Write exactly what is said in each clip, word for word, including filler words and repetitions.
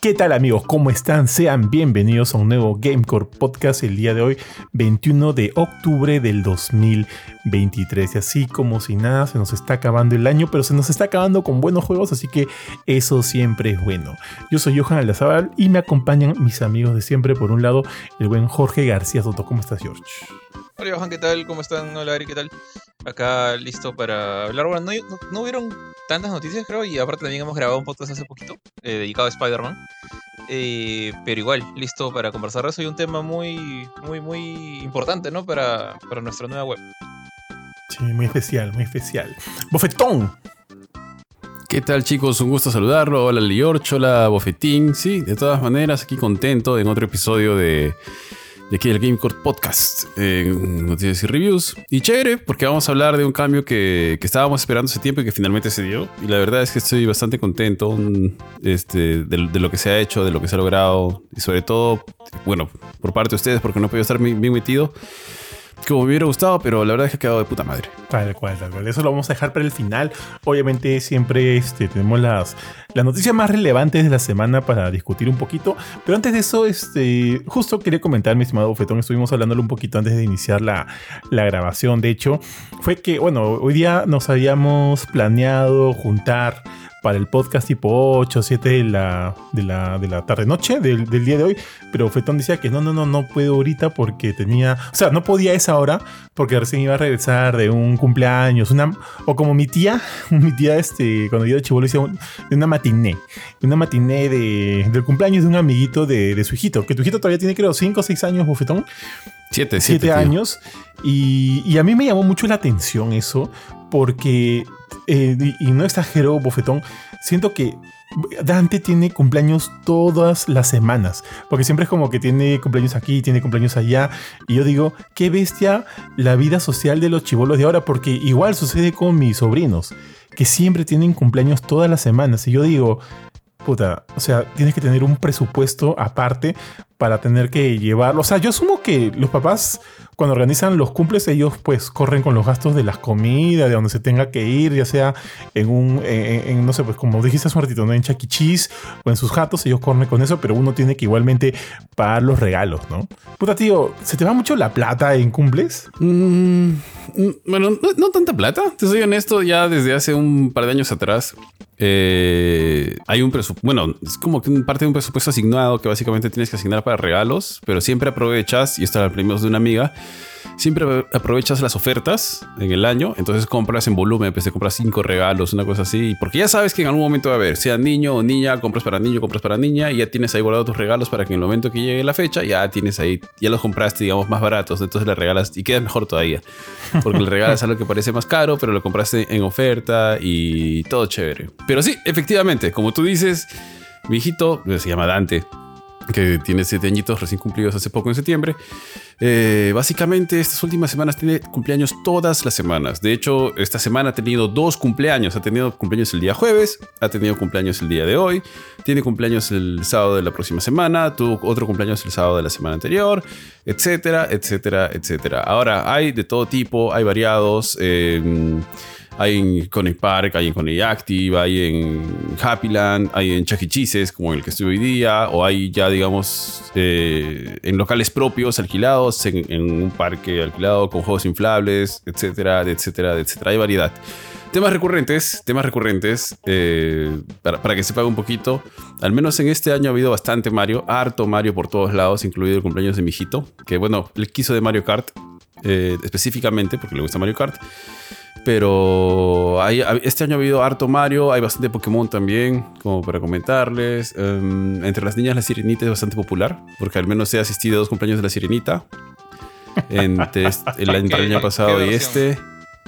¿Qué tal, amigos? ¿Cómo están? Sean bienvenidos a un nuevo Gamecore Podcast el día de hoy, veintiuno de octubre del dos mil veintitrés. Y así como si nada, se nos está acabando el año, pero se nos está acabando con buenos juegos, así que eso siempre es bueno. Yo soy Johan Aldazábal y me acompañan mis amigos de siempre. Por un lado, el buen Jorge García Soto. ¿Cómo estás, George? Hola, Johan, ¿qué tal? ¿Cómo están? Hola, Ari, ¿qué tal? Acá listo para hablar. Bueno, no, no, no hubieron tantas noticias, creo, y aparte también hemos grabado un podcast hace poquito eh, dedicado a Spider-Man. Eh, pero igual, listo para conversar de eso y un tema muy, muy, muy importante, ¿no? Para, para nuestra nueva web. Sí, muy especial, muy especial. ¡Bofetón! ¿Qué tal, chicos? Un gusto saludarlo. Hola, Liorch, hola, Bofetín. Sí, de todas maneras, aquí contento en otro episodio de... de aquí el Gamecore Podcast, eh, noticias y reviews. Y chévere, porque vamos a hablar de un cambio que, que estábamos esperando hace tiempo y que finalmente se dio. Y la verdad es que estoy bastante contento um, este, de, de lo que se ha hecho, de lo que se ha logrado. Y sobre todo, bueno, por parte de ustedes, porque no he podido estar bien, bien metido como me hubiera gustado, pero la verdad es que ha quedado de puta madre. Tal cual, tal cual. Eso lo vamos a dejar para el final. Obviamente siempre este, tenemos las, las noticias más relevantes de la semana para discutir un poquito. Pero antes de eso, este, justo quería comentar, mi estimado Bofetón, estuvimos hablándolo un poquito antes de iniciar la, la grabación. De hecho, fue que, bueno, hoy día nos habíamos planeado juntar para el podcast tipo ocho o siete de la, de la, de la tarde-noche del, del día de hoy, pero Fetón decía que no, no, no, no puedo ahorita porque tenía, o sea, no podía a esa hora porque recién iba a regresar de un cumpleaños, una, o como mi tía, mi tía este, cuando yo era chibolo decía un, de una matiné, una matiné de, del cumpleaños de un amiguito de, de su hijito, que tu hijito todavía tiene creo cinco o seis años, Bofetón. Siete, siete, siete años, y, y a mí me llamó mucho la atención eso, porque, eh, y, y no exagero, Bofetón, siento que Dante tiene cumpleaños todas las semanas, porque siempre es como que tiene cumpleaños aquí, tiene cumpleaños allá, y yo digo, qué bestia la vida social de los chibolos de ahora, porque igual sucede con mis sobrinos, que siempre tienen cumpleaños todas las semanas, y yo digo, puta, o sea, tienes que tener un presupuesto aparte para tener que llevarlo. O sea, yo asumo que los papás, cuando organizan los cumples, ellos pues corren con los gastos de las comidas, de donde se tenga que ir, ya sea en un, en, en, no sé, pues como dijiste hace un ratito, ¿no? En Chuck E. Cheese o en sus jatos, ellos corren con eso, pero uno tiene que igualmente pagar los regalos, ¿no? Puta, tío, ¿se te va mucho la plata en cumples? Mm, bueno, no, no tanta plata, te soy honesto, ya desde hace un par de años atrás. Eh, hay un presupuesto, bueno, es como que parte de un presupuesto asignado que básicamente tienes que asignar para regalos, pero siempre aprovechas, y esto era el premio de una amiga, siempre aprovechas las ofertas en el año, entonces compras en volumen, pues te compras cinco regalos, una cosa así, porque ya sabes que en algún momento va a haber, sea niño o niña, compras para niño, compras para niña, y ya tienes ahí guardado tus regalos para que en el momento que llegue la fecha, ya tienes ahí, ya los compraste, digamos, más baratos, entonces le regalas y quedas mejor todavía, porque le regalas algo que parece más caro, pero lo compraste en oferta y todo chévere. Pero sí, efectivamente, como tú dices, mi hijito, se llama Dante, que tiene siete añitos recién cumplidos hace poco en septiembre. Eh, básicamente estas últimas semanas tiene cumpleaños todas las semanas. De hecho, esta semana ha tenido dos cumpleaños. Ha tenido cumpleaños el día jueves, ha tenido cumpleaños el día de hoy, tiene cumpleaños el sábado de la próxima semana, tuvo otro cumpleaños el sábado de la semana anterior, etcétera, etcétera, etcétera. Ahora, hay de todo tipo, hay variados. Eh, Hay en Connect Park, hay en Connect Active, hay en Happyland, hay en Chuck E. Cheese, como el que estuve hoy día, o hay ya, digamos, eh, en locales propios alquilados, en, en un parque alquilado con juegos inflables, etcétera, etcétera, etcétera. Hay variedad. Temas recurrentes, temas recurrentes, eh, para, para que se pague un poquito. Al menos en este año ha habido bastante Mario, harto Mario por todos lados, incluido el cumpleaños de mi hijito, que bueno, él quiso de Mario Kart, eh, específicamente porque le gusta Mario Kart. Pero hay, este año ha habido harto Mario, hay bastante Pokémon también, como para comentarles. Um, entre las niñas la Sirenita es bastante popular, porque al menos he asistido a dos cumpleaños de la Sirenita. Entre el, entre el año pasado y este.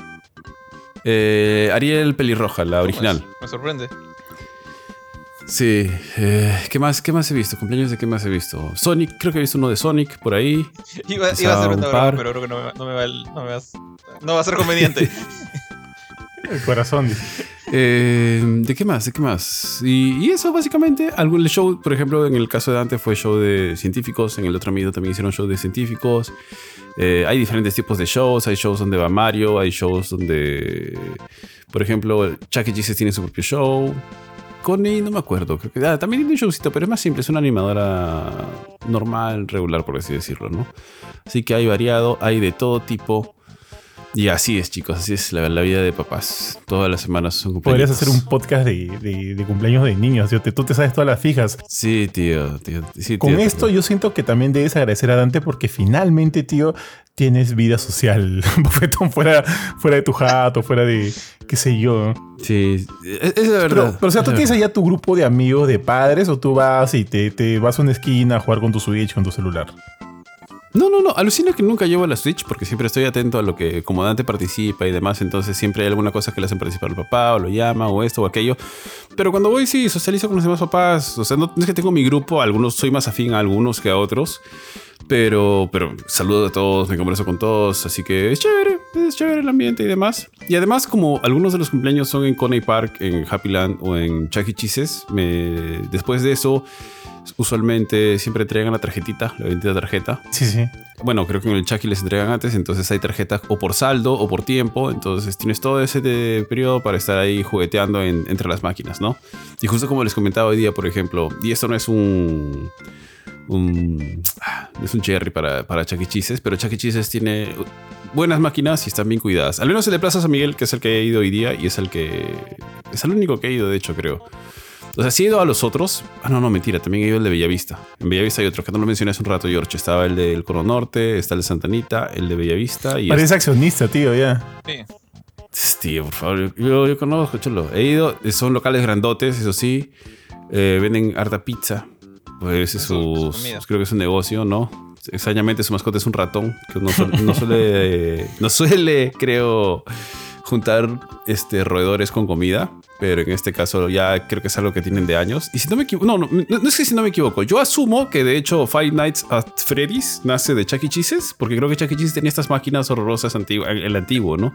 Eh, Ariel Pelirroja, la original. Me sorprende. Sí, eh, ¿qué más, ¿qué más he visto? ¿Cumpleaños de qué más he visto? Sonic, creo que he visto uno de Sonic por ahí. Iba, iba a ser una broma, pero creo que no me, no me, va, no me va, no va a ser conveniente. El corazón. Eh, ¿De qué más? ¿De qué más? Y, y eso básicamente, algún el show, por ejemplo, en el caso de Dante fue show de científicos, en el otro amigo también hicieron show de científicos. Eh, hay diferentes tipos de shows, hay shows donde va Mario, hay shows donde, por ejemplo, Chuck E. Cheese tiene su propio show. Connie, no me acuerdo. Creo que ah, también tiene un showcito, pero es más simple. Es una animadora normal, regular, por así decirlo, ¿no? Así que hay variado, hay de todo tipo. Y así es, chicos. Así es la, la vida de papás. Todas las semanas son cumpleaños. Podrías hacer un podcast de, de, de cumpleaños de niños. Tío. Tú te sabes todas las fijas. Sí, tío. tío. Sí, Con tío, esto tío. yo siento que también debes agradecer a Dante porque finalmente, tío, tienes vida social. Bofetón, fuera, fuera de tu jato, fuera de qué sé yo. Sí, es, es la verdad. Pero, pero o sea, es ¿tú la tienes verdad. allá tu grupo de amigos, de padres, o tú vas y te, te vas a una esquina a jugar con tu Switch, con tu celular? No, no, no. Alucina que nunca llevo la Switch porque siempre estoy atento a lo que como Dante participa y demás. Entonces siempre hay alguna cosa que le hacen participar al papá o lo llama o esto o aquello. Pero cuando voy sí, socializo con los demás papás. O sea, no, no es que tengo mi grupo. Algunos soy más afín a algunos que a otros. Pero, pero saludo a todos, me converso con todos. Así que es chévere, es chévere el ambiente y demás. Y además como algunos de los cumpleaños son en Coney Park, en Happy Land o en Chuck E. Cheese's, me, después de eso... Usualmente siempre entregan la tarjetita, la bendita tarjeta. Sí, sí. Bueno, creo que en el Chucky les entregan antes, entonces hay tarjetas o por saldo o por tiempo. Entonces tienes todo ese de periodo para estar ahí jugueteando en, entre las máquinas, ¿no? Y justo como les comentaba hoy día, por ejemplo, y esto no es un... un no es un cherry para, para Chuck E. Cheese's, pero Chuck E. Cheese's tiene buenas máquinas y están bien cuidadas. Al menos el de Plaza San Miguel, que es el que he ido hoy día y es el que... es el único que he ido, de hecho, creo. O sea, sí he ido a los otros. Ah, no, no, mentira. También he ido al de Bellavista. En Bellavista hay otro que no lo mencioné hace un rato, George. Estaba el del Cono Norte, está el de Santa Anita, el de Bellavista. Y Parece accionista, tío, ya. Sí. este... Tío, por favor. Yo, yo conozco, chulo. He ido. Son locales grandotes, eso sí. Eh, venden harta pizza. Pues es Su- su... su comida. creo que es un negocio, ¿no? Extrañamente su mascota es un ratón. Que no, suele, no suele... no suele, creo... juntar este, roedores con comida, pero en este caso ya creo que es algo que tienen de años. Y si no me equivoco, no, no, no es que si no me equivoco, yo asumo que de hecho Five Nights at Freddy's nace de Chuck E. Cheese's, porque creo que Chuck E. Cheese tenía estas máquinas horrorosas antiguo, el antiguo, ¿no?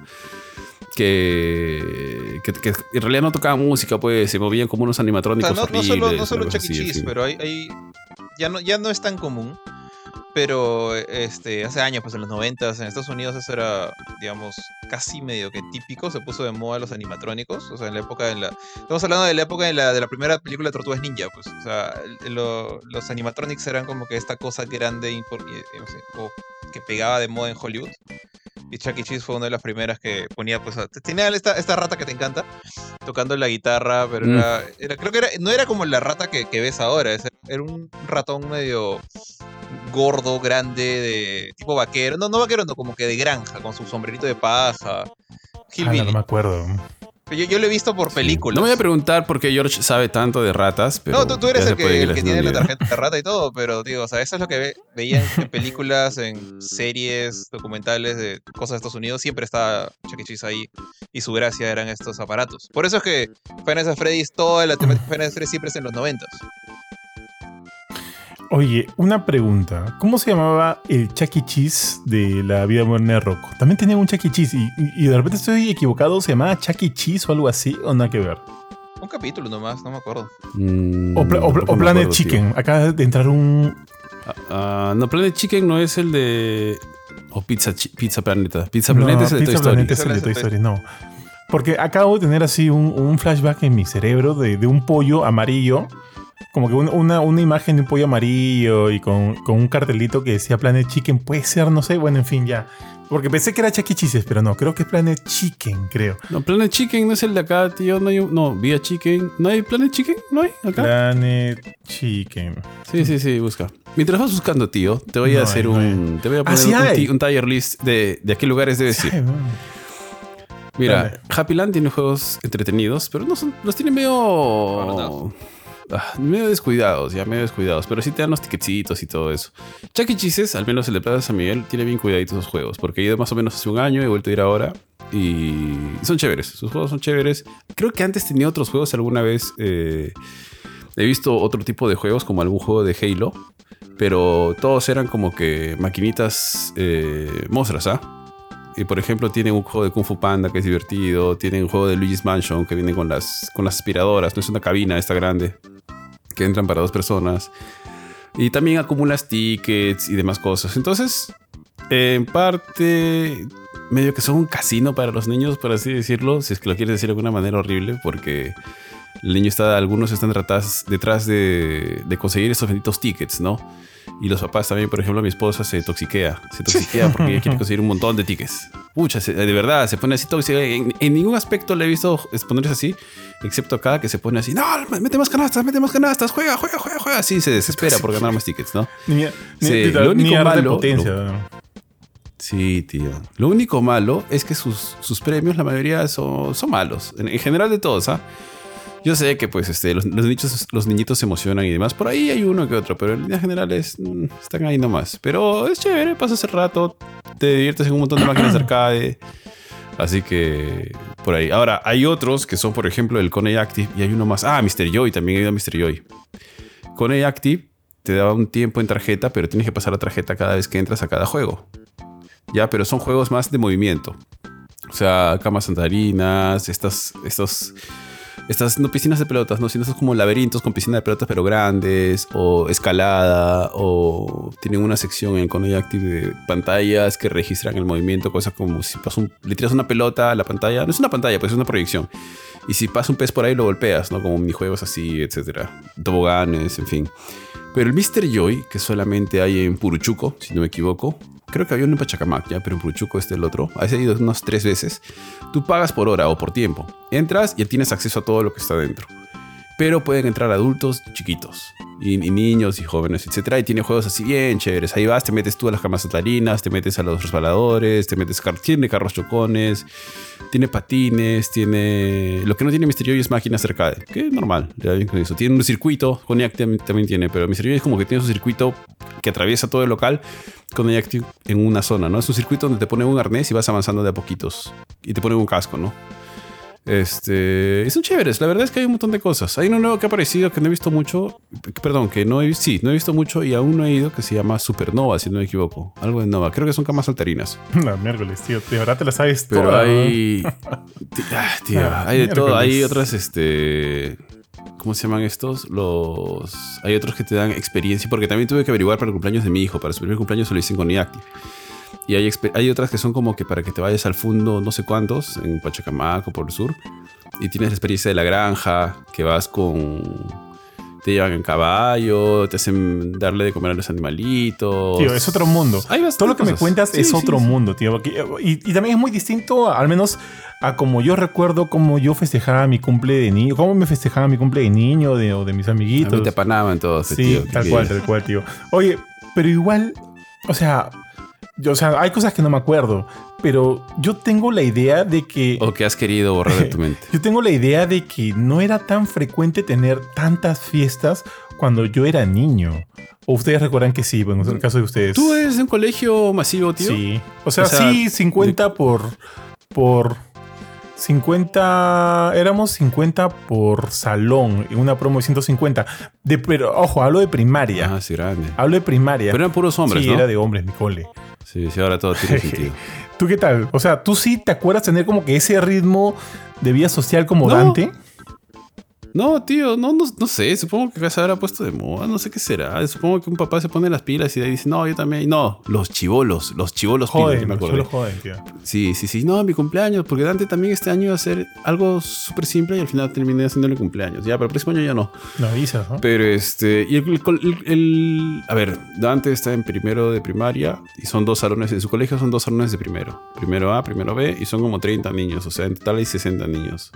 Que, que, que en realidad no tocaban música, pues se movían como unos O animatrónicos sea, no, no horribles. solo, no solo una cosa Chuck E. así, Cheese, así. pero hay, hay- ya, no, ya no es tan común. Pero este, hace años, pues en los noventas, en Estados Unidos eso era, digamos, casi medio que típico. Se puso de moda los animatrónicos. O sea, en la época de la... Estamos hablando de la época de la, de la primera película de Tortugas Ninja, pues. O sea, el- lo- los animatronics eran como que esta cosa grande impor- y- y no sé, o que pegaba de moda en Hollywood. Y Chuck E. Cheese fue una de las primeras que ponía, pues, a- tenía esta, esta rata que te encanta, tocando la guitarra, pero Mm. era, era- creo que era, no era como la rata que, que ves ahora, es- era un ratón medio gordo, grande, de tipo vaquero, no, no vaquero, no, como que de granja, con su sombrerito de paja, Ah, Hillbilly. no, no me acuerdo. yo, yo lo he visto por películas. No me voy a preguntar por qué George sabe tanto de ratas, pero No, tú, tú eres ya el se puede que, el les que dé tiene una la idea. tarjeta de rata y todo, pero digo, o sea, eso es lo que ve- veían en películas, en series, documentales de cosas de Estados Unidos, siempre está Chuck E. Cheese ahí y su gracia eran estos aparatos. Por eso es que Five Nights at Freddy's, toda la temática de Five Nights at Freddy's siempre es en los noventas. Oye, una pregunta. ¿Cómo se llamaba el Chuck E. Cheese de la vida moderna de Rocco? También tenía un Chuck E. Cheese y, y- y de repente estoy equivocado. ¿Se llamaba Chuck E. Cheese o algo así? ¿O nada que ver? Un capítulo nomás, no me acuerdo. Mm, O, Pla- o Pla- tampoco o me Planet acuerdo, tío. Chicken. Acaba de entrar un... Ah, ah, no, Planet Chicken no es el de... O Pizza, Chi- Pizza Planeta. Pizza No, Planeta es el de Toy Pizza Story. Planet es el de Toy Story, no. Porque acabo de tener así un, un flashback en mi cerebro de, de un pollo amarillo. Como que un- una, una imagen de un pollo amarillo y con, con un cartelito que decía Planet Chicken. Puede ser, no sé. Bueno, en fin, ya. Porque pensé que era Chuck E. Cheese, pero no. Creo que es Planet Chicken, creo. No, Planet Chicken no es el de acá, tío. No, hay un- no, Vía Chicken. ¿No hay Planet Chicken? ¿No hay acá? Planet Chicken. Sí, sí, sí, busca. Mientras vas buscando, tío, te voy a No hacer hay, no un... Te voy a Ah, poner sí un, hay. ti- un tier list de, de a qué lugares debes ir. Ay, bueno. Mira, Dale. Happy Land tiene juegos entretenidos, pero no son, los tiene medio... Abandonados. ah, medio descuidados, ya medio descuidados, pero sí te dan los ticketcitos y todo eso. Chuck E. Cheese's, al menos el de Plaza San Miguel, tiene bien cuidaditos los juegos, porque he ido más o menos hace un año, he vuelto a ir ahora y son chéveres, sus juegos son chéveres. Creo que antes tenía otros juegos alguna vez. eh, he visto otro tipo de juegos, como algún juego de Halo, pero todos eran como que maquinitas eh, monstruos, ¿ah? Y por ejemplo, tienen un juego de Kung Fu Panda que es divertido. Tienen un juego de Luigi's Mansion que viene con las, con las aspiradoras. No es una cabina esta grande que entran para dos personas. Y también acumulas tickets y demás cosas. Entonces, en parte, medio que son un casino para los niños, por así decirlo. Si es que lo quieres decir de alguna manera horrible, porque el niño está, algunos están detrás, detrás de, de conseguir esos benditos tickets, ¿no? Y los papás también, por ejemplo, mi esposa se toxiquea. Se toxiquea porque ella quiere conseguir un montón de tickets. Pucha, se, de verdad, se pone así tóxica. En, en ningún aspecto le he visto ponerse así, excepto acá que se pone así, no, mete más canastas, mete más canastas, juega, juega, juega, juega. Así se desespera por ganar más tickets, ¿no? Ni, Sí, ni, lo único ni arte de malo- potencia. lo- Sí, tío. Lo único malo es que sus, sus premios, la mayoría son, son malos. En, en general de todos, ¿ah? Yo sé que pues este, los, los, niños, los niñitos se emocionan y demás. Por ahí hay uno que otro, pero en líneas generales mm, están ahí nomás. Pero es chévere, pasas el rato, te diviertes en un montón de máquinas de arcade. Así que por ahí. Ahora, hay otros que son, por ejemplo, el Coney Active y hay uno más. Ah, mister Joy, también he ido a mister Joy. Coney Active te da un tiempo en tarjeta, pero tienes que pasar la tarjeta cada vez que entras a cada juego. Ya, pero son juegos más de movimiento. O sea, camas andarinas, estas, estos, estas, no piscinas de pelotas, no, sino estos como laberintos con piscina de pelotas pero grandes, o escalada, o tienen una sección en Coney Active de pantallas que registran el movimiento, cosas como si pasa un, le tiras una pelota a la pantalla, no es una pantalla, pues es una proyección. Y si pasa un pez por ahí lo golpeas, ¿no? Como minijuegos así, etcétera. Toboganes, en fin. Pero el mister Joy, que solamente hay en Puruchuco, si no me equivoco, creo que había uno en Pachacamac, ya, pero en Puruchuco este es el otro. A ese he ido unas tres veces. Tú pagas por hora o por tiempo. Entras y tienes acceso a todo lo que está dentro. Pero pueden entrar adultos chiquitos. Y, y niños y jóvenes, etcétera. Y tiene juegos así bien chéveres. Ahí vas, te metes tú a las camas atlarinas, te metes a los resbaladores, te metes... Car tiene carros chocones, tiene patines, tiene... Lo que no tiene mister Joy es máquinas arcade, que es normal, le da bien con eso. Tiene un circuito, Coney Active también tiene, pero mister Joy es como que tiene su circuito que atraviesa todo el local, Coney Active en una zona, ¿no? Es un circuito donde te ponen un arnés y vas avanzando de a poquitos. Y te ponen un casco, ¿no? Este, son chéveres, la verdad es que hay un montón de cosas. Hay uno nuevo que ha aparecido que no he visto mucho, perdón, que no he visto, sí, no he visto mucho y aún no he ido, que se llama Supernova, si no me equivoco. Algo de Nova, creo que son camas saltarinas. No, miércoles, tío. De verdad te la sabes Pero toda, hay. Tí- ah, tío, Ah, hay de todo. Hay miércoles. otras, este. ¿Cómo se llaman estos? Los. Hay otros que te dan experiencia. Porque también tuve que averiguar para el cumpleaños de mi hijo. Para su primer cumpleaños se lo hice con Active. Y hay, exper- hay otras que son como que para que te vayas al fondo, no sé cuántos, en Pachacamac o por el sur. Y tienes la experiencia de la granja, que vas con. Te llevan en caballo, te hacen darle de comer a los animalitos. Tío, es otro mundo. Hay bastantes Todo lo que me cosas. cuentas Sí, es sí, otro sí. mundo, tío. Porque- Y, y también es muy distinto, al menos a como yo recuerdo cómo yo festejaba mi cumple de niño. Cómo me festejaba mi cumple de niño de, o de mis A amiguitos. mí te apanaban todos. Sí, tío, tal que- cual, tal cual, tío. Oye, pero igual, o sea, yo, o sea, hay cosas que no me acuerdo, pero yo tengo la idea de que... O que has querido borrar de tu mente. Yo tengo la idea de que no era tan frecuente tener tantas fiestas cuando yo era niño. ¿O ustedes recuerdan que sí? Bueno, en el caso de ustedes. ¿Tú eres de un colegio masivo, tío? Sí. O sea, O sea, sí, cincuenta por... por cincuenta... Éramos cincuenta por salón en una promo de ciento cincuenta. De, pero, ojo, hablo de primaria. Ah, sí, grande. Hablo de primaria. Pero eran puros hombres, sí, ¿no? era de hombres, mi cole. Sí, sí, ahora todo tiene sentido. ¿Tú qué tal? O sea, ¿tú sí te acuerdas tener como que ese ritmo de vida social como No. Dante? No, tío, no, no, no sé. Supongo que se habrá puesto de moda. No sé qué será. Supongo que un papá se pone las pilas y de ahí dice, no, yo también. No, los chivolos. Los chivolos pilas, Joder, yo me me acordé. lo joden, tío. Sí, sí, sí. No, mi cumpleaños. Porque Dante también este año iba a hacer algo súper simple y al final terminé haciéndole cumpleaños. Ya, pero el próximo año ya no. No avisas, ¿no? Pero este. Y el, el- el- a ver, Dante está en primero de primaria y son dos salones. En su colegio son dos salones de primero. Primero A, primero B y son como treinta niños. O sea, en total hay sesenta niños.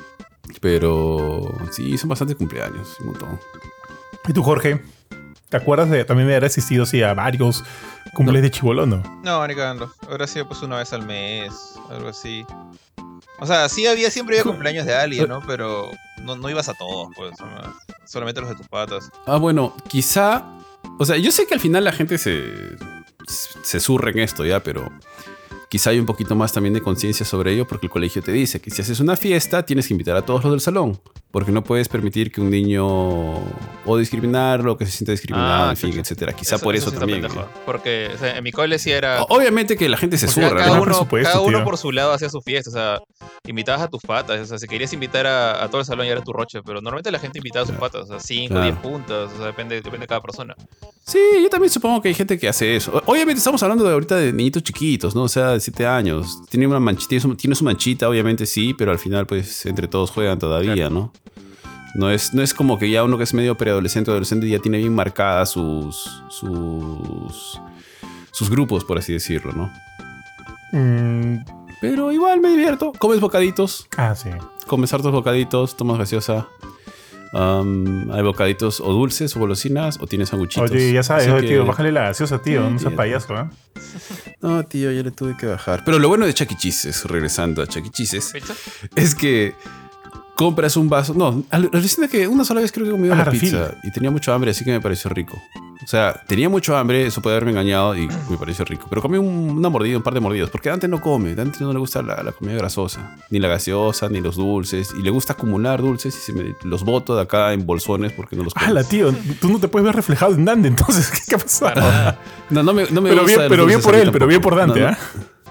Pero sí, son bastantes cumpleaños. Un montón. ¿Y tú, Jorge? ¿Te acuerdas de también de haber asistido sí, a varios cumples de chibolo, no? No, ni cagando. Habrá sido pues una vez al mes, algo así. O sea, sí había, siempre había cumpleaños de alguien, ¿no? Pero no, no ibas a todos, pues. ¿No? Solamente los de tus patas. Ah, bueno, quizá. O sea, yo sé que al final la gente se. se surre en esto ya, pero. Quizá hay un poquito más también de conciencia sobre ello porque el colegio te dice que si haces una fiesta tienes que invitar a todos los del salón. Porque no puedes permitir que un niño o discriminarlo, que se sienta discriminado, Ah, en fin, chucha. etcétera. Quizá por eso, sí está también. pendejo, ¿eh? Porque o sea, en mi cole sí era... O- Obviamente que la gente se o sea, surra, cada, ¿no? Por uno, supuesto, cada uno tío. por su lado hacía su fiesta. O sea, invitabas a tus patas. O sea, si querías invitar a, a todo el salón ya era tu roche. Pero normalmente la gente invitaba a sus patas. O sea, cinco, Claro. diez puntas. O sea, depende, depende de cada persona. Sí, yo también supongo que hay gente que hace eso. O- Obviamente estamos hablando de ahorita de niñitos chiquitos, ¿no? O sea, de siete años. Tiene una manchita, tiene su, tiene su manchita, obviamente sí, pero al final pues entre todos juegan todavía, ¿no? No es, no es como que ya uno que es medio preadolescente o adolescente ya tiene bien marcadas sus, sus, sus grupos, por así decirlo, ¿no? Mm, Pero igual me divierto. Comes bocaditos, ah, sí. comes hartos bocaditos, tomas gaseosa. Um, hay bocaditos o dulces o golosinas o tienes sanguchitos. Oye, ya sabes, Así oye, que- tío, bájale la gaseosa, tío. Sí, No seas tío. payaso, ¿eh? No, tío, ya le tuve que bajar. Pero lo bueno de Chuck E. Cheese's, regresando a Chuck E. Cheese's, ¿Pizza? es que compras un vaso. No, al- recién que una sola vez creo que he comido Ah, la refil. pizza y tenía mucho hambre, así que me pareció rico. O sea, tenía mucho hambre, eso puede haberme engañado y me pareció rico. Pero comí un- una mordida, un par de mordidas, porque Dante no come, Dante no le gusta la, la comida grasosa, ni la gaseosa, ni los dulces, y le gusta acumular dulces y se me, los boto de acá en bolsones porque no los come. ¡Hala, tío! Tú no te puedes ver reflejado en Dante, entonces, ¿qué, qué ha pasado? Para nada. No, no me, no me Pero gusta bien, los pero bien dulces por a mí él, pero tampoco. bien por Dante, No, no. ¿ah?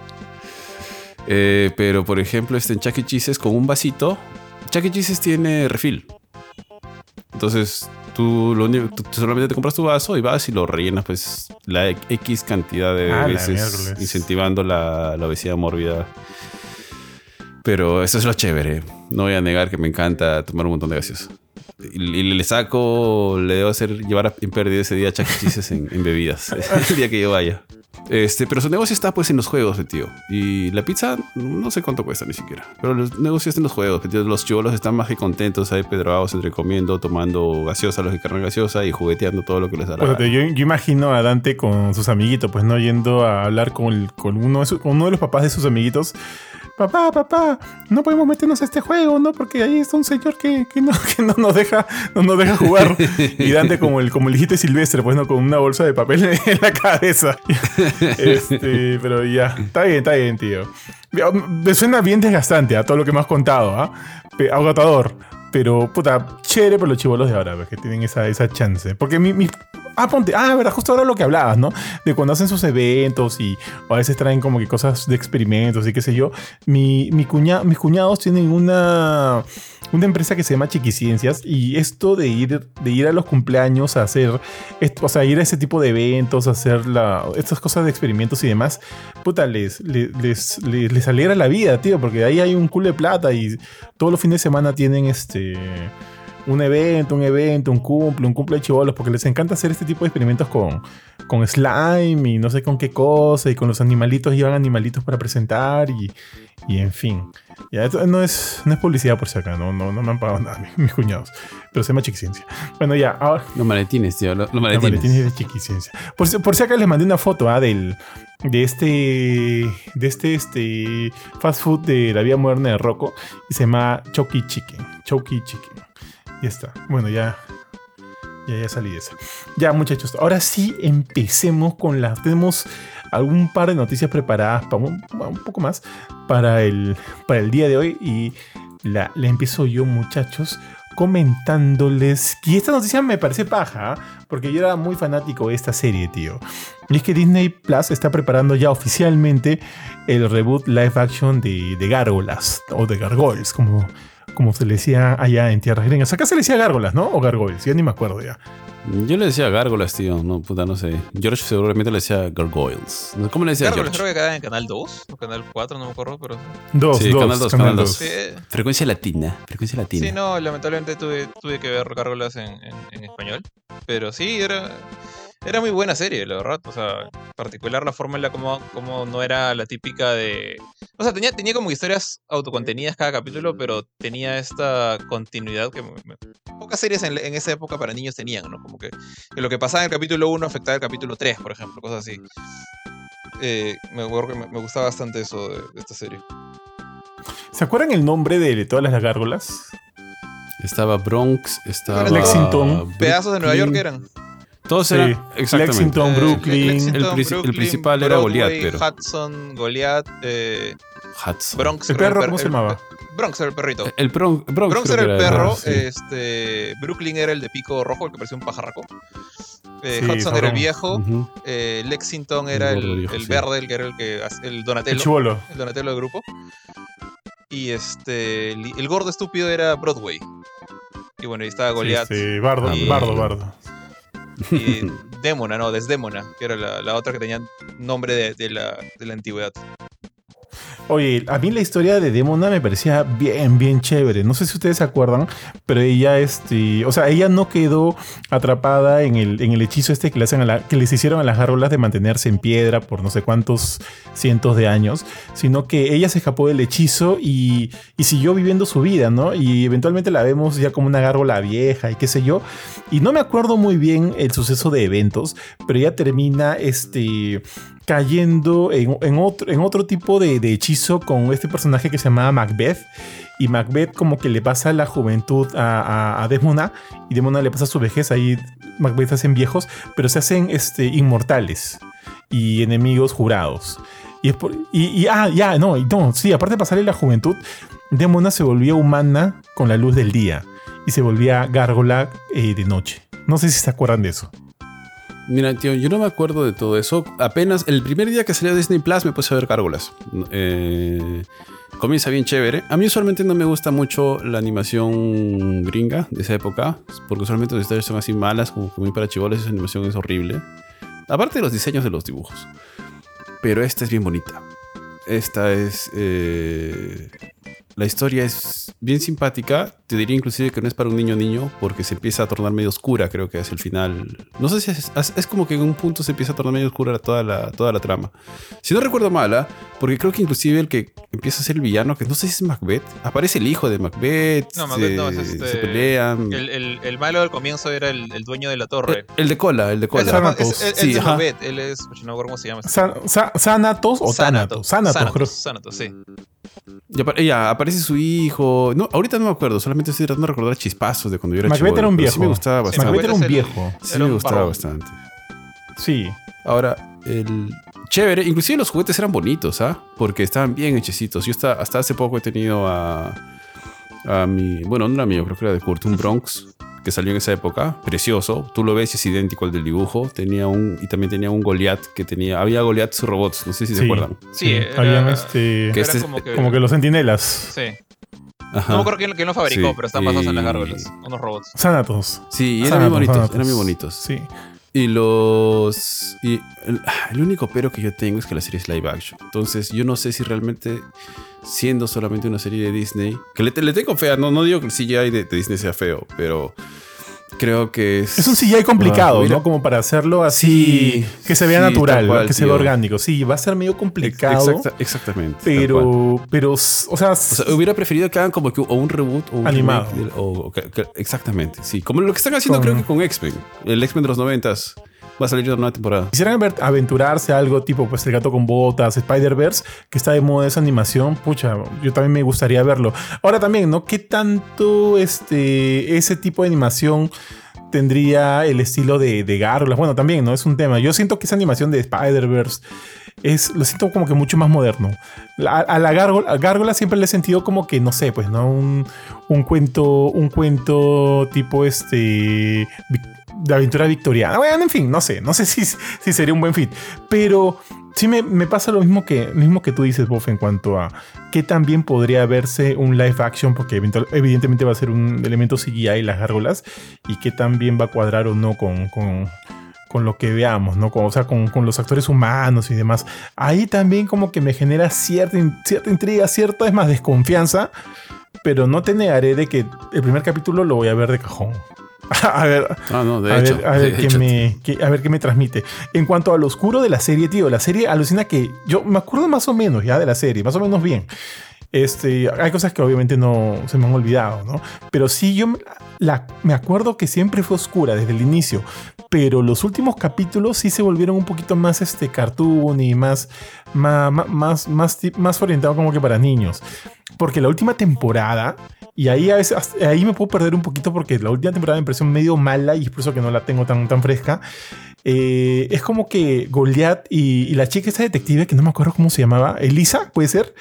Eh, pero, por ejemplo, este en Chuck E. Cheese's con un vasito. Chuck E. Cheese's tiene refil. Entonces, tú, lo único, tú solamente te compras tu vaso y vas y lo rellenas, pues, la X cantidad de Ah, la veces, miércoles. incentivando la, la obesidad mórbida. Pero eso es lo chévere. No voy a negar que me encanta tomar un montón de gaseosa. Y, y le saco, le debo hacer llevar en pérdida ese día a Chuck E. Cheese's en, en bebidas. El día que yo vaya. Este, pero su negocio está pues en los juegos, pe, tío. Y la pizza no sé cuánto cuesta ni siquiera. Pero los negocios están en los juegos, pe, tío. Los chibolos están más que contentos ahí pedrados entre comiendo, tomando gaseosa, los que cargan gaseosa y jugueteando todo lo que les da la Pues, gana. yo, yo imagino a Dante con sus amiguitos, pues no yendo a hablar con, el- con, uno, de su- con uno de los papás de sus amiguitos. Papá, papá, no podemos meternos a este juego, ¿no? Porque ahí está un señor que, que, no, que no nos deja, no nos deja jugar. Y Dante como el, como el hijito de Silvestre, pues no, con una bolsa de papel en la cabeza. Este, pero ya, está bien, está bien, tío. Me suena bien desgastante a todo lo que me has contado, ¿ah? Pe- Agotador. Pero, puta, chévere por los chibolos de ahora, pues, que tienen esa, esa chance. Porque mi, mi- Ah, ponte. Ah, verdad, justo ahora lo que hablabas, ¿no? De cuando hacen sus eventos y o a veces traen como que cosas de experimentos y qué sé yo. Mi, mi cuña, mis cuñados tienen una, una empresa que se llama Chiquiciencias y esto de ir, de ir a los cumpleaños a hacer, esto, o sea, ir a ese tipo de eventos, a hacer la, estas cosas de experimentos y demás, puta, les, les, les, les, les alegra la vida, tío, porque ahí hay un culo de plata y todos los fines de semana tienen este... un evento, un evento, un cumple, un cumple de chibolos, porque les encanta hacer este tipo de experimentos con, con slime y no sé con qué cosa, y con los animalitos, llevan animalitos para presentar y, y en fin. Ya, esto no es, no es publicidad por si acá, no, no, no me han pagado nada mis, mis cuñados, pero se llama Chiquiciencia. Bueno, ya, ahora... Los maletines, tío. Los, los La maletines. maletines de Chiquiciencia. Por, si- por si acá les mandé una foto ah, del, de este de este, este fast food de la vida moderna de Rocco y se llama Chucky Chicken. Chucky Chicken. Ya está. Bueno, ya, ya, ya salí de esa. Ya, muchachos, ahora sí empecemos con las... Tenemos algún par de noticias preparadas, para un, un poco más, para el, para el día de hoy. Y la, la empiezo yo, muchachos, comentándoles... Y esta noticia me parece paja, ¿ah? Porque yo era muy fanático de esta serie, tío. Y es que Disney Plus está preparando ya oficialmente el reboot live action de, de Gárgolas, o de Gargoyles, como... como se le decía allá en tierras gringas. Acá se le decía gárgolas, ¿no? O gargoyles, ya ni me acuerdo ya. Yo le decía gárgolas, tío. No, puta, no sé. George seguramente le decía gargoyles. ¿Cómo le decía Claro, George? creo que quedaba en Canal dos o Canal cuatro, no me acuerdo, pero... Dos, Sí, dos, Canal dos, Canal Canal dos. dos. Sí, eh, Frecuencia latina. Frecuencia latina. sí, no, lamentablemente tuve, tuve que ver Gárgolas en, en, en español. Pero sí, era, era muy buena serie, la verdad. O sea, en particular la forma en la como, como no era la típica de... O sea, tenía, tenía como historias autocontenidas cada capítulo, pero tenía esta continuidad que me- me- pocas series en, en esa época para niños tenían, ¿no? Como que, que lo que pasaba en el capítulo uno afectaba el capítulo tres, por ejemplo, cosas así. Eh, me, acuerdo que me, me gustaba bastante eso de, de esta serie. ¿Se acuerdan el nombre de todas las gárgolas? Estaba Bronx, estaba... Lexington. Pedazos de Nueva York Brooklyn. eran. Todos Sí. eran... Exactamente. Lexington, Eh, Brooklyn. Lexington, El princi- el Brooklyn, principal era Broadway, Goliath, pero- Hudson, Goliath, eh, Hudson. Bronx. ¿El creo, perro per- cómo se el- llamaba? Bronx era el perrito. El Bronx, Bronx, Bronx creo era el que perro, sí. este, Brooklyn era el de pico rojo, el que parecía un pajarraco. Eh, Sí, Hudson era el cabrón. viejo. Ujú. eh, Lexington era El el, gordo viejo, el sí. verde, el que era el que hace- el El Donatello, chivolo. el Donatello del grupo. Y este, el, el gordo estúpido era Broadway. Y bueno, ahí estaba Goliath. Sí, sí, Bardo, Y- Bardo, Bardo. Y Démona, no, Desdémona, que era la, la otra que tenía nombre de, de la, de la antigüedad. Oye, a mí la historia de Demona me parecía bien, bien chévere. No sé si ustedes se acuerdan, pero ella, este, o sea, ella no quedó atrapada en el, en el hechizo este que, le hacen a la, que les hicieron a las gárgolas de mantenerse en piedra por no sé cuántos cientos de años, sino que ella se escapó del hechizo y, y siguió viviendo su vida, ¿no? Y eventualmente la vemos ya como una gárgola vieja y qué sé yo. Y no me acuerdo muy bien el suceso de eventos, pero ella termina, este... cayendo en, en, otro, en otro tipo de, de hechizo con este personaje que se llamaba Macbeth. Y Macbeth como que le pasa la juventud a, a, a Desmona. Y Desmona le pasa su vejez. Ahí Macbeth se hacen viejos, pero se hacen este, inmortales y enemigos jurados. Y, es por, y, y ah, ya, no, no, sí, aparte de pasarle la juventud, Desmona se volvía humana con la luz del día. Y se volvía gárgola eh, de noche. No sé si se acuerdan de eso. Mira, tío, yo no me acuerdo de todo eso. Apenas el primer día que salió Disney Plus me puse a ver Gárgolas. Eh, comienza bien chévere. A mí usualmente no me gusta mucho la animación gringa de esa época, porque usualmente las historias son así malas, como muy para chiboles. Esa animación es horrible. Aparte de los diseños de los dibujos. Pero esta es bien bonita. Esta es... Eh, la historia es bien simpática. Te diría inclusive que no es para un niño niño, porque se empieza a tornar medio oscura, creo que hacia el final. No sé si es, es como que en un punto se empieza a tornar medio oscura toda la, toda la trama. Si no recuerdo mal, ¿eh? Porque creo que inclusive el que empieza a ser el villano, que no sé si es Macbeth, aparece el hijo de Macbeth. No, Macbeth se, no, es este... se pelean. El, el, el malo del comienzo era el, el dueño de la torre. El, el de cola, el de cola. Es, es, es, sí, es Macbeth, él es... No me acuerdo cómo se llama. Sa, sa, ¿Sanatos o Thanatos? Thanatos, creo. Thanatos, sí. Ya, ya aparece su hijo. No, ahorita no me acuerdo, solamente estoy tratando de recordar chispazos de cuando yo era chico. Macbeth era un viejo. Sí me gustaba bastante. Macbeth era un viejo. Sí me gustaba bastante. Sí. Ahora, el chévere, inclusive los juguetes eran bonitos, ¿ah? ¿eh? Porque estaban bien hechecitos. Yo hasta, hasta hace poco he tenido a, a mi, bueno, no era mío, creo que era de Kurt, un Bronx que salió en esa época, precioso. Tú lo ves y es idéntico al del dibujo. Tenía un, y también tenía un Goliath que tenía, había Goliath y robots, no sé si sí, se acuerdan. Sí, sí era, habían este, que este era como, que, como que los centinelas. Sí. Ajá. No me acuerdo quién, quién lo fabricó, sí, pero están basados y... en las gárgolas, unos robots. Thanatos. Sí, y eran Thanatos, muy bonitos, Thanatos. eran muy bonitos. Sí. Y los... Y el, el único pero que yo tengo es que la serie es live action. Entonces yo no sé si realmente, siendo solamente una serie de Disney, que le, le tengo fea, no, no digo que el C G I de, de Disney sea feo, pero creo que es... Es un C G I complicado, ah, mira, ¿no? Como para hacerlo así, sí, que se vea sí, natural, cual, que se vea orgánico. Sí, va a ser medio complicado. Exacta, exactamente. Pero, pero, o sea, o sea, hubiera preferido que hagan como que o un reboot o un animado. Remake, o, o que, que, exactamente, sí. Como lo que están haciendo con, creo que con X-Men. El X-Men de los noventas va a salir una nueva temporada. Quisieran aventurarse a algo tipo pues El gato con botas, Spider-Verse, que está de moda esa animación. Pucha, yo también me gustaría verlo. Ahora también, ¿no? ¿Qué tanto este, ese tipo de animación tendría el estilo de, de Gárgolas? Bueno, también, ¿no? Es un tema. Yo siento que esa animación de Spider-Verse es, lo siento como que mucho más moderno. A, a la Gárgola, a Gárgola siempre le he sentido como que, no sé, pues, ¿no? Un, un cuento, un cuento tipo este... de aventura victoriana. Bueno, en fin, no sé. No sé si, si sería un buen fit. Pero sí me, me pasa lo mismo que, mismo que tú dices, Bof, en cuanto a qué también podría verse un live action, porque evidentemente va a ser un elemento C G I las gárgolas, y qué también va a cuadrar o no con, con, con lo que veamos, ¿no? Con, o sea, con, con los actores humanos y demás. Ahí también como que me genera cierta, cierta intriga, cierta, es más, desconfianza, pero no te negaré de que el primer capítulo lo voy a ver de cajón. A ver, ah, no, de a, hecho, ver, a, ver de qué hecho. me, qué, a ver qué me transmite. En cuanto a lo oscuro de la serie, tío, la serie alucina que yo me acuerdo más o menos ya de la serie, más o menos bien. Este, hay cosas que obviamente no se me han olvidado, ¿no? Pero sí, yo la, me acuerdo que siempre fue oscura desde el inicio. Pero los últimos capítulos sí se volvieron un poquito más este, cartoon y más, más, más, más, más orientado como que para niños. Porque la última temporada, y ahí, a veces, ahí me puedo perder un poquito porque la última temporada me pareció medio mala y es por eso que no la tengo tan, tan fresca. Eh, es como que Goliath y, y la chica esta detective, que no me acuerdo cómo se llamaba, Elisa, puede ser,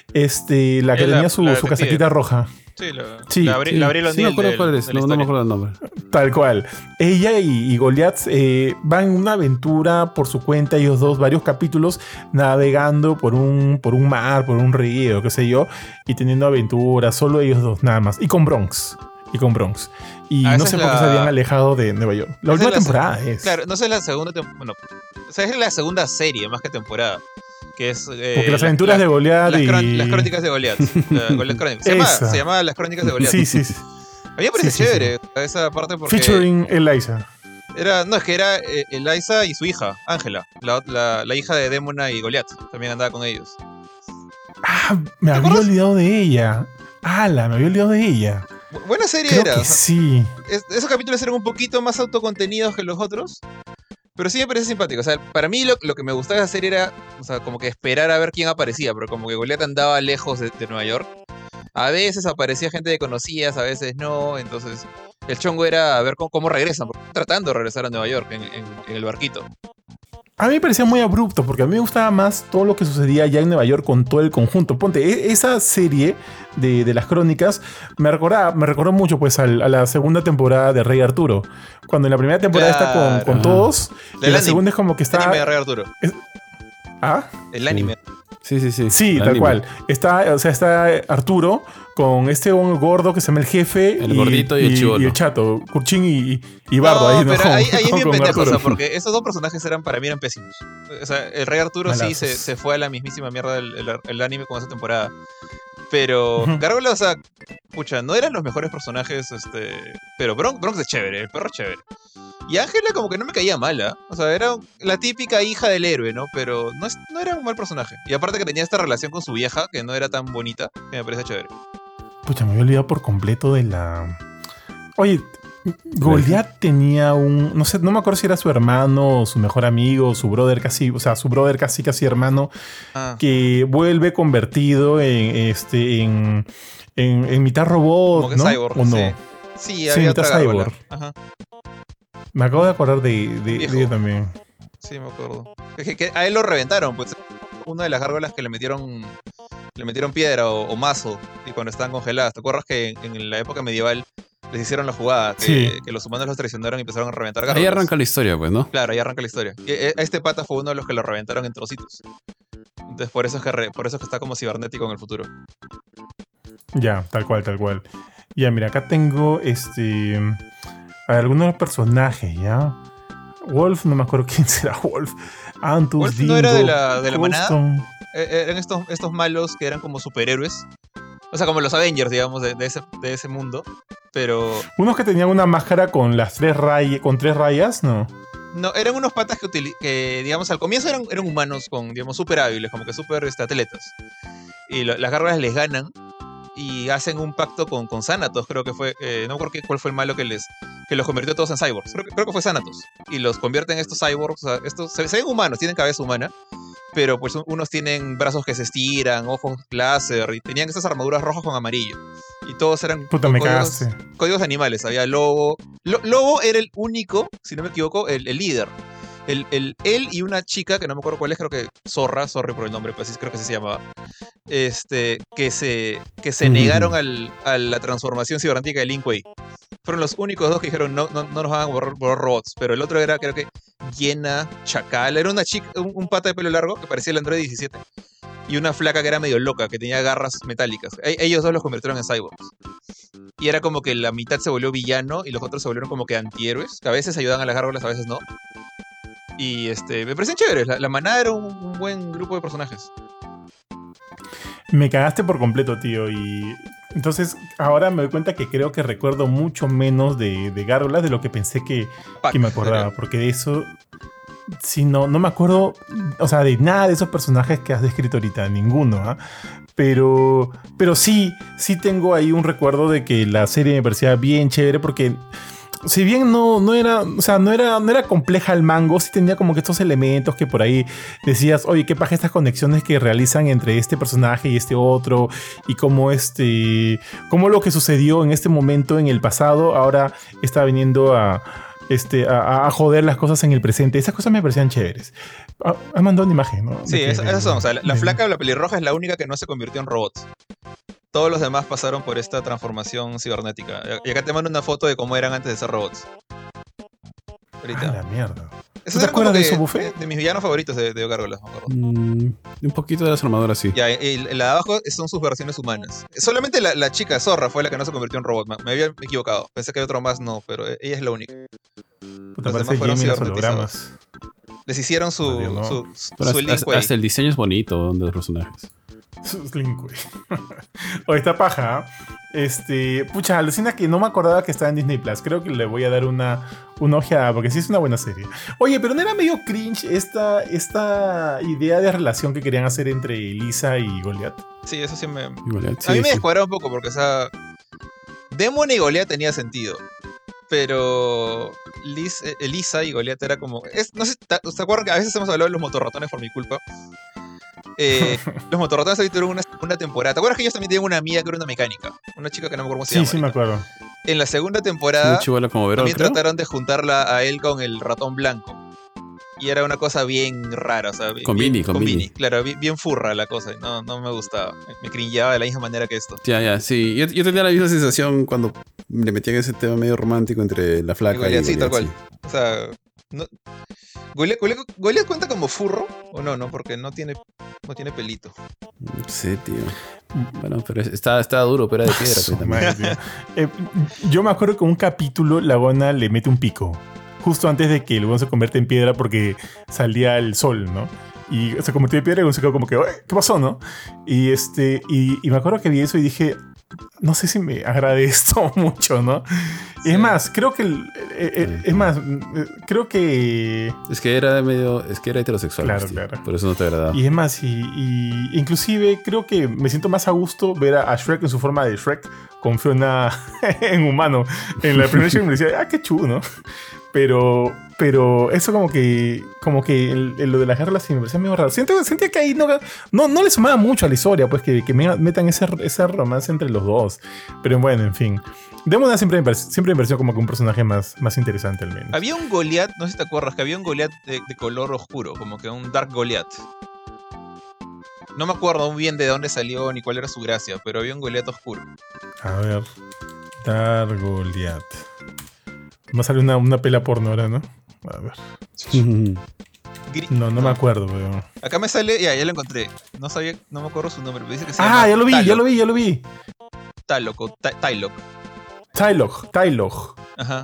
este, la que la, tenía su, la su casaquita roja. Sí, la, sí, la, abrí, sí, la Abril sí, no me acuerdo cuál es, no, no me acuerdo el nombre. Tal cual. Ella y, y Goliath eh, van en una aventura por su cuenta, ellos dos, varios capítulos, navegando por un, por un mar, por un río, qué sé yo, y teniendo aventuras, solo ellos dos, nada más. Y con Bronx. Y con Bronx. Y ah, no sé por qué la... se habían alejado de Nueva York. La última es temporada la, es. Claro, no sé la segunda temporada. Bueno, o sea, es la segunda serie más que temporada. que es... eh, Porque las la- aventuras la- de Goliath las, y... cron- las crónicas de Goliath. La- Goliath Chronicles. Se, llama, Esa. se llama Las Crónicas de Goliath. Sí, sí, sí. A mí me parece Sí, sí, chévere esa parte porque... Featuring Eliza. Era, no, es que era eh, Eliza y su hija, Ángela, la, la, la hija de Demona y Goliath. También andaba con ellos. Ah, me había acuerdas? olvidado de ella. Ala, me había olvidado de ella. Bu- buena serie Creo era. que o sea, sí. es- esos capítulos eran un poquito más autocontenidos que los otros. Pero sí me parece simpático. O sea, para mí lo, lo que me gustaba de esa serie era, o sea, como que esperar a ver quién aparecía. Pero como que Goliath andaba lejos de, de Nueva York. A veces aparecía gente que conocías, a veces no. Entonces, el chongo era a ver cómo, cómo regresan. Porque están tratando de regresar a Nueva York en, en- en el barquito. A mí me parecía muy abrupto porque a mí me gustaba más todo lo que sucedía allá en Nueva York con todo el conjunto. Ponte, e- esa serie de, de las crónicas me recordaba, me recordó mucho pues al- a la segunda temporada de Rey Arturo. Cuando en la primera temporada está con, Claro. con todos y Del la anime. segunda es como que El anime de está... Rey Arturo. ¿Ah? El anime. Sí, sí, sí. Sí, El tal anime. cual. Está, o sea, está Arturo con este gordo que se llama el jefe. El gordito y el chibolo. Y el chato, Curchín y, y Bardo. No, ahí, ¿no? pero Con- ahí, ahí es con- bien con pendejo, o sea, Arturo. porque esos dos personajes eran para mí eran pésimos. O sea, el Rey Arturo sí Malazos. se, se fue a la mismísima mierda del el, el anime con esa temporada. Pero Ujú. Gárgolas, o sea, pucha, no eran los mejores personajes, este. Pero Bronx, Bronx es chévere, el perro es chévere. Y Ángela como que no me caía mala. O sea, era la típica hija del héroe, ¿no? Pero no, es, no era un mal personaje. Y aparte que tenía esta relación con su vieja, que no era tan bonita, que me parece chévere. Pucha, me había olvidado por completo de la. Oye, Goliath tenía un. No sé, no me acuerdo si era su hermano, su mejor amigo, su brother casi. O sea, su brother casi casi hermano. Ah, Que vuelve convertido en este. en. en, en mitad robot. como que ¿no? Cyborg, ¿O no? sí. Sí, Sí, había mitad otra gárgola. cyborg. Ajá. Me acabo de acordar de, de, de Viejo. ella también. Sí, me acuerdo. Es que, que a él lo reventaron, pues. Una de las gárgolas que le metieron le metieron piedra o, o mazo y cuando estaban congeladas. ¿Te acuerdas que en, en la época medieval les hicieron la jugada? Que, Sí. que los humanos los traicionaron y empezaron a reventar gárgolas. Ahí arranca la historia, pues, ¿no? Claro, ahí arranca la historia. Y, e- este pata fue uno de los que lo reventaron en trocitos. Entonces por eso es que, re- por eso es que está como cibernético en el futuro. Ya, tal cual, tal cual. Ya, mira, acá tengo este. a ver, algunos personajes, ¿ya? Wolf, no me acuerdo quién será Wolf. Antus, ¿Wolf Dingo, no era de la- de la manada? Custom. Eh, eran estos, estos malos que eran como superhéroes. O sea, como los Avengers, digamos, de, de ese, de ese mundo. Pero Unos que tenían una máscara con las tres rayas, con tres rayas, ¿no? no, eran unos patas que, utili- que digamos, al comienzo eran, eran humanos con, digamos, súper hábiles, como que súper este, atletas. Y lo- las gárgolas les ganan y hacen un pacto con, con Thanatos, creo que fue. eh, no me acuerdo qué- cuál fue el malo que les que los convirtió todos en cyborgs. Creo que, creo que fue Thanatos. Y los convierte en estos cyborgs. O sea, estos se, se ven humanos, tienen cabeza humana. Pero pues unos tienen brazos que se estiran, ojos láser, y tenían esas armaduras rojas con amarillo. Y todos eran Puta, con me códigos, cagaste. códigos animales. Había Lobo. Lo- Lobo era el único, si no me equivoco, el, el líder. El, el- él y una chica, que no me acuerdo cuál es, creo que Zorra, sorry por el nombre, pues así creo que así se llamaba. Este, que se, que se Ujú. negaron al- a la transformación cibernética de Lin Kuei. Fueron los únicos dos que dijeron no, no, no nos van a borrar, borrar robots. Pero el otro era, creo que, Yena Chacal. Era una chica, un, un pata de pelo largo que parecía el Android diecisiete. Y una flaca que era medio loca, que tenía garras metálicas. E- ellos dos los convirtieron en cyborgs. Y era como que la mitad se volvió villano y los otros se volvieron como que antihéroes, que a veces ayudan a las gárgolas, a veces no. Y este, me parecían chéveres. La, la manada era un, un buen grupo de personajes. Me cagaste por completo, tío. Y entonces ahora me doy cuenta que creo que recuerdo mucho menos de, de Gárgolas de lo que pensé que, Pac, que me acordaba. Porque de eso. Sí, no, no me acuerdo. O sea, de nada de esos personajes que has descrito ahorita. Ninguno, ¿ah? Pero. Pero sí, sí tengo ahí un recuerdo de que la serie me parecía bien chévere. Porque. Si bien no, no era, o sea, no era, no era compleja el mango, sí tenía como que estos elementos que por ahí decías, oye, qué paja estas conexiones que realizan entre este personaje y este otro, y cómo este, cómo lo que sucedió en este momento en el pasado ahora está viniendo a, este, a, a joder las cosas en el presente. Esas cosas me parecían chéveres. Ha, ha mandado una imagen, ¿no? Sí, De que- esa- esas son. O sea, la, la de- flaca o la pelirroja es la única que no se convirtió en robot. Todos los demás pasaron por esta transformación cibernética. Y acá te mando una foto de cómo eran antes de ser robots. Ahorita. Ah, la mierda. Esos te eran como acuerdas de que eso, Buffet? De, de mis villanos favoritos de, de Gárgolas, me acuerdo. Mm, un poquito de las armaduras, sí. Ya, el, el de abajo son sus versiones humanas. Solamente la, la chica Zorra fue la que no se convirtió en robot. Me, me había equivocado. Pensé que había otro más, no, pero ella es la única. Puta, Los parece demás fueron Jamie los cibernetizados. hologramas. deshicieron su, Obvio, ¿no? su, su, Pero su hasta, Link Way. hasta el diseño es bonito de los personajes. Link, güey. O esta paja. Este. Pucha, alucina que no me acordaba que estaba en Disney Plus. Creo que le voy a dar una, una ojeada porque sí es una buena serie. Oye, pero no era medio cringe esta, esta idea de relación que querían hacer entre Elisa y Goliath. Sí, eso sí me. Igual, sí, a mí me sí. descuadraba un poco porque, o sea. Demon y Goliath tenía sentido. Pero. Liz, eh, Elisa y Goliath era como. Es, no sé, ¿te, ¿te acuerdan que a veces hemos hablado de los motorratones por mi culpa? Eh, los motorratones ahí tuvieron una, una temporada. ¿Te acuerdas que ellos también tenían una amiga que era una mecánica? Una chica que no me acuerdo cómo se Sí, llama. sí, me ahorita. acuerdo. En la segunda Muy temporada chivola como Verón, también creo. trataron de juntarla a él con el ratón blanco. Y era una cosa bien rara, o sea, bien, Con Vinny, con Vinny. Claro, bien, bien furra la cosa. No, no me gustaba. Me, me cringeaba de la misma manera que esto. Ya, ya, sí. Yo, yo tenía la misma sensación cuando le metían ese tema medio romántico entre la flaca y Goliath, sí, tal Goliath, cual. O sea, no, Goliath, Goliath- Goliath cuenta como furro o no, no, porque no tiene, no tiene pelito. No sé, tío. Bueno, pero está, está duro, pero era de piedra. Su Pues, también. madre, tío. Eh, yo me acuerdo que en un capítulo la Gona le mete un pico. Justo antes de que el Gon se convierta en piedra porque salía el sol, ¿no? Y se convirtió en piedra y Gon se quedó como que, "Oye, ¿qué pasó, no?" Y, este, y, y me acuerdo que vi eso y dije, no sé si me agrade esto mucho, ¿no? Sí. Y es más, creo que... el- eh, eh, Sí. Es más, eh, creo que... Es que era medio. Es que era heterosexual. Claro, pues, tío. claro. Por eso no te agradaba. Y es más, y, y inclusive creo que me siento más a gusto ver a, a Shrek en su forma de Shrek con Fiona en humano. En la primera show me decía, ah, qué chulo, ¿no? Pero, pero eso como que, como que el- el- lo de las guerras sí me parecía medio raro. Siento, sentía que ahí no, no, no le sumaba mucho a la historia, pues que, que me- metan ese, ese romance entre los dos. Pero bueno, en fin. Demona siempre me pareció, siempre me pareció como que un personaje más, más interesante al menos. Había un Goliath, no sé si te acuerdas, que había un Goliath de, de color oscuro, como que un Dark Goliath. No me acuerdo muy bien de dónde salió ni cuál era su gracia, pero había un Goliath oscuro. A ver. Dar Goliath. Me sale una, una pela porno ahora, ¿no? A ver. Gri- No, no me acuerdo, weón. Acá me sale, ya, ya lo encontré. No sabía, no me acuerdo su nombre, pero dice que se Ah, llama ya lo vi, ya Talok. lo vi, ya lo vi. Talok o Ta- Tylok. Tylog, Tylog. Ajá.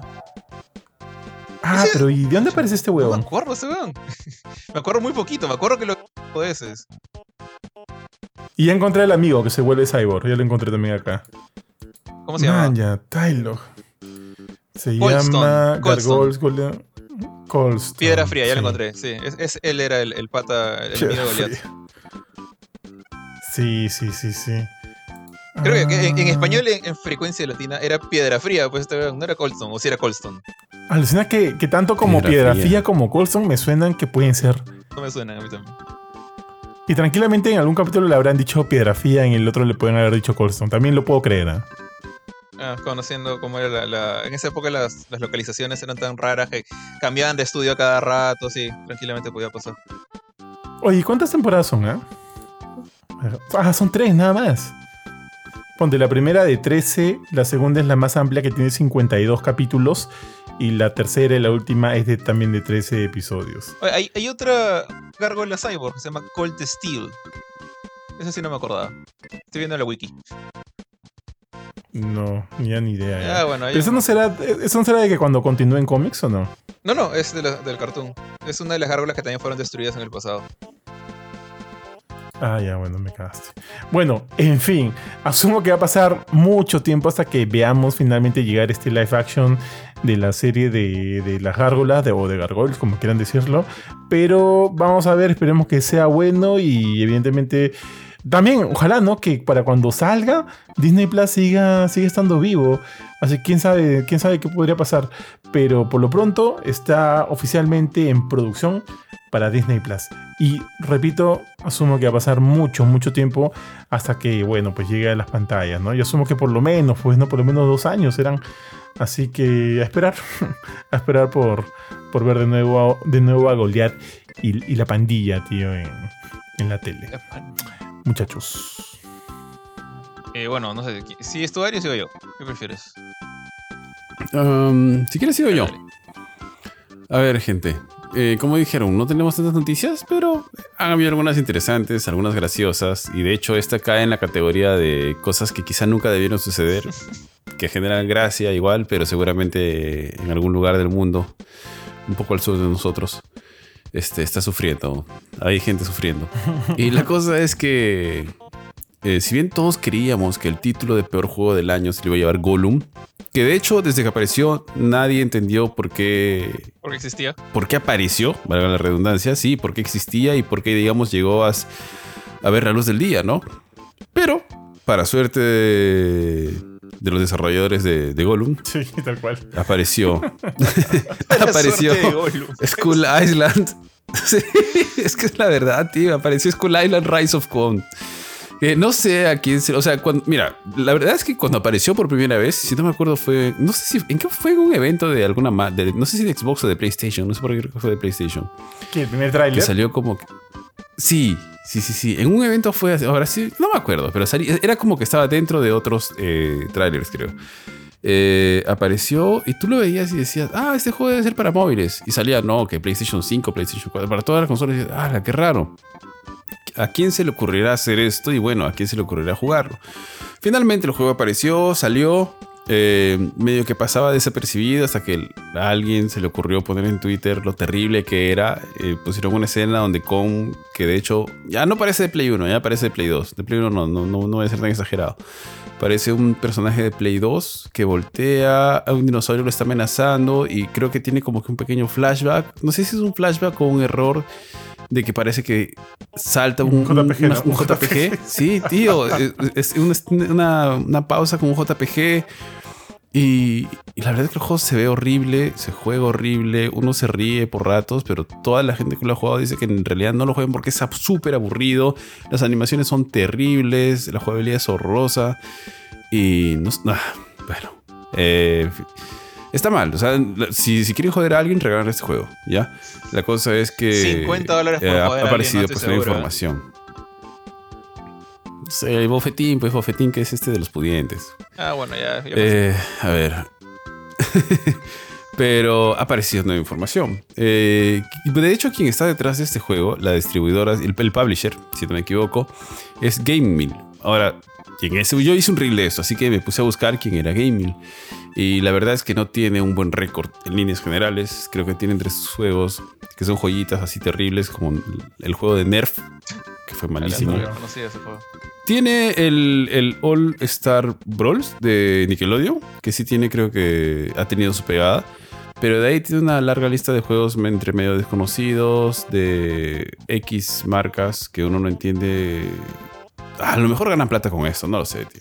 Ah, Ese- pero ¿y de dónde aparece este No me huevón? acuerdo ese weón. Me acuerdo muy poquito, me acuerdo que lo ese es. Y ya encontré al amigo que se vuelve cyborg. Ya lo encontré también acá. ¿Cómo se llama? Man, ya, Tylog. Se Colston, llama Colston. Gargoyles Goliath. Colston. Piedra Fría, ya sí. lo encontré. Sí, es, es- él era el, el pata, el amigo Piedra de Goliath. Fría. Sí, sí, sí, sí. Creo que en, en Ah. español, en, en frecuencia latina, era Piedra Fría, pues este weón no era Colston, o si era Colston. Alucina que, que tanto como Piedra Piedra Fría. Fría como Colston me suenan que pueden ser. No me suenan a mí también. Y tranquilamente en algún capítulo le habrán dicho Piedra Fría, en el otro le pueden haber dicho Colston. También lo puedo creer, ¿ah? Ah, conociendo cómo era la, la- En esa época las, las localizaciones eran tan raras que cambiaban de estudio a cada rato, sí, tranquilamente podía pasar. Oye, ¿cuántas temporadas son, ah? Ah, son tres nada más. Ponte, la primera de trece, la segunda es la más amplia que tiene cincuenta y dos capítulos y la tercera y la última es de, también de trece episodios. Oye, Hay, hay otra gárgola cyborg que se llama Cold Steel. Esa sí no me acordaba. Estoy viendo la wiki. No, ya ni idea. ya. Ah, bueno, hay Pero eso un- no será, eso no será de que cuando continúen cómics o no. No, no, es de la- del cartoon. Es una de las gárgolas que también fueron destruidas en el pasado. Ah, ya, bueno, me cagaste. Bueno, en fin, asumo que va a pasar mucho tiempo hasta que veamos finalmente llegar este live action de la serie de, de las gárgolas, de, o de gargoyles, como quieran decirlo. Pero vamos a ver, esperemos que sea bueno y evidentemente también, ojalá, ¿no? Que para cuando salga, Disney Plus siga, siga estando vivo. Así que quién sabe, quién sabe qué podría pasar. Pero por lo pronto está oficialmente en producción para Disney Plus. Y repito, asumo que va a pasar mucho, mucho tiempo hasta que, bueno, pues llegue a las pantallas, ¿no? Yo asumo que por lo menos, pues, ¿no? Por lo menos dos años serán. Así que a esperar, a esperar por, por ver de nuevo, a- de nuevo a Goliath y, y la pandilla, tío, en, en la tele. Muchachos. Eh, bueno, no sé. Si es tu área, sigo yo. ¿Qué prefieres? Um, si quieres sigo yo. Dale. A ver, gente. Eh, como dijeron, no tenemos tantas noticias, pero han habido algunas interesantes, algunas graciosas. Y de hecho, esta cae en la categoría de cosas que quizá nunca debieron suceder, que generan gracia igual, pero seguramente en algún lugar del mundo, un poco al sur de nosotros. este, está sufriendo. Hay gente sufriendo. Y la cosa es que, eh, si bien todos creíamos que el título de peor juego del año se le iba a llevar Gollum, que de hecho desde que apareció nadie entendió por qué... ¿Por qué existía? ¿Por qué apareció? Valga la redundancia, sí, por qué existía y por qué, digamos, llegó a, a ver la luz del día, ¿no? Pero, para suerte de, de los desarrolladores de, de Gollum, sí, tal cual. Apareció. apareció Skull Island. Sí, es que es la verdad, tío. Apareció Skull Island Rise of Kong. Eh, no sé a quién se... O sea, cuando, mira, la verdad es que cuando apareció por primera vez, si no me acuerdo, fue... No sé si... ¿En qué fue un evento de alguna... De, no sé si de Xbox o de PlayStation. No sé por qué creo que fue de PlayStation. ¿Qué? ¿El primer tráiler? Que salió como... Sí, sí, sí, sí. En un evento fue... Ahora sí, no me acuerdo, pero salí, era como que estaba dentro de otros eh, trailers, creo. Eh, apareció y tú lo veías y decías, ah, este juego debe ser para móviles. Y salía, no, que PlayStation cinco, PlayStation cuatro, para todas las consolas. Y decías, ah, qué raro. ¿A quién se le ocurrirá hacer esto? Y bueno, ¿a quién se le ocurrirá jugarlo? Finalmente el juego apareció, salió, eh, medio que pasaba desapercibido hasta que a alguien se le ocurrió poner en Twitter lo terrible que era. Eh, pusieron una escena donde Kong, que de hecho ya no parece de Play uno, ya parece de Play dos. De Play uno no, no, no, no voy a ser tan exagerado. Parece un personaje de Play dos que voltea, a un dinosaurio lo está amenazando y creo que tiene como que un pequeño flashback. No sé si es un flashback o un error de que parece que salta un, un J P G. Una, ¿no? un J P G. Sí, tío. Es, es una, una, una pausa con un J P G. Y, y la verdad es que el juego se ve horrible, se juega horrible, uno se ríe por ratos, pero toda la gente que lo ha jugado dice que en realidad no lo jueguen porque es súper aburrido, las animaciones son terribles, la jugabilidad es horrorosa y no, ah, bueno, eh, está mal. O sea, si, si quieren joder a alguien, regalen este juego, ¿ya? La cosa es que cincuenta dólares por eh, joder ha a aparecido alguien, no pues estoy una seguro, información. Sí, el bofetín, pues bofetín que es este de los pudientes. Ah, bueno, ya. ya eh, a ver. Pero ha aparecido nueva información. Eh, de hecho, quien está detrás de este juego, la distribuidora, el, el publisher, si no me equivoco, es GameMill. Ahora, ¿quién es? Yo hice un reel de esto, así que me puse a buscar quién era GameMill. Y la verdad es que no tiene un buen récord en líneas generales. Creo que tiene tres sus que son joyitas así terribles, como el juego de Nerf, que fue malísimo. No conocía ese juego. Tiene el, el All Star Brawls de Nickelodeon, que sí tiene, creo que ha tenido su pegada. Pero de ahí tiene una larga lista de juegos entre medio desconocidos, de X marcas que uno no entiende. A lo mejor ganan plata con esto, no lo sé, tío.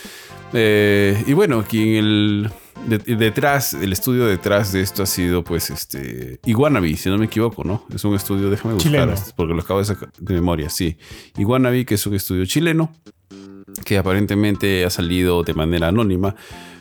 Eh, y bueno, aquí en el... De, detrás, el estudio detrás de esto ha sido, pues, este... Iwanabi, si no me equivoco, ¿no? Es un estudio, déjame buscar, chileno. Porque lo acabo de sacar de memoria, sí. Iwanabi, que es un estudio chileno, que aparentemente ha salido de manera anónima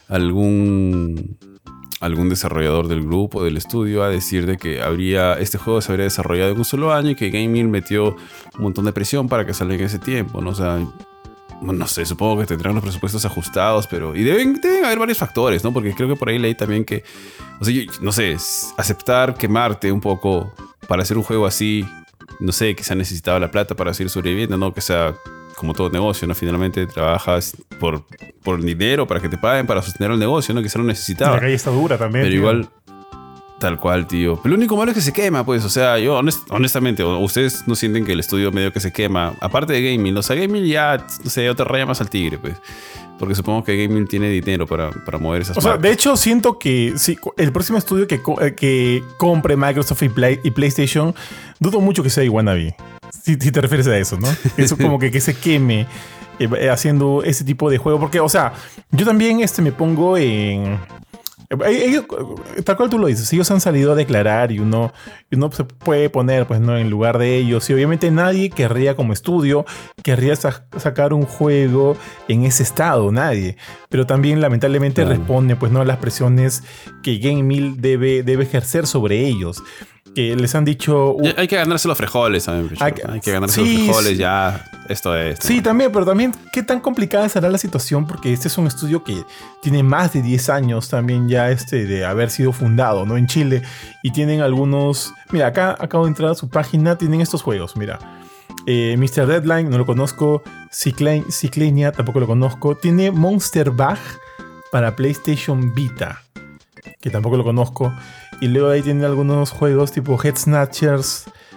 algún... algún desarrollador del grupo, del estudio, a decir de que habría, este juego se habría desarrollado en un solo año y que GameMill metió un montón de presión para que salga en ese tiempo, ¿no? O sea... No sé, supongo que tendrán los presupuestos ajustados, pero... Y deben, deben haber varios factores, ¿no? Porque creo que por ahí leí también que... O sea, yo, no sé, aceptar quemarte un poco para hacer un juego así... No sé, quizá necesitaba la plata para seguir sobreviviendo, ¿no? Que sea como todo negocio, ¿no? Finalmente trabajas por, por dinero, para que te paguen, para sostener el negocio, ¿no? Quizá lo necesitaba. La calle está dura también. Pero tío. Igual... Tal cual, tío. Pero lo único malo es que se quema, pues. O sea, yo honest, honestamente, ustedes no sienten que el estudio medio que se quema. Aparte de GameMill, o sea, GameMill ya, no sé, otra raya más al tigre, pues. Porque supongo que GameMill tiene dinero para, para mover esas cosas. O sea, de hecho, siento que sí, el próximo estudio que, que compre Microsoft y, Play, y PlayStation, dudo mucho que sea Iwanabi. Si, si te refieres a eso, ¿no? Eso como que, que se queme eh, haciendo ese tipo de juego. Porque, o sea, yo también este, me pongo en... Ellos, tal cual tú lo dices, ellos han salido a declarar y uno, y uno se puede poner pues, ¿no? en lugar de ellos. Y obviamente nadie querría como estudio, querría sa- sacar un juego en ese estado, nadie. Pero también lamentablemente claro. responde pues, ¿no? a las presiones que GameMill debe, debe ejercer sobre ellos. Que les han dicho... Uh, hay que ganarse los frijoles también. Hay, hay que ganarse sí, los frijoles sí. ya. Esto es. Sí, ¿no? también, pero también qué tan complicada será la situación porque este es un estudio que tiene más de diez años también ya este de haber sido fundado, ¿no? En Chile. Y tienen algunos... Mira, acá acabo de entrar a su página, tienen estos juegos, mira. Eh, mister Deadline, no lo conozco. Cyclenia, tampoco lo conozco. Tiene Monster Bag para PlayStation Vita, que tampoco lo conozco. Y luego ahí tienen algunos juegos tipo Head Snatchers,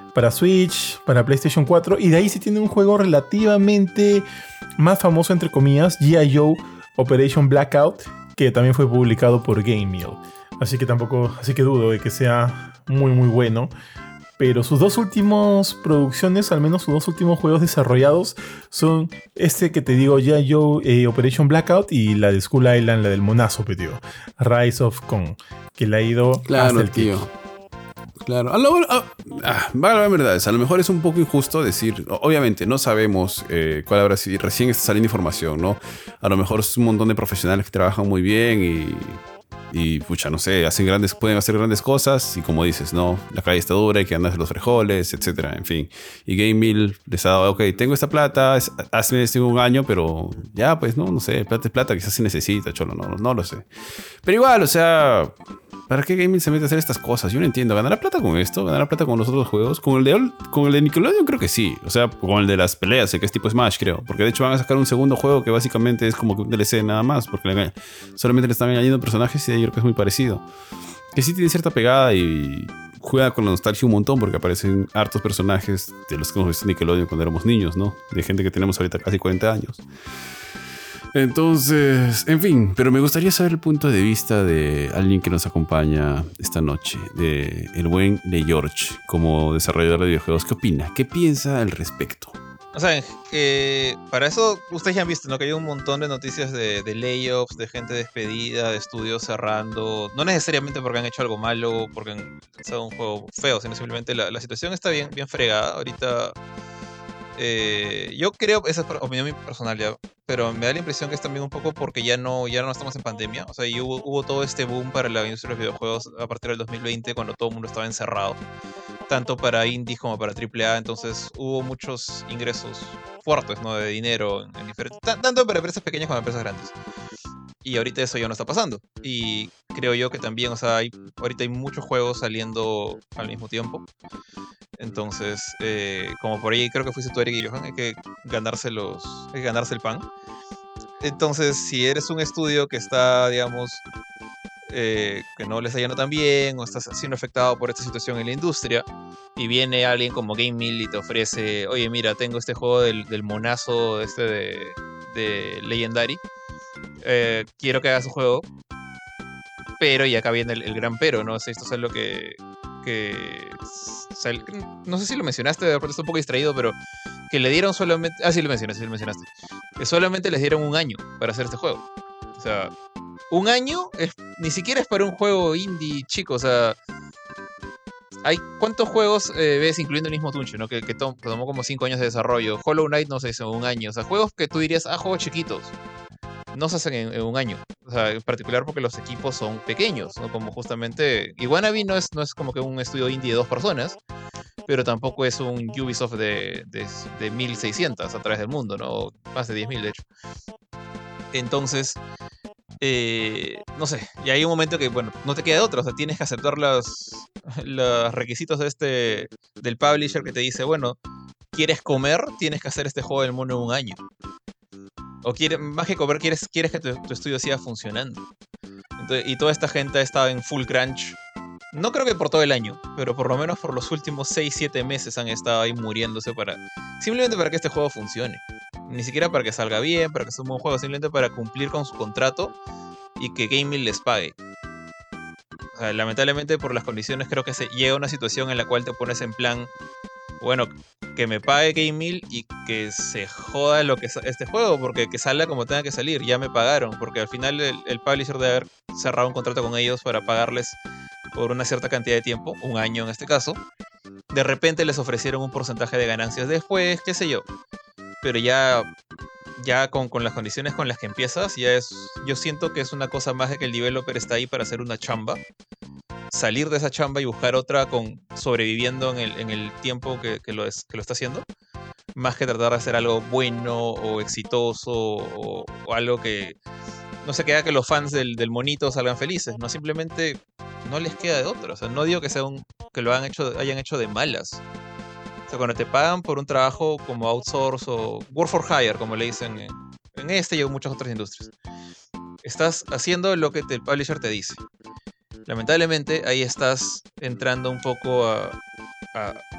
para Switch, para PlayStation cuatro, y de ahí sí tiene un juego relativamente más famoso, entre comillas, G I. Joe Operation Blackout, que también fue publicado por Game Mill. Así que tampoco, así que dudo de que sea muy muy bueno. Pero sus dos últimas producciones, al menos sus dos últimos juegos desarrollados, son este que te digo, G I. Joe eh, Operation Blackout, y la de Skull Island, la del monazo, tío, Rise of Kong, que le ha ido claro, hasta el tío. tío. Claro, a lo, a, ah, vale, la verdad, a lo mejor es un poco injusto decir, obviamente no sabemos eh, cuál habrá sido, recién está saliendo información, ¿no? A lo mejor es un montón de profesionales que trabajan muy bien y, y pucha, no sé, hacen grandes, pueden hacer grandes cosas y como dices, ¿no? La calle está dura, hay que andar los frijoles, etcétera, en fin. Y Game Mill les ha dado, ok, tengo esta plata, es, hace este un año, pero ya, pues, no, no sé, plata es plata, quizás se necesita, cholo, no, no lo sé. Pero igual, o sea... ¿Para qué Game Mill se mete a hacer estas cosas? Yo no entiendo. ¿Ganará plata con esto? ¿Ganará plata con los otros juegos? Con el de, con el de Nickelodeon creo que sí. O sea, con el de las peleas, el que es tipo Smash, creo. Porque de hecho van a sacar un segundo juego que básicamente es como que un D L C nada más. Porque le, solamente le están añadiendo personajes y yo creo que es muy parecido. Que sí tiene cierta pegada y juega con la nostalgia un montón porque aparecen hartos personajes de los que hemos visto en Nickelodeon cuando éramos niños, ¿no? De gente que tenemos ahorita casi cuarenta años. Entonces, en fin, pero me gustaría saber el punto de vista de alguien que nos acompaña esta noche, de el buen Le George, como desarrollador de videojuegos. ¿Qué opina? ¿Qué piensa al respecto? O sea, eh, para eso ustedes ya han visto, ¿no? Que hay un montón de noticias de, de layoffs, de gente despedida, de estudios cerrando. No necesariamente porque han hecho algo malo, porque han lanzado un juego feo, sino simplemente la, la situación está bien, bien fregada. Ahorita, eh, yo creo, esa es opinión personal ya, pero me da la impresión que es también un poco porque ya no, ya no estamos en pandemia. O sea, y hubo, hubo todo este boom para la industria de los videojuegos a partir del dos mil veinte, cuando todo el mundo estaba encerrado, tanto para indies como para triple A. Entonces hubo muchos ingresos fuertes, ¿no? De dinero en, en diferentes, tanto para empresas pequeñas como empresas grandes. Y ahorita eso ya no está pasando. Y creo yo que también, o sea, hay, ahorita hay muchos juegos saliendo al mismo tiempo. Entonces, eh, como por ahí creo que fuiste tú, Eric y Johan, hay que ganarse los, hay que ganarse el pan. Entonces, si eres un estudio que está, digamos, eh, que no les está yendo tan bien o estás siendo afectado por esta situación en la industria, y viene alguien como Game Mill y te ofrece, oye, mira, tengo este juego del, del monazo este de, de Legendary, eh, quiero que hagas un juego, pero, y acá viene el, el gran pero, ¿no? Esto es algo que, que sal, no sé si lo mencionaste, de repente estoy un poco distraído, pero que le dieron solamente, ah, sí lo mencionaste, sí lo mencionaste, que solamente les dieron un año para hacer este juego. O sea, un año es, ni siquiera es para un juego indie chico, o sea, hay ¿cuántos juegos eh, ves, incluyendo el mismo Tunche, ¿no? Que, que, tom, que tomó como cinco años de desarrollo? Hollow Knight, no sé, hizo un año. O sea, juegos que tú dirías, ah, juegos chiquitos, no se hacen en, en un año. O sea, en particular porque los equipos son pequeños, ¿no? Como justamente, y Wannabe no es, no es como que un estudio indie de dos personas, pero tampoco es un Ubisoft de, de, de mil seiscientos a través del mundo, ¿no? Más de diez mil, de hecho. Entonces, eh, no sé, y hay un momento que, bueno, no te queda otra, o sea, tienes que aceptar los, los requisitos de este, del publisher, que te dice, bueno, ¿quieres comer? Tienes que hacer este juego del mono en un año. O quieres, más que comer, quieres, quieres que tu, tu estudio siga funcionando. Entonces, y toda esta gente ha estado en full crunch. No creo que por todo el año, pero por lo menos por los últimos seis siete meses han estado ahí muriéndose para, simplemente para que este juego funcione. Ni siquiera para que salga bien, para que sea un buen juego, simplemente para cumplir con su contrato y que Game Mill les pague. O sea, lamentablemente por las condiciones creo que se llega a una situación en la cual te pones en plan, bueno, que me pague Game Mill y que se joda lo que es este juego, porque que salga como tenga que salir, ya me pagaron, porque al final el, el publisher debe haber cerrado un contrato con ellos para pagarles por una cierta cantidad de tiempo, un año en este caso. De repente les ofrecieron un porcentaje de ganancias después, qué sé yo. Pero ya, ya con, con las condiciones con las que empiezas, ya es, yo siento que es una cosa más de que el developer está ahí para hacer una chamba, salir de esa chamba y buscar otra con sobreviviendo en el, en el tiempo que, que, lo es, que lo está haciendo, más que tratar de hacer algo bueno o exitoso o, o algo que, no sé, que haga que los fans del, del monito salgan felices, no, simplemente no les queda de otra. O sea, no digo que sea un, que lo hayan hecho, hayan hecho de malas. O sea, cuando te pagan por un trabajo como outsource o work for hire, como le dicen en, en este y en muchas otras industrias, estás haciendo lo que te, el publisher te dice. Lamentablemente ahí estás entrando un poco a, a,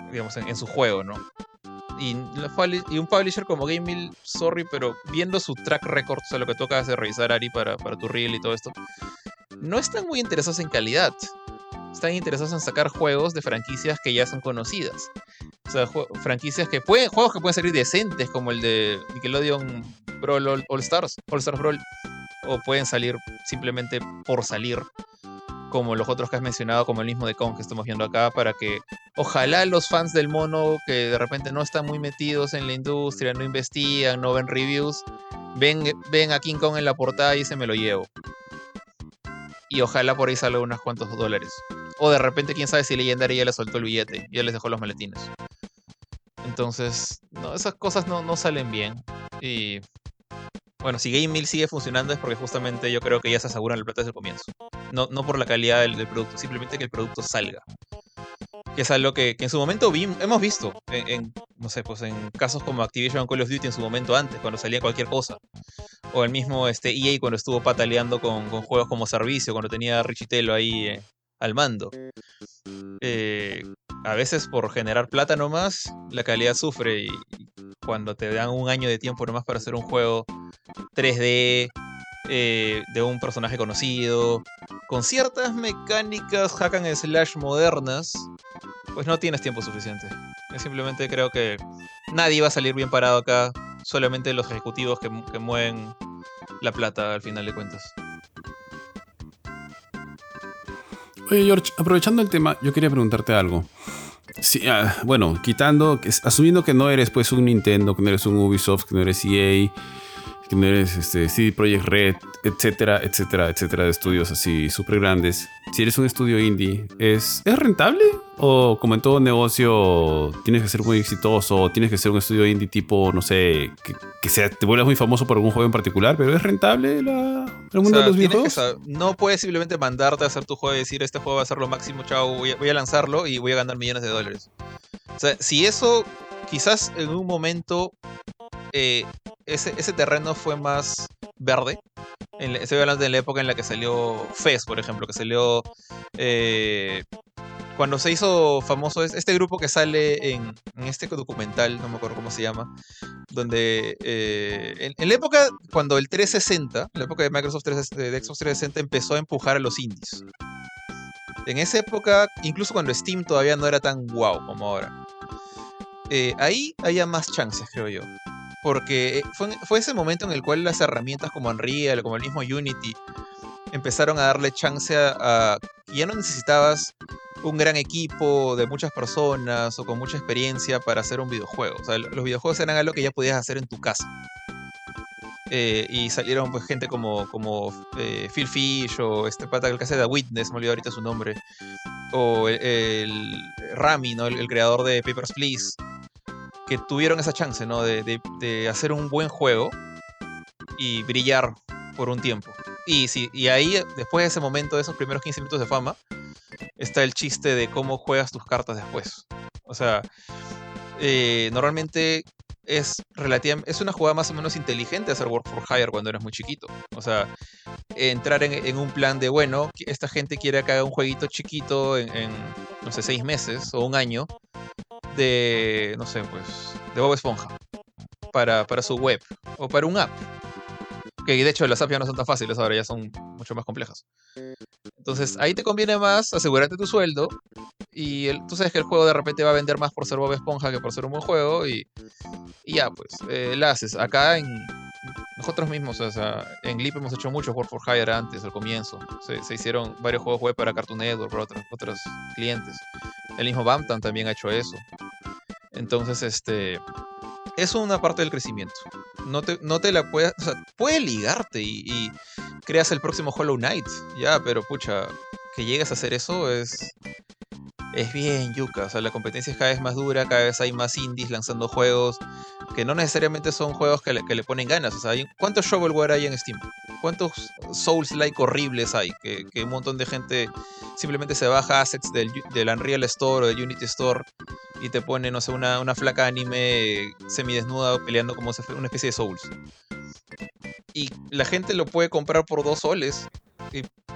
digamos, en, en su juego, ¿no? Y, la, y un publisher como GameMill, sorry, pero viendo su track record, o sea, lo que tú acabas de revisar, Ari, para, para tu reel y todo esto, no están muy interesados en calidad. Están interesados en sacar juegos de franquicias que ya son conocidas. O sea, franquicias que pueden, juegos que pueden salir decentes, como el de Nickelodeon Brawl All, All Stars, All Stars Brawl, o pueden salir simplemente por salir, como los otros que has mencionado, como el mismo de Kong que estamos viendo acá, para que ojalá los fans del mono que de repente no están muy metidos en la industria, no investigan, no ven reviews, ven, ven a King Kong en la portada y se me lo llevo. Y ojalá por ahí salga unos cuantos dólares. O de repente, quién sabe si Legendary ya les soltó el billete, ya les dejó los maletines. Entonces, no, esas cosas no, no salen bien. Y bueno, si GameMill sigue funcionando es porque justamente yo creo que ya se aseguran la plata desde el comienzo. No, no por la calidad del, del producto, simplemente que el producto salga. Que es algo que, que en su momento vi, hemos visto en, en, no sé, pues en casos como Activision Call of Duty en su momento antes, cuando salía cualquier cosa. O el mismo este, E A cuando estuvo pataleando con, con juegos como servicio, cuando tenía a Richitelo ahí eh, al mando. Eh, a veces por generar plata nomás, la calidad sufre y, y cuando te dan un año de tiempo nomás para hacer un juego tres D, eh, de un personaje conocido, con ciertas mecánicas hack and slash modernas, pues no tienes tiempo suficiente. Yo simplemente creo que nadie va a salir bien parado acá, solamente los ejecutivos que, que mueven la plata al final de cuentas. Oye, George, aprovechando el tema, yo quería preguntarte algo. Sí, ah, bueno, quitando, asumiendo que no eres pues un Nintendo, que no eres un Ubisoft, que no eres E A, que no eres este, C D Projekt Red, etcétera, etcétera, etcétera, de estudios así súper grandes. Si eres un estudio indie, ¿es, ¿es rentable? ¿O como en todo negocio tienes que ser muy exitoso? ¿Tienes que ser un estudio indie tipo, no sé, que, que sea, te vuelvas muy famoso por algún juego en particular? ¿Pero es rentable la, el mundo o sea, de los videojuegos? Saber, no puedes simplemente mandarte a hacer tu juego y decir, este juego va a ser lo máximo, chao, voy a, voy a lanzarlo y voy a ganar millones de dólares. O sea, si eso, quizás en un momento, eh, ese, ese terreno fue más verde. En, estoy hablando de la época en la que salió Fez, por ejemplo, que salió eh, cuando se hizo famoso este grupo que sale en, en este documental, no me acuerdo cómo se llama, donde eh, en, en la época cuando el trescientos sesenta, en la época de Microsoft trescientos sesenta, de Xbox trescientos sesenta, empezó a empujar a los indies. En esa época, incluso cuando Steam todavía no era tan guau como ahora, eh, ahí había más chances, creo yo. Porque fue, fue ese momento en el cual las herramientas como Unreal, como el mismo Unity, empezaron a darle chance a, a ya no necesitabas un gran equipo de muchas personas o con mucha experiencia para hacer un videojuego. O sea, los videojuegos eran algo que ya podías hacer en tu casa. Eh, y salieron pues gente como, como eh, Phil Fish o este pata que hace The Witness, me olvidé ahorita su nombre, o el, el Rami, ¿no? el, el creador de Papers, Please, que tuvieron esa chance, ¿no? De, de, de hacer un buen juego y brillar por un tiempo. Y, sí, y ahí, después de ese momento, de esos primeros quince minutos de fama, está el chiste de cómo juegas tus cartas después. O sea, eh, normalmente es relativamente, es una jugada más o menos inteligente hacer Work for Hire cuando eres muy chiquito. O sea, entrar en, en un plan de, bueno, esta gente quiere que haga un jueguito chiquito en, en, no sé, seis meses o un año de, no sé, pues, de Bob Esponja para, para su web o para un app. Que de hecho las apps ya no son tan fáciles ahora, ya son mucho más complejas. Entonces ahí te conviene más asegurarte tu sueldo y el, tú sabes que el juego de repente va a vender más por ser Bob Esponja que por ser un buen juego y, y ya pues, eh, la haces. Acá en nosotros mismos, o sea, en Leap hemos hecho mucho Work for Hire antes, al comienzo. Se, se hicieron varios juegos web para Cartoon Network, para otros, otros clientes. El mismo Bamtan también ha hecho eso. Entonces, este... es una parte del crecimiento. No te, no te la puedes... O sea, puede ligarte y, y creas el próximo Hollow Knight. Ya, pero pucha, que llegues a hacer eso es... es bien yuca. O sea, la competencia es cada vez más dura, cada vez hay más indies lanzando juegos que no necesariamente son juegos que le, que le ponen ganas. O sea, hay, ¿cuántos shovelware hay en Steam? ¿Cuántos Souls-like horribles hay? Que, que un montón de gente simplemente se baja assets del, del Unreal Store o del Unity Store y te pone, no sé, una, una flaca anime semidesnuda peleando como una especie de Souls. Y la gente lo puede comprar por dos soles. Y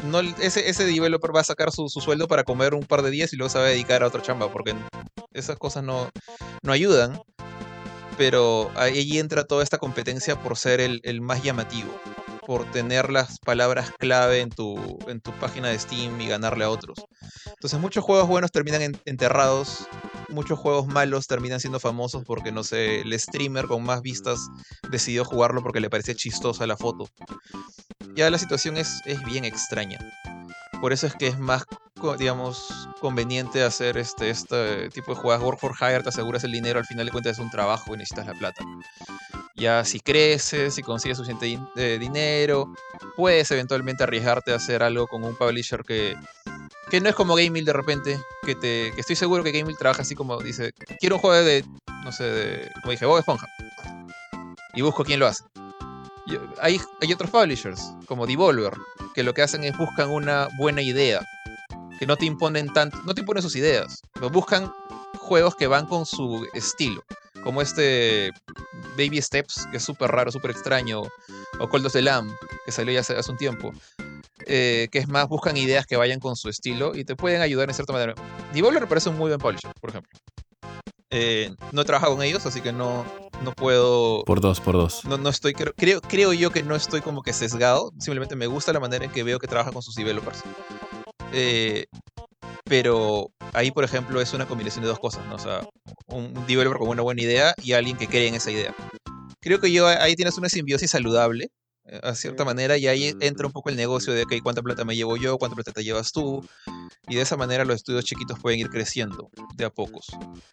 no, ese, ese developer va a sacar su, su sueldo para comer un par de días y luego se va a dedicar a otra chamba, porque esas cosas no, no ayudan. Pero ahí entra toda esta competencia por ser el, el más llamativo, por tener las palabras clave en tu, en tu página de Steam y ganarle a otros. Entonces muchos juegos buenos terminan en, enterrados, muchos juegos malos terminan siendo famosos porque, no sé, el streamer con más vistas decidió jugarlo porque le parecía chistosa la foto. Ya la situación es, es bien extraña. Por eso es que es más, digamos, conveniente hacer este, este tipo de jugadas. Work for Hire, te aseguras el dinero, al final de cuentas es un trabajo y necesitas la plata. Ya si creces, si consigues suficiente din- eh, dinero, puedes eventualmente arriesgarte a hacer algo con un publisher que, que no es como GameMill de repente, que te que estoy seguro que GameMill trabaja así como dice, quiero un juego de, no sé, de, como dije, Bob Esponja. Y busco quién lo hace. Y hay, hay otros publishers, como Devolver, que lo que hacen es buscan una buena idea, que no te imponen tanto, no te imponen sus ideas, pero buscan juegos que van con su estilo, como este Baby Steps, que es súper raro, súper extraño, o Call of the Lamb, que salió ya hace, hace un tiempo, eh, que es más, buscan ideas que vayan con su estilo y te pueden ayudar en cierta manera. Devolver me parece un muy buen publisher, por ejemplo. Eh, no he trabajado con ellos, así que no, no puedo... Por dos, por dos. No, no estoy, creo, creo, creo yo que no estoy como que sesgado, simplemente me gusta la manera en que veo que trabaja con sus developers. Eh, pero ahí, por ejemplo, es una combinación de dos cosas, ¿no? O sea, un developer con una buena idea y alguien que cree en esa idea. Creo que yo ahí tienes una simbiosis saludable, eh, a cierta manera, y ahí entra un poco el negocio de, ok, ¿cuánta plata me llevo yo? ¿Cuánta plata te llevas tú? Y de esa manera los estudios chiquitos pueden ir creciendo de a pocos.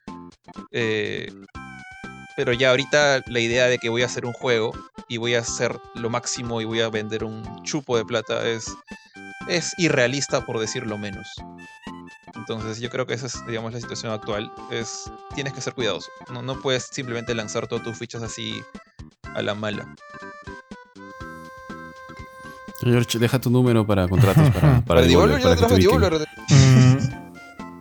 Eh, pero ya ahorita la idea de que voy a hacer un juego y voy a hacer lo máximo y voy a vender un chupo de plata es, es irrealista, por decirlo menos. Entonces yo creo que esa es, digamos, la situación actual. Es, tienes que ser cuidadoso. No, no puedes simplemente lanzar todas tus fichas así a la mala. George, deja tu número para contratos para, para, Para Devolver, Devolver, yo para no que te trabajo en ubiquen. Devolver. Mm,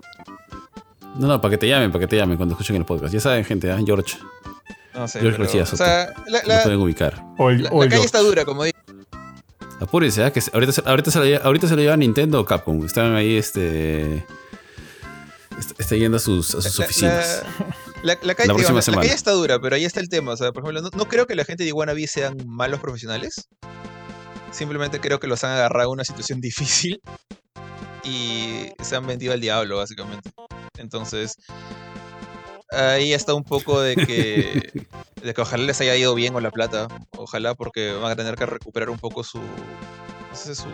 No, no, para que te llamen, para que te llamen cuando escuchen el podcast. Ya saben, gente, ¿eh? George, No sé, George pero, García o Soto. sea, la, lo la, pueden ubicar. o el- la- o la el calle George. está dura, como digo. Apúrense, ¿eh? Que se- ahorita, se- ahorita, se lo, lle- ahorita se lo lleva Nintendo o Capcom. Están ahí, este... est- Está yendo a sus, a sus La- oficinas. La, la, calle, La próxima digamos, la semana. calle está dura, pero ahí está el tema. O sea, por ejemplo, no, no creo que la gente de Wannabe sean malos profesionales. Simplemente creo que los han agarrado en una situación difícil y se han vendido al diablo, básicamente. Entonces, ahí está un poco de que, de que ojalá les haya ido bien con la plata. Ojalá, porque van a tener que recuperar un poco su. No sé, su.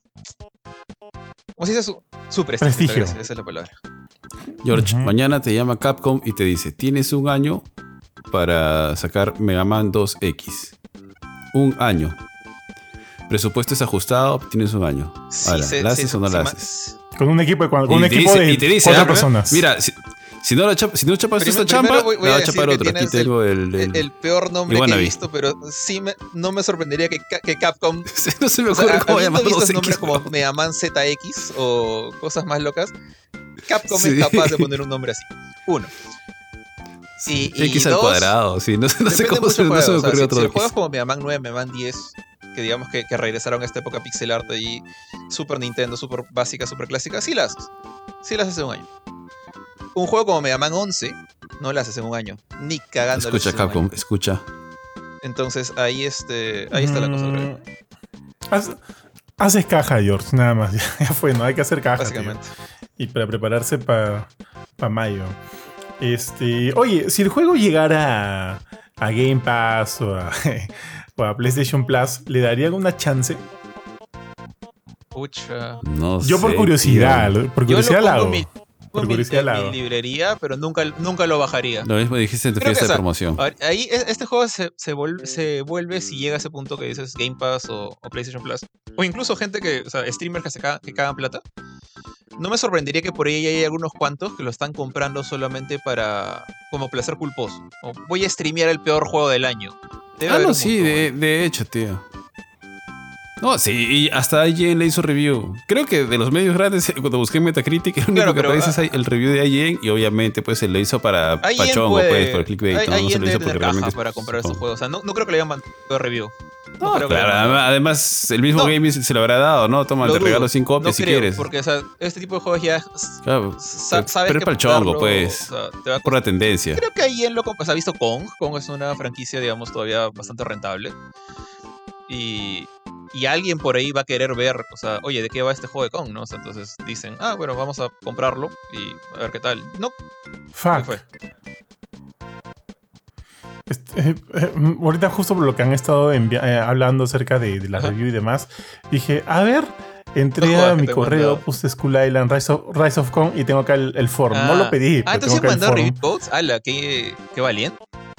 ¿Cómo se dice? Su, su prestigio. Prestigio. Gracias, esa es la palabra. George, Ujú. mañana te llama Capcom y te dice, tienes un año para sacar Mega Man dos X. Un año. Presupuesto es ajustado, tienes un año. Sí, Ahora, se- ¿la se- haces o no se la ma- haces? Con un equipo de, con Y un te equipo dice- de y te dice, cuatro ah, personas. Mira, si, si no, la chapa- si no chapas Prim- esta primero chamba, voy- voy la a va a decir chapar que otra. Aquí tienes el- tengo el... el- El, el peor nombre que he Wannabe. visto, pero sí me, no me sorprendería que, Ca- que Capcom. no se me O sea, ocurre cómo habiendo llamarlo visto dos nombres X. como Mega Man Z X o cosas más locas, Capcom Sí. es capaz de poner un nombre así. Uno. Y, y X al dos, cuadrado, sí. No, sé- no sé depende cómo mucho se, del no se me juego, o sea, ocurrió si, otro si el X. juego es como Mega Man nueve, Mega Man diez, que digamos que, que regresaron a esta época pixel art y Super Nintendo, super básica, super clásica, sí las haces. Sí las haces en un año. Un juego como Mega Man once no las haces en un año. Ni cagando. lo Escucha, haces en un Capcom, año. escucha. Entonces ahí este ahí está la cosa, creo. Mm, haz- haces caja, George, nada más. Ya fue, no hay que hacer caja. tío. Básicamente. Y para prepararse para mayo. Este, oye, si el juego llegara a, a Game Pass o a, o a PlayStation Plus, ¿le darían una chance? Pucha. No Yo por sé, curiosidad, tío. por Yo lo curiosidad pongo la hago. en mi, Por en mi- curiosidad en la mi hago. librería, pero nunca, nunca lo bajaría. Lo mismo dijiste en tu Creo que fiesta de esa- promoción. A ver, ahí e- este juego se, se, vuelve, se vuelve si llega a ese punto que dices Game Pass o, o PlayStation Plus. O incluso gente que, o sea, streamers que, se cagan, que cagan plata. No me sorprendería que por ahí hay algunos cuantos que lo están comprando solamente para como placer culposo. O voy a streamear el peor juego del año. Debe Ah, haber no, un sí, montón. de, de hecho, tío. No, sí, y hasta I G N le hizo review. Creo que de los medios grandes, cuando busqué en Metacritic, el único Claro, que pero, aparece ah, es el review de I G N y obviamente pues se lo hizo para I G N pachongo, puede- pues, por el clickbait. I- ¿no? No se I G N lo debe hizo porque tener caja realmente... para comprar estos supongo. juegos. O sea, no, no creo que le hayan mandado review. No, No, creo que claro, lo haya mandado. además el mismo No. Game se lo habrá dado, ¿no? Toma, Lo te dudo. regalo cinco copias No si creo, quieres. porque o sea, este tipo de juegos ya Claro, sa- pero, sabes pero es que para el chongo, darlo, pues. o sea, te va a Por la tendencia. Creo que ahí en lo comp- o sea, ha visto Kong. Kong es una franquicia, digamos, todavía bastante rentable. Y, y alguien por ahí va a querer ver, o sea, oye, ¿de qué va este juego de Kong? ¿No? O sea, entonces dicen, ah, bueno, vamos a comprarlo y a ver qué tal. No, ¿qué Fuck. fue? Este, eh, eh, ahorita justo por lo que han estado envia- eh, hablando acerca de, de la Ajá. review y demás, dije, a ver, entré No jodas a que mi te han correo, mandado. puse Skull Island, Rise of, Rise of Kong y tengo acá el, el form. No lo Ah. pedí, Ah, pero entonces tengo han acá el mandado review form. codes. ¡Hala! ¡Qué, qué valiente!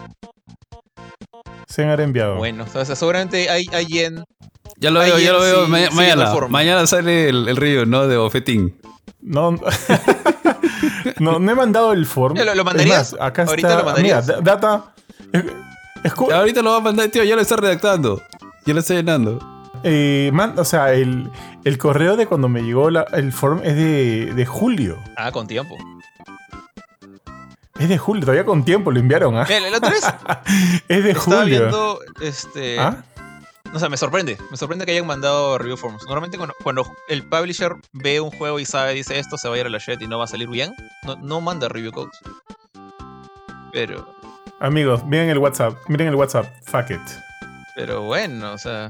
Se han enviado. Bueno, o sea, seguramente hay alguien. Ya lo veo, Alguien ya lo veo. sí- Ma- siguiendo mañana, el foro. mañana sale el, el review, ¿no? De Bofetín. No, no, no he mandado el form. Ya, ¿lo- lo Es mandarías? más, acá ¿Ahorita está. lo mandarías? Mira, da- data. es- escu- Ahorita lo va a mandar, tío, ya lo está redactando. Ya lo está llenando. eh, man- o sea, el, el correo de cuando me llegó la- el form es de, de julio. Ah, con tiempo. Es de julio, todavía con tiempo lo enviaron, ¿ah? Mira, la otra vez Es de estaba julio. viendo. Este. ¿Ah? O sea, me sorprende. Me sorprende que hayan mandado review forms. Normalmente cuando, cuando el publisher ve un juego y sabe, dice esto se va a ir a la shit y no va a salir bien, no, no manda review codes. Pero. Amigos, miren el WhatsApp, miren el WhatsApp, fuck it. Pero bueno, o sea.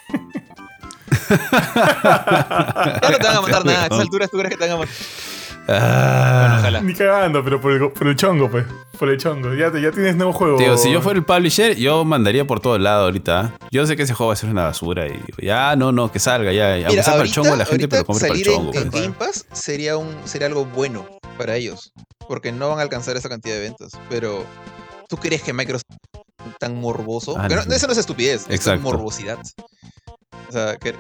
Ya no te van a mandar nada. A estas alturas tú crees que te van a mandar. Bueno, Ah. ojalá. Ni cagando, pero por el, por el chongo, pues. Por el chongo. Ya, te- ya tienes nuevo juego. Tío, si yo fuera el publisher, yo mandaría por todos lados ahorita. Yo sé que ese juego va a ser una basura y digo, ya, no, no, que salga, ya. Aunque Mira, sea para el ahorita, chongo, la gente, ahorita pero compre para el salir chongo. en, en pues. Game Pass sería, un, sería algo bueno para ellos. Porque no van a alcanzar esa cantidad de ventas. Pero, ¿tú crees que Microsoft es tan morboso? Ah, Pero no. eso no es estupidez, eso es Exacto. morbosidad. O sea, que...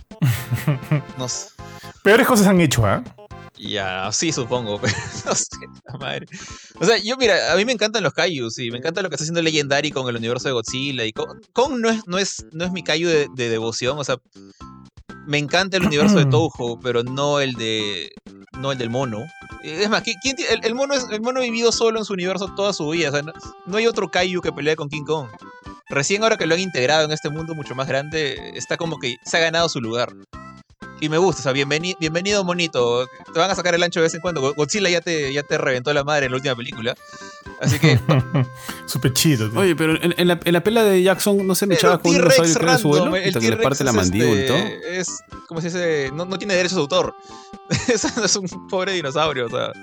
No sé. Peores cosas han hecho, ¿ah? Ya, sí, supongo, pero no sé, la madre. O sea, yo, mira, a mí me encantan los Kaijus y me encanta lo que está haciendo Legendary con el universo de Godzilla. Y Kong, Kong no, es, no, es, no es mi Kaiju de, de devoción, o sea, me encanta el universo de Touhou, pero no el de. No el del mono. Es más, ¿quién, quién tiene- el, el mono es, el mono ha vivido solo en su universo toda su vida. O sea, no, no hay otro Kaiju que pelee con King Kong. Recién ahora que lo han integrado en este mundo mucho más grande, está como que se ha ganado su lugar. Y me gusta, o sea, bienveni- bienvenido monito. Te van a sacar el ancho de vez en cuando. Go- Godzilla ya te, ya te reventó la madre en la última película. Así que Su pechito, tío. Oye, pero en, en la, en la pela de Jackson no se luchaba Pero con un T-Rex dinosaurio que era de su random, vuelo el hasta que le T-Rex parte la es, mandíbula y este, todo. Es, como se dice, no, no tiene derechos de autor. es, es un pobre dinosaurio, o sea.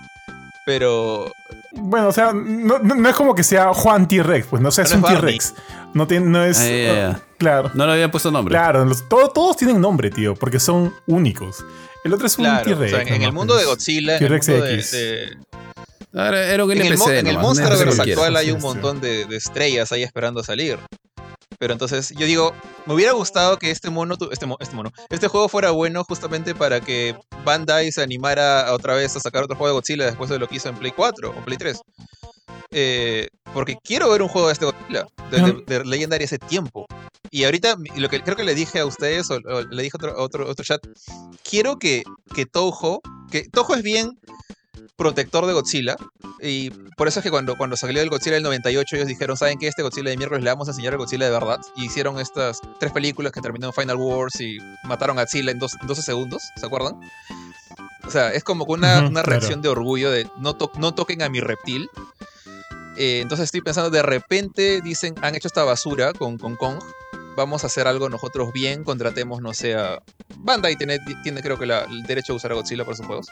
Pero Bueno, o sea, no, no- no es como que sea Juan T-Rex, pues no sé, es Pero un es Barney. T-Rex. No, tiene, no es. Ah, ya, ya, ya. Claro. No le habían puesto nombre. Claro, los- todo- todos tienen nombre, tío, porque son únicos. El otro es un claro, o T-Rex. sea, en, en el nomás, mundo de pues. Godzilla, en el T-Rex mundo de, X. de- Era, era un en el, N P C mo- en el nomás, un Monsterverse N P C cualquiera. actual hay un Sí, sí. montón de, de estrellas ahí esperando a salir. Pero entonces, yo digo, me hubiera gustado que este mono, tu- este, mo- este mono, este juego fuera bueno justamente para que Bandai se animara a otra vez a sacar otro juego de Godzilla después de lo que hizo en Play cuatro o Play tres. Eh, porque quiero ver un juego de este Godzilla, de, de- de Legendary hace tiempo. Y ahorita, mi- lo que creo que le dije a ustedes, o, o le dije a otro, a otro, otro chat, quiero que, que Touhou, que Touhou es bien protector de Godzilla, y por eso es que cuando, cuando salió el Godzilla del noventa y ocho ellos dijeron, ¿saben qué? Este Godzilla de miércoles le vamos a enseñar el Godzilla de verdad, y hicieron estas tres películas que terminaron en Final Wars y mataron a Godzilla en, dos- en doce segundos, ¿se acuerdan? O sea, es como que una, Ujú, una claro. reacción de orgullo de no, to- no toquen a mi reptil. Eh, entonces estoy pensando, de repente dicen, han hecho esta basura con, con Kong, vamos a hacer algo nosotros bien, contratemos, no sé, a Bandai tiene, tiene creo que la- el derecho a usar a Godzilla para sus juegos.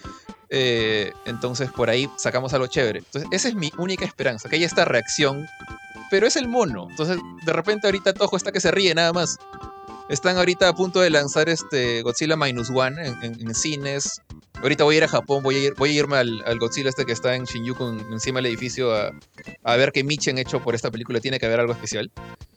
Eh, entonces por ahí sacamos algo chévere. Entonces esa es mi única esperanza, que haya esta reacción, pero es el mono. Entonces de repente ahorita Toho está que se ríe nada más. Están ahorita a punto de lanzar este Godzilla Minus One en, en- en cines. Ahorita voy a ir a Japón, voy a, ir, voy a irme al, al Godzilla este que está en Shinjuku, en- encima del edificio, a, a ver qué Michi han hecho por esta película. Tiene que haber algo especial.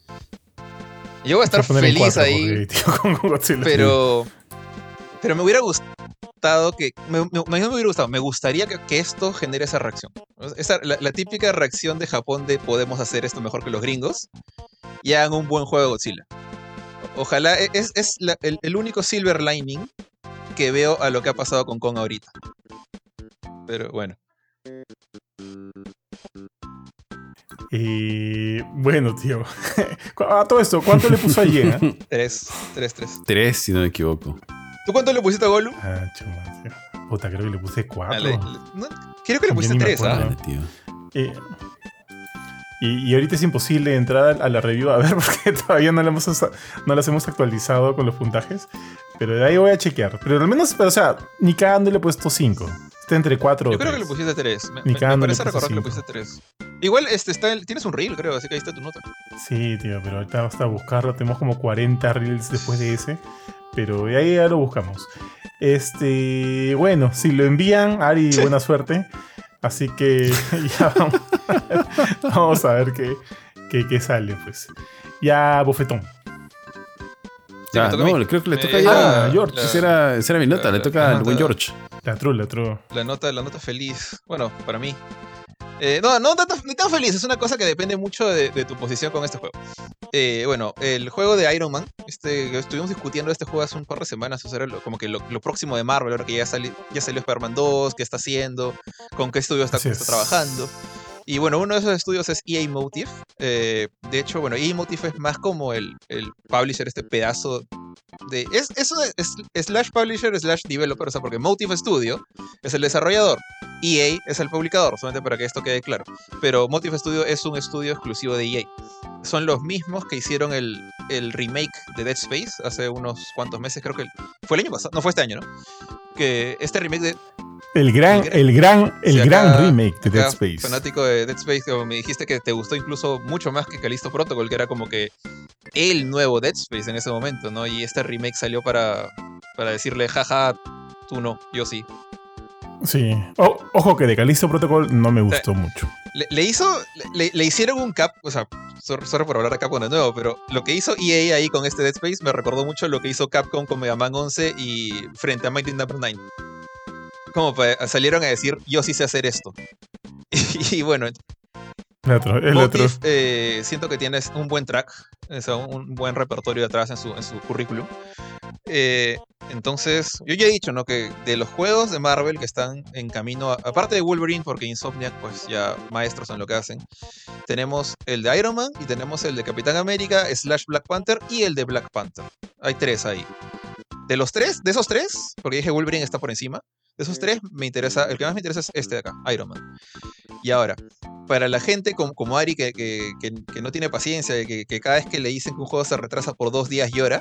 Yo voy a estar Hay que poner en feliz cuatro, ahí, porque, tío, con con Godzilla. pero, pero me hubiera gustado que. Me, me- no me hubiera gustado, me gustaría que, que esto genere esa reacción. Esa, la, la típica reacción de Japón de podemos hacer esto mejor que los gringos y hagan un buen juego de Godzilla. Ojalá, e- es, es la- el, el único silver lining que veo a lo que ha pasado con Kong ahorita. Pero bueno. Eh, bueno, tío. A todo esto, ¿cuánto le puso a Yen? ¿Eh? Tres, tres, tres. Tres, si no me equivoco. ¿Tú cuánto le pusiste a Gollum? Ah, chuma, tío. Puta, creo que le puse cuatro. Ah, le- le- no, creo que le Ya pusiste ni me tres, acuerdo. ¿ah? Vale, tío. Eh, y, y ahorita es imposible entrar a la review a ver porque todavía no la hemos, no las hemos actualizado con los puntajes. Pero de ahí voy a chequear. Pero al menos, pero, o sea, ni cagando le he puesto cinco. Está entre cuatro o Yo creo que le tres. pusiste tres. Me, Ni me- cagando me le parece puse recordar que le cinco. pusiste tres. Igual este está el- tienes un reel, creo, así que ahí está tu nota. Sí, tío, pero ahorita basta buscarlo. Tenemos como cuarenta reels después de ese. Pero de ahí ya lo buscamos. Este, bueno, si lo envían, Ari, buena suerte. Así que ya vamos, vamos a ver qué, qué, qué sale, pues. Ya, bofetón. Sí, me Ah, toca a no, mí. creo que le Me- toca eh, ya la- a George. la- Esa era, esa era mi nota, la- le la- toca la al nota- buen George. La true, la true. La nota, la nota feliz. Bueno, para mí. Eh, no, no tanto- ni tan feliz, es una cosa que depende mucho de, de tu posición con este juego. Eh, bueno, el juego de Iron Man, este, estuvimos discutiendo este juego hace un par de semanas, o sea, era lo- como que lo, lo próximo de Marvel, ahora que ya, sali- ya salió Spider-Man dos, qué está haciendo, con qué estudio está, Así está es. trabajando. Y bueno, uno de esos estudios es E A Motive. Eh, de hecho, bueno, E A Motive es más como el, el publisher, este pedazo de... Es, es, una- es slash publisher slash developer, o sea, porque Motive Studio es el desarrollador. E A es el publicador, solamente para que esto quede claro. Pero Motive Studio es un estudio exclusivo de E A. Son los mismos que hicieron el, el remake de Dead Space hace unos cuantos meses, creo que el- fue el año pasado, no fue este año, ¿no? Que este remake de... El gran, el gran, el Sí, acá- gran remake de acá, Dead Space. fanático de Dead Space, como me dijiste que te gustó incluso mucho más que Callisto Protocol, que era como que el nuevo Dead Space en ese momento, ¿no? Y este remake salió para, para decirle, jaja, tú no, yo sí. Sí. O- ojo que de Callisto Protocol no me gustó mucho. Le, le hizo, le, le hicieron un cap, o sea, sor- sorry por hablar de Capcom de nuevo, pero lo que hizo E A ahí con este Dead Space me recordó mucho lo que hizo Capcom con Mega Man once y frente a Mighty Number nueve. Como pa- salieron a decir, yo sí sé hacer esto. Y, bueno, El otro, el otro. Motive, eh, siento que tienes un buen track, o sea, un, un buen repertorio atrás en su, en su currículum. Eh, entonces, yo ya he dicho, ¿no? Que de los juegos de Marvel que están en camino, a- aparte de Wolverine, porque Insomniac, pues ya maestros en lo que hacen, tenemos el de Iron Man y tenemos el de Capitán América, slash Black Panther y el de Black Panther. Hay tres ahí. De los tres, de esos tres, porque dije Wolverine está por encima, de esos tres, me interesa, el que más me interesa es este de acá, Iron Man. Y ahora, para la gente como, como Ari, que, que, que, que no tiene paciencia, que, que cada vez que le dicen que un juego se retrasa por dos días llora,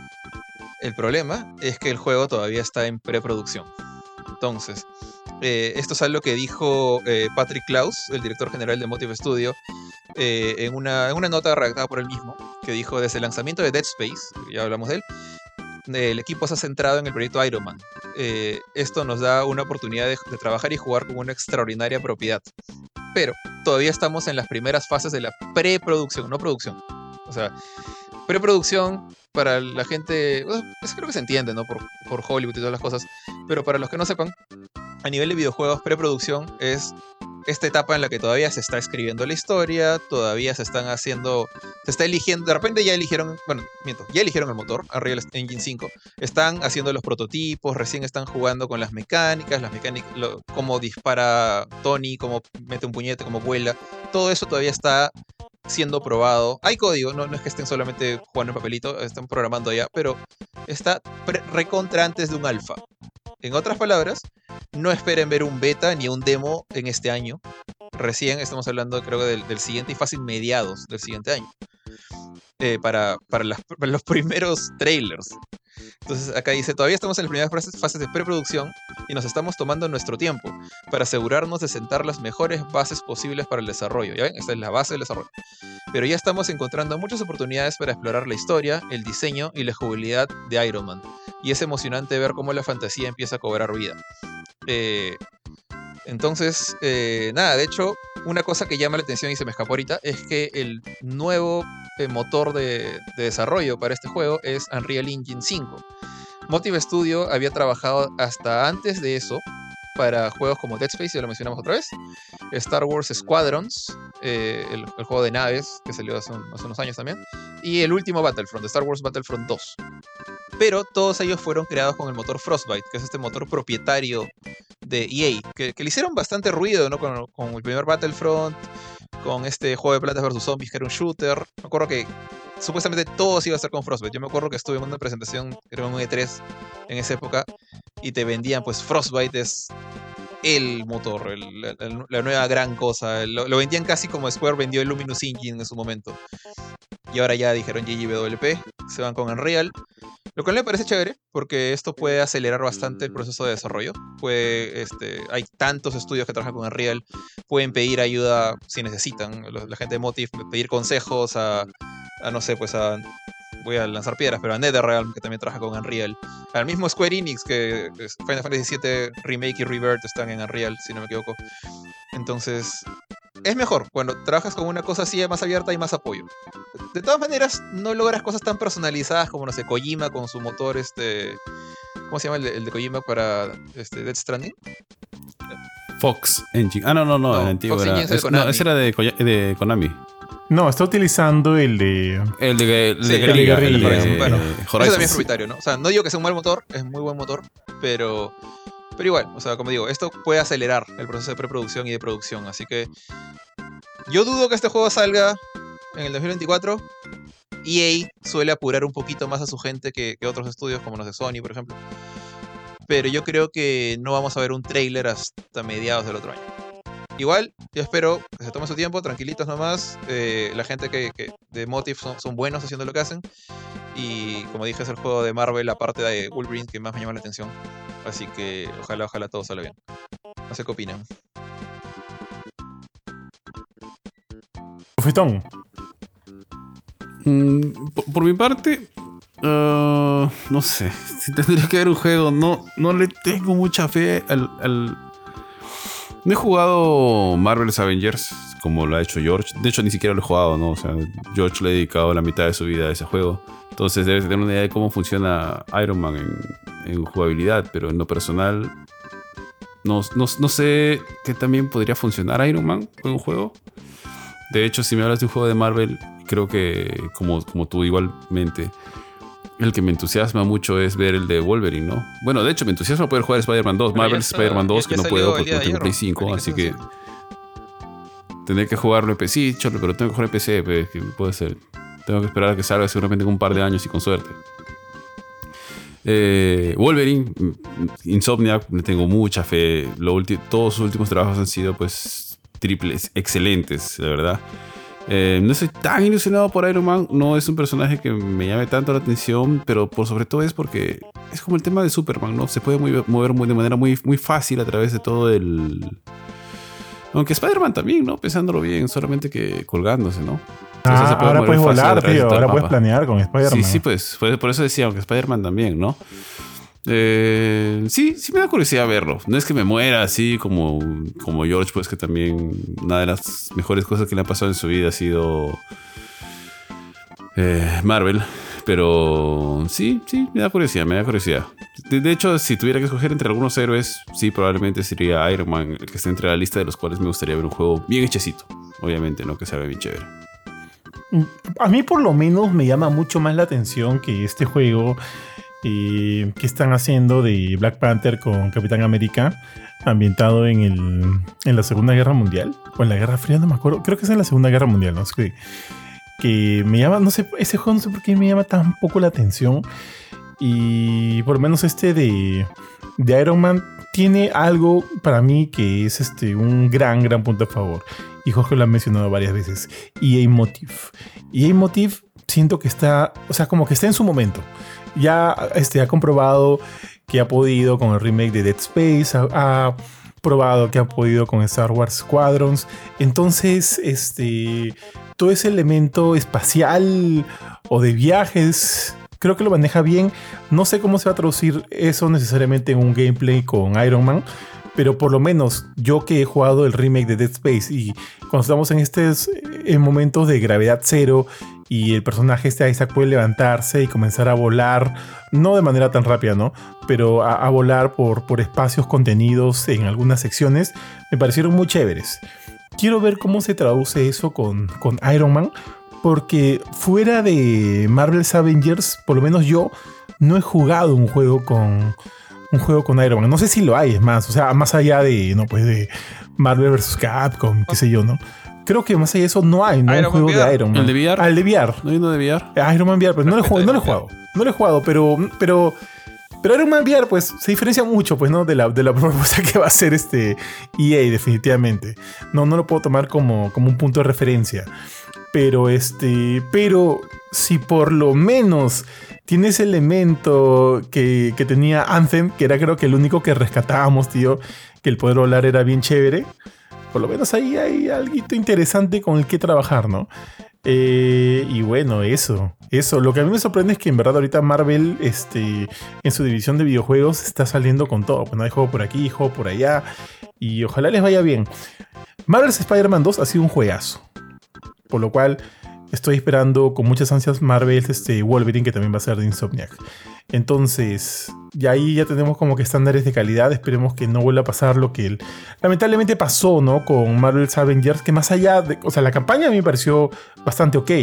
el problema es que el juego todavía está en preproducción. Entonces, eh, esto es algo que dijo eh, Patrick Klaus, el director general de Motive Studio, eh, en, una, en una nota redactada por él mismo, que dijo, desde el lanzamiento de Dead Space, ya hablamos de él, el equipo se ha centrado en el proyecto Iron Man. Eh, esto nos da una oportunidad de, de trabajar y jugar con una extraordinaria propiedad. Pero todavía estamos en las primeras fases de la preproducción, no producción. O sea, preproducción para la gente, bueno, eso creo que se entiende, ¿no? Por, por Hollywood y todas las cosas. Pero para los que no sepan, a nivel de videojuegos, preproducción es esta etapa en la que todavía se está escribiendo la historia, todavía se están haciendo, se está eligiendo, de repente ya eligieron, bueno, miento, ya eligieron el motor, Unreal Engine cinco, están haciendo los prototipos, recién están jugando con las mecánicas, las mecánicas, lo- cómo dispara Tony, cómo mete un puñete, cómo vuela, todo eso todavía está siendo probado. Hay código, no, no es que estén solamente jugando en papelito, están programando ya, pero está pre- recontra antes de un alfa. En otras palabras, no esperen ver un beta ni un demo en este año. Recién estamos hablando, creo, del, del siguiente y fácil mediados del siguiente año. Eh, para, para, las- para los primeros trailers. Entonces acá dice, todavía estamos en las primeras fases, fases de preproducción y nos estamos tomando nuestro tiempo para asegurarnos de sentar las mejores bases posibles para el desarrollo. ¿Ya ven? Esta es la base del desarrollo. Pero ya estamos encontrando muchas oportunidades para explorar la historia, el diseño y la jugabilidad de Iron Man. Y es emocionante ver cómo la fantasía empieza a cobrar vida. Eh, entonces, eh, nada, de hecho, una cosa que llama la atención y se me escapó ahorita es que el nuevo eh, motor de, de desarrollo para este juego es Unreal Engine cinco. Motive Studio había trabajado hasta antes de eso para juegos como Dead Space, ya lo mencionamos otra vez, Star Wars Squadrons, eh, el, el juego de naves que salió hace, un- hace unos años también, y el último Battlefront, Star Wars Battlefront dos. Pero todos ellos fueron creados con el motor Frostbite, que es este motor propietario de E A, que, que le hicieron bastante ruido, ¿no? Con, con el primer Battlefront, con este juego de Plantas versus Zombies, que era un shooter. Me acuerdo que supuestamente todo se iba a hacer con Frostbite. Yo me acuerdo que estuve en una presentación, creo en un E tres, en esa época, y te vendían, pues, Frostbite es el motor, el, la, la nueva gran cosa. Lo, lo vendían casi como Square vendió el Luminous Engine en su momento. Y ahora ya dijeron G G W P, se van con Unreal. Lo cual me parece chévere, porque esto puede acelerar bastante el proceso de desarrollo. Puede, este, hay tantos estudios que trabajan con Unreal, pueden pedir ayuda si necesitan. La, la gente de Motive, pedir consejos a, a, no sé, pues a... voy a lanzar piedras, pero a NetherRealm, que también trabaja con Unreal. Al mismo Square Enix, que Final Fantasy siete Remake y Rebirth están en Unreal, si no me equivoco. Entonces, es mejor. Cuando trabajas con una cosa así más abierta y más apoyo. De todas maneras, no logras cosas tan personalizadas como, no sé, Kojima con su motor, este... ¿cómo se llama el de, el de Kojima para este, Death Stranding? Fox Engine. Ah, no, no, no, No, el antiguo Fox era... Engine es el es- no, Konami. ese era de, Koya- de Konami. No, está utilizando el de... El de, el Sí, de el de Guerrilla, el Guerrilla, de bueno, eh, Ese Horizon. también es propietario, ¿no? O sea, no digo que sea un mal motor, es muy buen motor, pero... Pero igual, o sea, como digo, esto puede acelerar el proceso de preproducción y de producción, así que... Yo dudo que este juego salga en el dos mil veinticuatro. E A suele apurar un poquito más a su gente que, que otros estudios, como los de Sony, por ejemplo. Pero yo creo que no vamos a ver un tráiler hasta mediados del otro año. Igual, yo espero que se tome su tiempo, tranquilitos nomás. Eh, la gente que, que de Motive son, son buenos haciendo lo que hacen. Y como dije, es el juego de Marvel, aparte de Wolverine, que más me llama la atención. Así que ojalá, ojalá todo salga bien. No sé qué opinan. Bofetón. Mm, por, por mi parte, ah, no sé. Si tendría que ver un juego, no, no le tengo mucha fe al, al- No he jugado Marvel's Avengers como lo ha hecho George. De hecho, ni siquiera lo he jugado, ¿no? O sea, George le ha dedicado la mitad de su vida a ese juego. Entonces debes tener una idea de cómo funciona Iron Man en, en jugabilidad. Pero en lo personal, no, no, no sé qué también podría funcionar Iron Man en un juego. De hecho, si me hablas de un juego de Marvel, creo que, como, como tú igualmente, el que me entusiasma mucho es ver el de Wolverine, ¿no? Bueno, de hecho, me entusiasma poder jugar Spider-Man dos. Pero ya Marvel's está, Spider-Man dos, ya- que ya no puedo salió el porque día no de tengo ayer, Play ¿no? cinco, ¿Qué así estás que haciendo? tendré que jugarlo en P C. Sí, cholo, pero tengo que jugar en P C, pues, que puede ser. Tengo que esperar a que salga seguramente en un par de años y con suerte. Eh, Wolverine, mm, Insomniac, le tengo mucha fe. Lo ulti- todos sus últimos trabajos han sido, pues, triples, excelentes, la verdad. Eh, no estoy tan ilusionado por Iron Man. No es un personaje que me llame tanto la atención, pero por sobre todo es porque es como el tema de Superman, ¿no? Se puede muy- mover muy- de manera muy, muy fácil a través de todo el... Aunque Spider-Man también, ¿no? Pensándolo bien, solamente que colgándose, ¿no? Entonces Ah, se puede ahora mover puedes fácil a volar, través de tío. todo el Ahora puedes mapa. planear con Spider-Man. Sí, sí, pues. Por por eso decía, aunque Spider-Man también, ¿no? Eh, sí, sí me da curiosidad verlo. No es que me muera así como, como George, pues que también una de las mejores cosas que le ha pasado en su vida ha sido eh, Marvel. Pero sí, sí, me da curiosidad, me da curiosidad. De, de hecho, si tuviera que escoger entre algunos héroes, sí, probablemente sería Iron Man, el que está entre la lista de los cuales me gustaría ver un juego bien hechecito. Obviamente, ¿no? Que salga bien chévere. A mí por lo menos me llama mucho más la atención que este juego eh, que están haciendo de Black Panther con Capitán América, ambientado en, el, en la Segunda Guerra Mundial, o en la Guerra Fría, no me acuerdo, creo que es en la Segunda Guerra Mundial, ¿no? Es que, que me llama, no sé, ese juego no sé por qué me llama tan poco la atención, y por lo menos este de, de Iron Man tiene algo para mí que es este, un gran, gran punto a favor. Y Jorge lo ha mencionado varias veces. E A Motive. E A Motive siento que está, o sea, como que está en su momento. Ya este, ha comprobado que ha podido con el remake de Dead Space, ha, ha probado que ha podido con Star Wars Squadrons. Entonces, este, todo ese elemento espacial o de viajes, creo que lo maneja bien. No sé cómo se va a traducir eso necesariamente en un gameplay con Iron Man, pero por lo menos yo que he jugado el remake de Dead Space y cuando estamos en estos en momentos de gravedad cero y el personaje este Isaac puede levantarse y comenzar a volar, no de manera tan rápida, ¿no? Pero a, a volar por, por espacios contenidos en algunas secciones, me parecieron muy chéveres. Quiero ver cómo se traduce eso con, con Iron Man, porque fuera de Marvel's Avengers, por lo menos yo no he jugado un juego con... un juego con Iron Man. No sé si lo hay, es más. O sea, más allá de, no, pues de Marvel versus. Capcom, qué sé yo, ¿no? creo que más allá de eso no hay, ¿no? Iron Un juego Man V R. de Iron Man. ¿El de V R? Ah, el de V R. ¿No hay uno de V R? Eh, Iron Man V R, pues no lo he jugado, no lo he jugado. No lo he jugado, pero, pero, pero Iron Man V R, pues, se diferencia mucho, pues, ¿no? De la, de la propuesta que va a hacer este E A, definitivamente. No, no lo puedo tomar como, como un punto de referencia. Pero, este, pero, si por lo menos tiene ese elemento que, que tenía Anthem, que era creo que el único que rescatábamos, tío, que el poder volar era bien chévere. Por lo menos ahí hay algo interesante con el que trabajar, ¿no? Eh, y bueno, eso, eso. Lo que a mí me sorprende es que en verdad ahorita Marvel, este, en su división de videojuegos, está saliendo con todo. Bueno, hay juego por aquí, juego por allá. Y ojalá les vaya bien. Marvel's Spider-Man dos ha sido un juegazo. Por lo cual estoy esperando con muchas ansias Marvel's este, Wolverine, que también va a ser de Insomniac. Entonces, ya ahí ya tenemos como que estándares de calidad. Esperemos que no vuelva a pasar lo que él, lamentablemente pasó, ¿no? Con Marvel's Avengers, que más allá de... O sea, la campaña a mí me pareció bastante ok.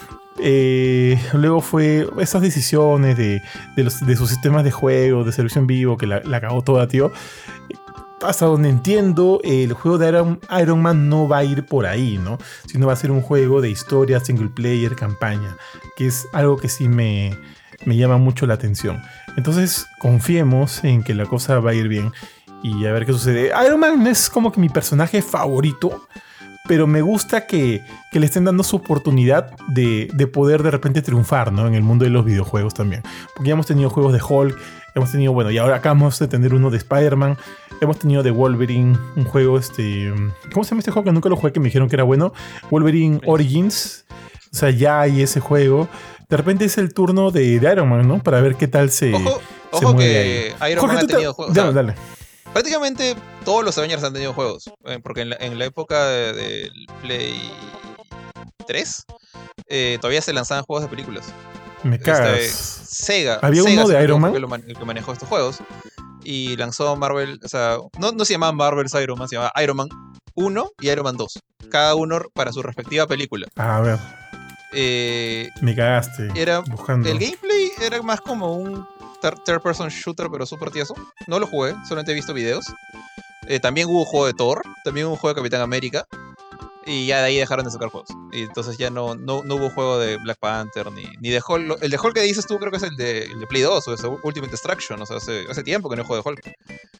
Eh, luego fue esas decisiones de, de, los, de sus sistemas de juego, de servicio en vivo, que la, la cagó toda, tío. Hasta donde entiendo, el juego de Iron, Iron Man no va a ir por ahí, ¿no? Sino va a ser un juego de historia, single player, campaña, que es algo que sí me... me llama mucho la atención. Entonces confiemos en que la cosa va a ir bien y a ver qué sucede. Iron Man no es como que mi personaje favorito, pero me gusta que, que le estén dando su oportunidad de, de poder de repente triunfar, ¿no? En el mundo de los videojuegos también. Porque ya hemos tenido juegos de Hulk, hemos tenido, bueno, y ahora acabamos de tener uno de Spider-Man, hemos tenido de Wolverine, un juego, este... ¿Cómo se llama este juego? Que nunca lo jugué, que me dijeron que era bueno. Wolverine Origins. O sea, ya hay ese juego. De repente es el turno de, de Iron Man, ¿no? Para ver qué tal se, Ojo, se ojo mueve que ahí. Iron Jorge, Man ha tú te- tenido juegos. Dale, o sea, dale. prácticamente todos los Avengers han tenido juegos. eh, Porque en la, en la época de- del Play tres eh, todavía se lanzaban juegos de películas. Me Este, cagas. Sega. ¿Había Sega, uno si de no me Iron equivoco, Man? fue lo man- el que manejó estos juegos. Y lanzó Marvel. O sea, no, no se llamaba Marvel's Iron Man, se llamaba Iron Man uno y Iron Man dos. Cada uno para su respectiva película. A ver, Eh, me cagaste. Era- buscando. el gameplay era más como un thir- third person shooter, pero súper tieso. No lo jugué, solamente he visto videos. Eh, también hubo un juego de Thor, también hubo un juego de Capitán América. Y ya de ahí dejaron de sacar juegos. Y entonces ya no, no, no hubo juego de Black Panther ni, ni de Hulk. El de Hulk que dices tú creo que es el de, el de Play dos o es Ultimate Destruction. O sea, hace, hace tiempo que no juego de Hulk.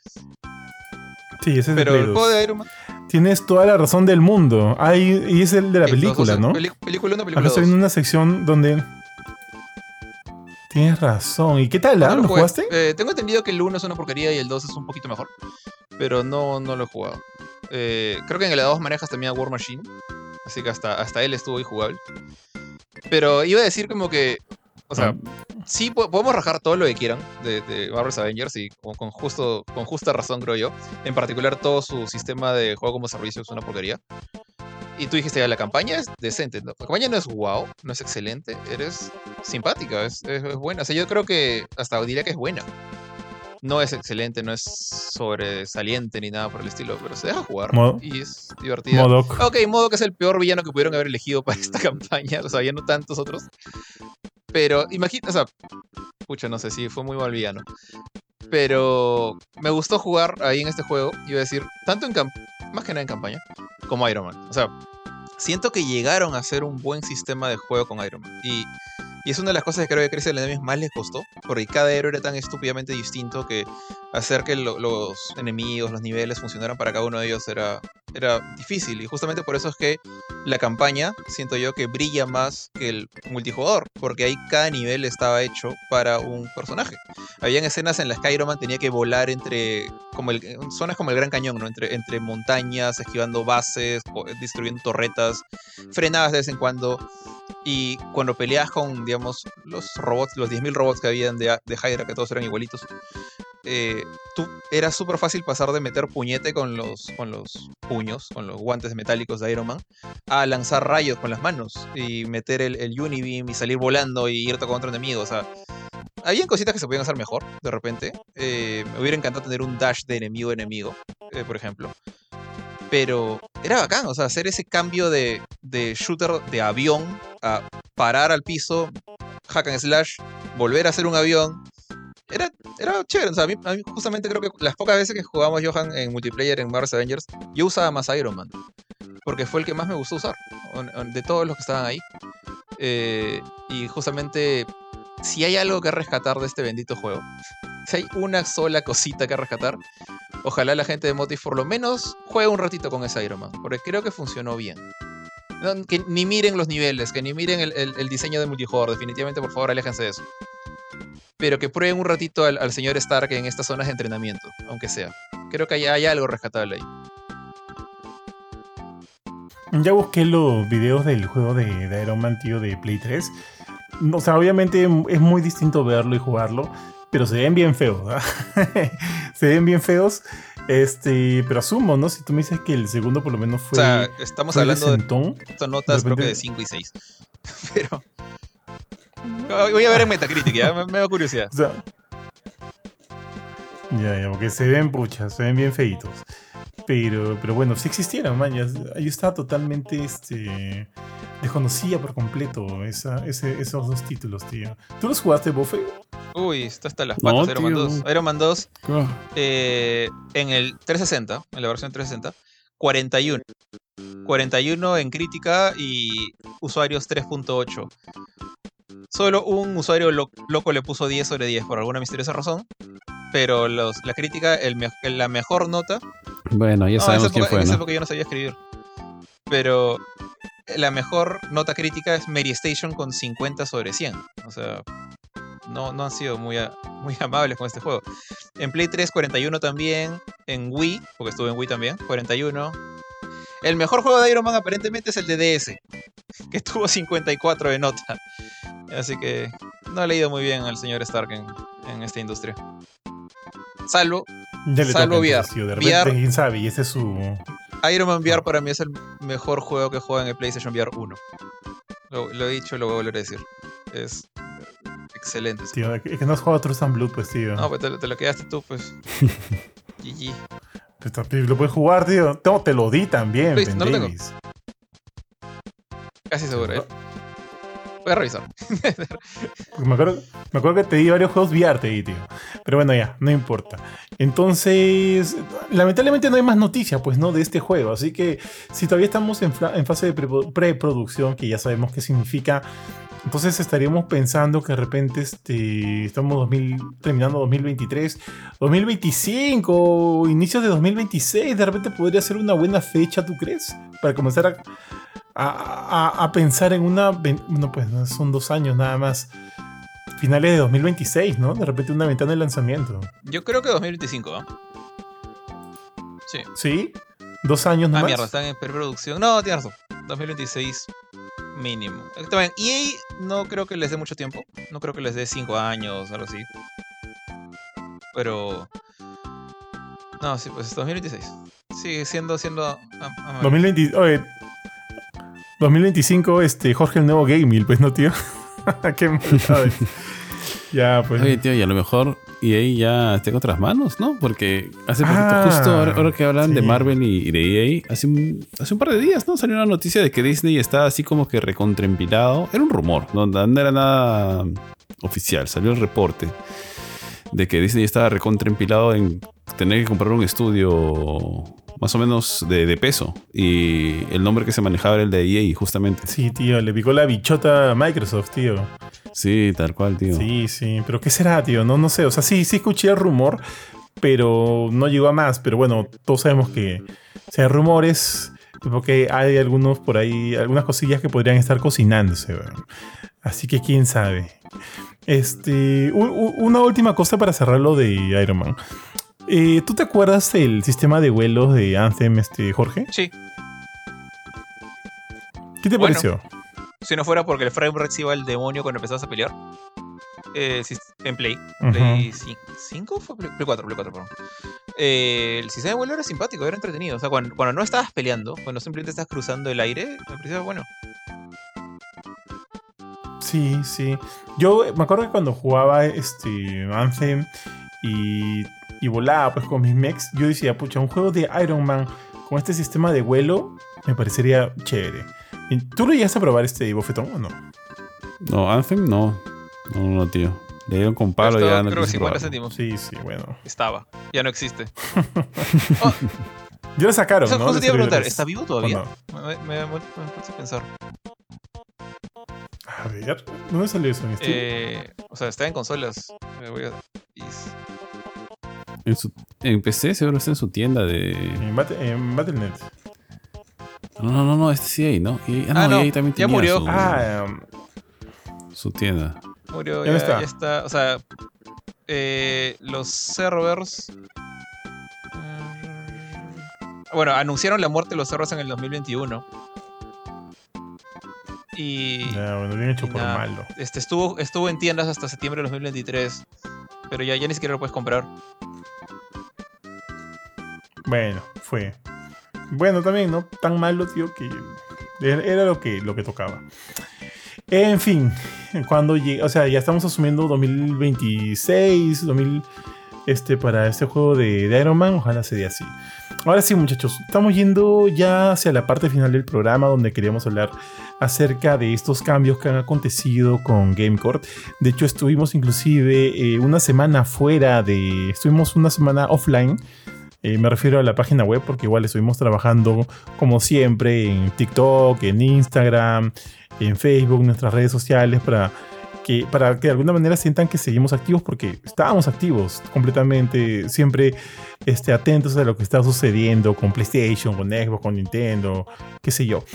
Sí, ese es de Pero Play el dos. juego de Iron Man. Tienes toda la razón del mundo. Hay, y es el de la sí, los película, dos, ¿no? peli- película uno, Acá película estoy dos. en una sección donde... Tienes razón. ¿Y qué tal? ah? No ¿Lo jugué. jugaste? Eh, tengo entendido que el uno es una porquería y el dos es un poquito mejor. Pero no, no lo he jugado. Eh, creo que en el dos manejas también a War Machine. Así que hasta, hasta él estuvo injugable. Pero iba a decir como que... O sea, sí po- podemos rajar todo lo que quieran de, de Marvel's Avengers y con, con, justo, con justa razón, creo yo. En particular, todo su sistema de juego como servicio es una porquería. Y tú dijiste, ya, la campaña es decente. ¿no? La campaña no es wow, no es excelente, eres simpática, es, es, es buena. O sea, yo creo que hasta diría que es buena. No es excelente, no es sobresaliente ni nada por el estilo, pero se deja jugar Modo- y es divertida. Modok. Ok, Modok es el peor villano que pudieron haber elegido para esta campaña. O sea, ya no tantos otros. Pero imagina, o sea, pucha, no sé si fue muy mal villano. Pero me gustó jugar ahí en este juego. Iba a decir, tanto en camp más que nada en campaña, como Iron Man. O sea, siento que llegaron a hacer un buen sistema de juego con Iron Man. Y, y es una de las cosas que creo que a Crystal Enemies más les costó. Porque cada héroe era tan estúpidamente distinto que hacer que lo- los enemigos, los niveles funcionaran para cada uno de ellos era, era difícil. Y justamente por eso es que la campaña, siento yo que brilla más que el multijugador. Porque ahí cada nivel estaba hecho para un personaje. Habían escenas en las que Iron Man tenía que volar entre como el, en zonas como el Gran Cañón, ¿no? Entre, entre montañas, esquivando bases, co- destruyendo torretas, frenadas de vez en cuando. Y cuando peleas con, digamos, los robots, los diez mil robots que habían de, de Hydra, que todos eran igualitos, eh, tú, era súper fácil pasar de meter puñete con los, con los puños, con los guantes metálicos de Iron Man, a lanzar rayos con las manos y meter el, el Unibeam y salir volando y irte contra un enemigo. O sea, habían cositas que se podían hacer mejor, de repente. Eh, me hubiera encantado tener un dash de enemigo a enemigo, eh, por ejemplo. Pero era bacán, o sea, hacer ese cambio de, de shooter de avión a parar al piso, hack and slash, volver a hacer un avión. Era, era chévere, o sea, a mí, a mí justamente creo que las pocas veces que jugamos Johan en multiplayer en Marvel's Avengers, yo usaba más Iron Man. porque fue el que más me gustó usar, de todos los que estaban ahí. Eh, y justamente, si hay algo que rescatar de este bendito juego, si hay una sola cosita que rescatar, ojalá la gente de Motive por lo menos juegue un ratito con ese Iron Man, porque creo que funcionó bien. No, que ni miren los niveles, que ni miren el, el, el diseño de multijugador, definitivamente por favor aléjense de eso. Pero que prueben un ratito al, al señor Stark en estas zonas de entrenamiento, aunque sea. Creo que hay, hay algo rescatable ahí. Ya busqué los videos del juego de, de Iron Man, tío, de Play tres. O sea, obviamente es muy distinto verlo y jugarlo, pero se ven bien feos, ¿verdad? Se ven bien feos. Este, pero asumo, ¿no? Si tú me dices que el segundo por lo menos fue. O sea, estamos fue hablando decentón, de estas notas, de repente... creo que de cinco y seis. Pero. Voy a ver en Metacritic, ya me, me da curiosidad. O sea, ya, ya, porque se ven puchas, se ven bien feitos. Pero, pero bueno, si existieran, man, ya, yo estaba totalmente este, desconocía por completo esa, ese, esos dos títulos, tío. ¿Tú los jugaste, Bofe? Uy, está hasta las patas, No, Iron Man tío. dos. Iron Man dos Oh. eh, en el trescientos sesenta, en la versión trescientos sesenta, cuarenta y uno. cuarenta y uno en crítica y usuarios tres punto ocho. Solo un usuario lo- loco le puso diez sobre diez por alguna misteriosa razón. Pero los, la crítica, el me- la mejor nota. Bueno, ya No, en sabemos esa quién época, fue, en esa ¿no? época yo no sabía escribir. Pero la mejor nota crítica es Mary Station con cincuenta sobre cien. O sea, no, no han sido muy, a- muy amables con este juego. En Play tres, cuarenta y uno también. En Wii, porque estuve en Wii también, cuarenta y uno. El mejor juego de Iron Man aparentemente es el de D S, que tuvo cincuenta y cuatro de nota. Así que no le ha ido muy bien al señor Stark en, en esta industria. Salvo Ya le Salvo toca, V R. entonces, tío, de repente, V R. quién sabe, y ese es su... Iron Man V R para mí es el mejor juego que juega en el PlayStation V R uno. Lo, lo he dicho, lo voy a volver a decir. Es excelente. ese Tío, es que no has jugado True and Blue, pues, tío. No, pues te, lo- te lo quedaste tú, pues. G G. Pues, tío, lo puedes jugar, tío. No, te lo di también, Luis, Ben no lo tengo. Davis. Casi seguro, ¿eh? Voy a revisar. Porque me acuerdo, me acuerdo que te di varios juegos V R, te di, tío. Pero bueno, ya, no importa. Entonces, lamentablemente no hay más noticias, pues, ¿no? De este juego. Así que si todavía estamos en, fla- en fase de pre- preproducción, que ya sabemos qué significa, entonces estaríamos pensando que de repente este, estamos dos mil, terminando dos mil veintitrés, dos mil veinticinco, inicios de dos mil veintiséis, de repente podría ser una buena fecha, ¿tú crees? Para comenzar a... A, a- a pensar en una... ven- Bueno, pues no, son dos años nada más. Finales de dos mil veintiséis, ¿no? De repente una ventana de lanzamiento. Yo creo que dos mil veinticinco, ¿ah? Sí. ¿Sí? Dos años Ah, nomás. mierda, están en preproducción. No, tienes razón. dos mil veintiséis mínimo. Eh, También, E A no creo que les dé mucho tiempo. No creo que les dé cinco años o algo así. Pero... No, sí, pues dos mil veintiséis. Sigue siendo... siendo am- amable. dos mil veinte, oye, dos mil veinticinco, este, Jorge el nuevo Gamil, pues, ¿no, tío? Qué mal. Ya, pues. Oye, tío, y a lo mejor E A ya está en otras manos, ¿no? Porque hace poquito, Ah, justo ahora, ahora que hablan de sí. Marvel y, y de E A, hace un, hace un par de días, ¿no? Salió una noticia de que Disney está así como que recontraempilado. Era un rumor, no, no era nada oficial. Salió el reporte de que Disney estaba recontraempilado en tener que comprar un estudio más o menos de, de peso. Y el nombre que se manejaba era el de E A, justamente. Sí, tío, le picó la bichota a Microsoft, tío. Sí, tal cual, tío. Sí, sí, pero ¿qué será, tío? No, no sé, o sea, sí, sí escuché el rumor, pero no llegó a más. Pero bueno, todos sabemos que si hay rumores, porque hay algunos por ahí, algunas cosillas que podrían estar cocinándose, weón. Así que quién sabe. Este, u- u- una última cosa para cerrar lo de Iron Man. Eh, ¿Tú te acuerdas del sistema de vuelos de Anthem, este, Jorge? Sí. ¿Qué te Bueno. pareció? Si no fuera porque el frame rate se iba al demonio cuando empezabas a pelear. Eh, si- en Play. Ujú. Play cinco fue Play cuatro, Play cuatro, perdón. Eh, el sistema de vuelo era simpático, era entretenido. O sea, cuando, cuando no estabas peleando, cuando simplemente estás cruzando el aire, me parecía bueno. Sí, sí. Yo me acuerdo que cuando jugaba este Anthem y, y volaba pues con mis mechs, yo decía, pucha, un juego de Iron Man con este sistema de vuelo me parecería chévere. ¿Y ¿Tú lo llegaste a probar este bofetón o no? No, Anthem no. No, no, tío. Le dieron con Pablo Costó, ya no creo que quise cincuenta probarlo. céntimos. Sí, sí, bueno. Estaba. Ya no existe. Oh, Ya lo sacaron, Eso ¿no? justo te iba a preguntar, Servidores. ¿está vivo todavía? ¿O no? Me, me, me, me puse a pensar. A ver, ¿dónde salió eso? ¿En Steam? Eh, o sea, está en consolas. Me voy a... is- En, su, en P C seguro está en su tienda de... En, Bate- en Battle punto net. No, no, no, no, este sí hay, ¿no? Y, ah, no, Ah, no, y ahí también ya tenía murió. Su, Ah, um, su tienda. Murió, Ya ya, no está. ya está. O sea, eh, los servers. mm, Bueno, anunciaron la muerte de los servers en el dos mil veintiuno. Y. ya, bueno, bien hecho y por nada, malo. Este, estuvo, estuvo en tiendas hasta septiembre de dos mil veintitrés. Pero ya, ya ni siquiera lo puedes comprar. Bueno, fue. Bueno, también, ¿no? Tan malo, tío, que era era lo que, lo que tocaba. En fin, cuando llegue, o sea, ya estamos asumiendo dos mil veintiséis, dos mil, este, para este juego de, de Iron Man, ojalá se dé así. Ahora sí, muchachos, estamos yendo ya hacia la parte final del programa donde queríamos hablar acerca de estos cambios que han acontecido con GameCore. De hecho, estuvimos inclusive eh, una semana fuera de... Estuvimos una semana offline. Eh, me refiero a la página web porque igual estuvimos trabajando como siempre en TikTok, en Instagram, en Facebook, en nuestras redes sociales para que, para que de alguna manera sientan que seguimos activos porque estábamos activos completamente, siempre este, atentos a lo que está sucediendo con PlayStation, con Xbox, con Nintendo, qué sé yo.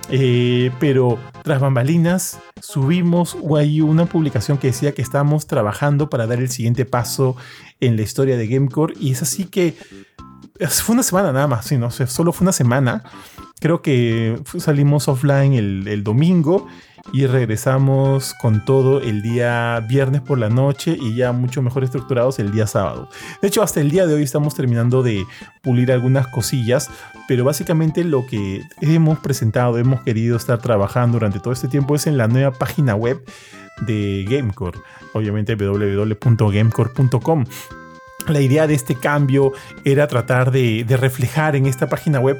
Eh, pero tras bambalinas subimos ahí una publicación que decía que estamos trabajando para dar el siguiente paso en la historia de GameCore y es así que fue una semana nada más, sí, no sé, solo fue una semana. Creo que salimos offline el, el domingo y regresamos con todo el día viernes por la noche y ya mucho mejor estructurados el día sábado. De hecho, hasta el día de hoy estamos terminando de pulir algunas cosillas, pero básicamente lo que hemos presentado, hemos querido estar trabajando durante todo este tiempo es en la nueva página web de GameCore, obviamente doble u doble u doble u punto gamecore punto com. La idea de este cambio era tratar de, de reflejar en esta página web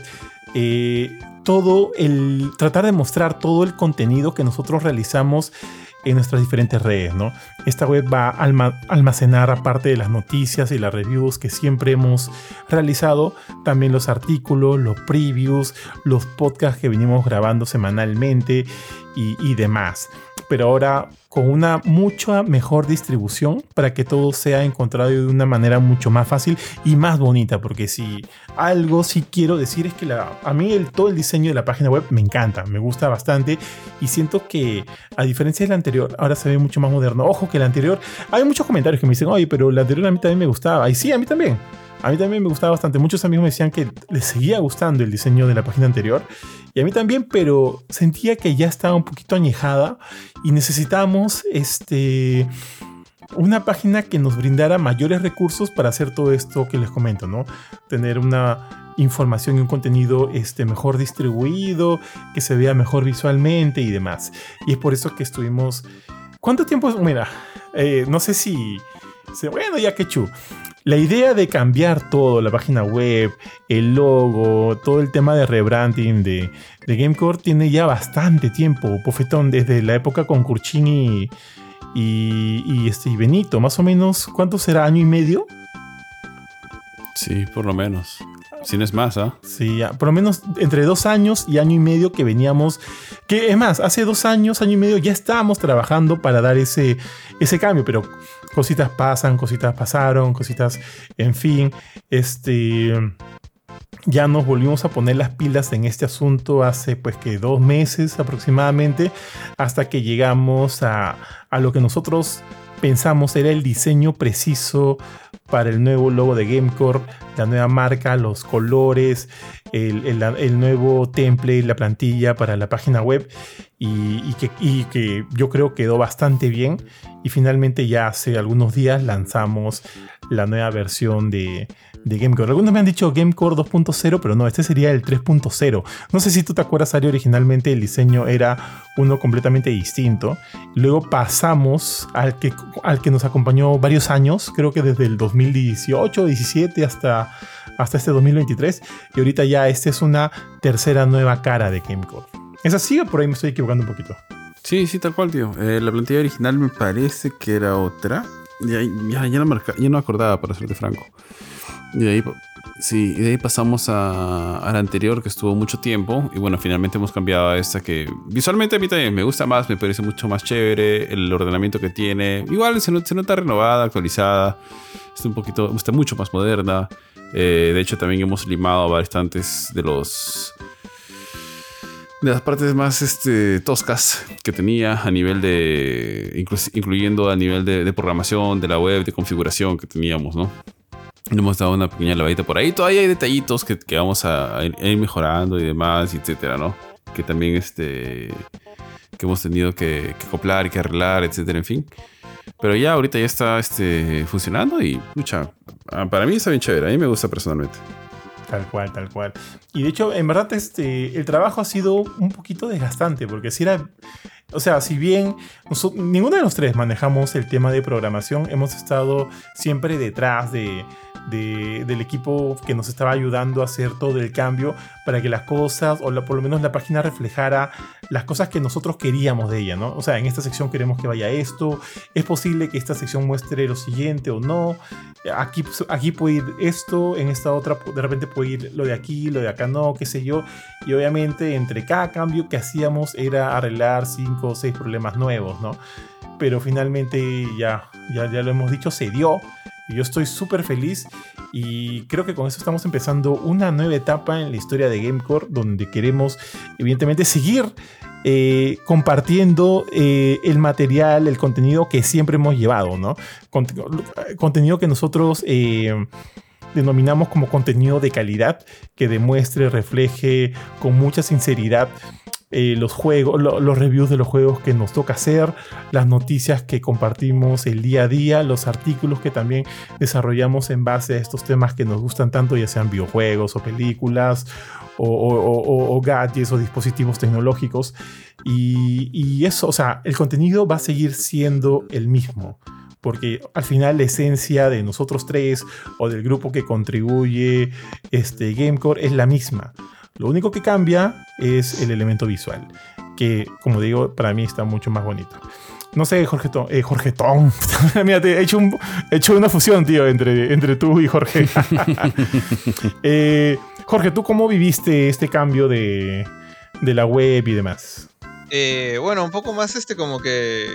eh, todo el... tratar de mostrar todo el contenido que nosotros realizamos en nuestras diferentes redes, ¿no? Esta web va a alma, almacenar, aparte de las noticias y las reviews que siempre hemos realizado, también los artículos, los previews, los podcasts que venimos grabando semanalmente y, y demás. Pero ahora con una mucha mejor distribución para que todo sea encontrado de una manera mucho más fácil y más bonita, porque si algo sí quiero decir es que la, a mí el, todo el diseño de la página web me encanta, me gusta bastante y siento que a diferencia del anterior ahora se ve mucho más moderno. Ojo que el anterior, hay muchos comentarios que me dicen, oye, pero el anterior a mí también me gustaba, y sí, a mí también. A mí también me gustaba bastante. Muchos amigos me decían que les seguía gustando el diseño de la página anterior. Y a mí también, pero sentía que ya estaba un poquito añejada y necesitábamos este, una página que nos brindara mayores recursos para hacer todo esto que les comento, ¿no? Tener una información y un contenido este, mejor distribuido, que se vea mejor visualmente y demás. Y es por eso que estuvimos... ¿Cuánto tiempo? Mira, eh, no sé si... Bueno, ya que chu. La idea de cambiar todo, la página web, el logo, todo el tema de rebranding de, de GameCore tiene ya bastante tiempo, Bofetón, desde la época con Curchini y, y, este, y Benito, más o menos, ¿cuánto será? ¿Año y medio? Sí, por lo menos. Si no es más, ¿ah? ¿eh? Sí, ya, por lo menos entre dos años y año y medio que veníamos, que es más, hace dos años, año y medio ya estábamos trabajando para dar ese, ese cambio, pero cositas pasan, cositas pasaron, cositas, en fin, este... Ya nos volvimos a poner las pilas en este asunto hace pues que dos meses aproximadamente, hasta que llegamos a, a lo que nosotros pensamos era el diseño preciso para el nuevo logo de GameCore, la nueva marca, los colores, el, el, el nuevo template, la plantilla para la página web y, y, que, y que yo creo quedó bastante bien. Y finalmente ya hace algunos días lanzamos la nueva versión de, de GameCore. Algunos me han dicho GameCore dos punto cero, pero no, este sería el tres punto cero. No sé si tú te acuerdas, Ari, originalmente el diseño era uno completamente distinto. Luego pasamos al que, al que nos acompañó varios años, creo que desde el dos mil dieciocho, diecisiete hasta, hasta este dos mil veintitrés. Y ahorita ya esta es una tercera nueva cara de GameCore. ¿Es así o por ahí me estoy equivocando un poquito? Sí, sí, tal cual, tío. Eh, la plantilla original me parece que era otra. Ya, ya, ya, no, marca, ya no acordaba, para serte franco. Y de ahí Sí, y de ahí pasamos a, a la anterior que estuvo mucho tiempo. Y bueno, finalmente hemos cambiado a esta que visualmente a mí también me gusta más, me parece mucho más chévere. El ordenamiento que tiene, igual se, not- se nota renovada, actualizada. Está un poquito, está mucho más moderna. Eh, de hecho, también hemos limado bastantes de los de las partes más este, toscas que tenía a nivel de, inclu- incluyendo a nivel de, de programación, de la web, de configuración que teníamos, ¿no? Le hemos dado una pequeña lavadita por ahí. Todavía hay detallitos que, que vamos a ir, a ir mejorando y demás, etcétera, ¿no? Que también este que hemos tenido que, que acoplar y que arreglar, etcétera, en fin. Pero ya ahorita ya está este, funcionando y, pucha, para mí está bien chévere. A mí me gusta personalmente. Tal cual, tal cual. Y de hecho, en verdad, este, el trabajo ha sido un poquito desgastante, porque si era... O sea, si bien noso- ninguno de los tres manejamos el tema de programación, hemos estado siempre detrás de, de- del equipo que nos estaba ayudando a hacer todo el cambio para que las cosas, o la- por lo menos la página reflejara las cosas que nosotros queríamos de ella, ¿no? O sea, en esta sección queremos que vaya esto, es posible que esta sección muestre lo siguiente o no, aquí, aquí puede ir esto, en esta otra de repente puede ir lo de aquí, lo de acá no, qué sé yo. Y obviamente entre cada cambio que hacíamos era arreglar cinco o seis problemas nuevos, ¿no? Pero finalmente ya, ya, ya lo hemos dicho, se dio. Y yo estoy súper feliz y creo que con eso estamos empezando una nueva etapa en la historia de Gamecore, donde queremos evidentemente seguir eh, compartiendo eh, el material, el contenido que siempre hemos llevado, ¿no? Cont- contenido que nosotros... Eh, denominamos como contenido de calidad que demuestre, refleje con mucha sinceridad eh, los juegos, lo, los reviews de los juegos que nos toca hacer, las noticias que compartimos el día a día, los artículos que también desarrollamos en base a estos temas que nos gustan tanto, ya sean videojuegos o películas o, o, o, o gadgets o dispositivos tecnológicos. Y, y eso, o sea, el contenido va a seguir siendo el mismo. Porque al final la esencia de nosotros tres o del grupo que contribuye este, Gamecore es la misma. Lo único que cambia es el elemento visual, que como digo, para mí está mucho más bonito. No sé, Jorgetón. Eh, Jorgetón. Mira, te he hecho, un, he hecho una fusión, tío, entre, entre tú y Jorge. eh, Jorge, ¿tú cómo viviste este cambio de, de la web y demás? Eh, bueno, un poco más este como que...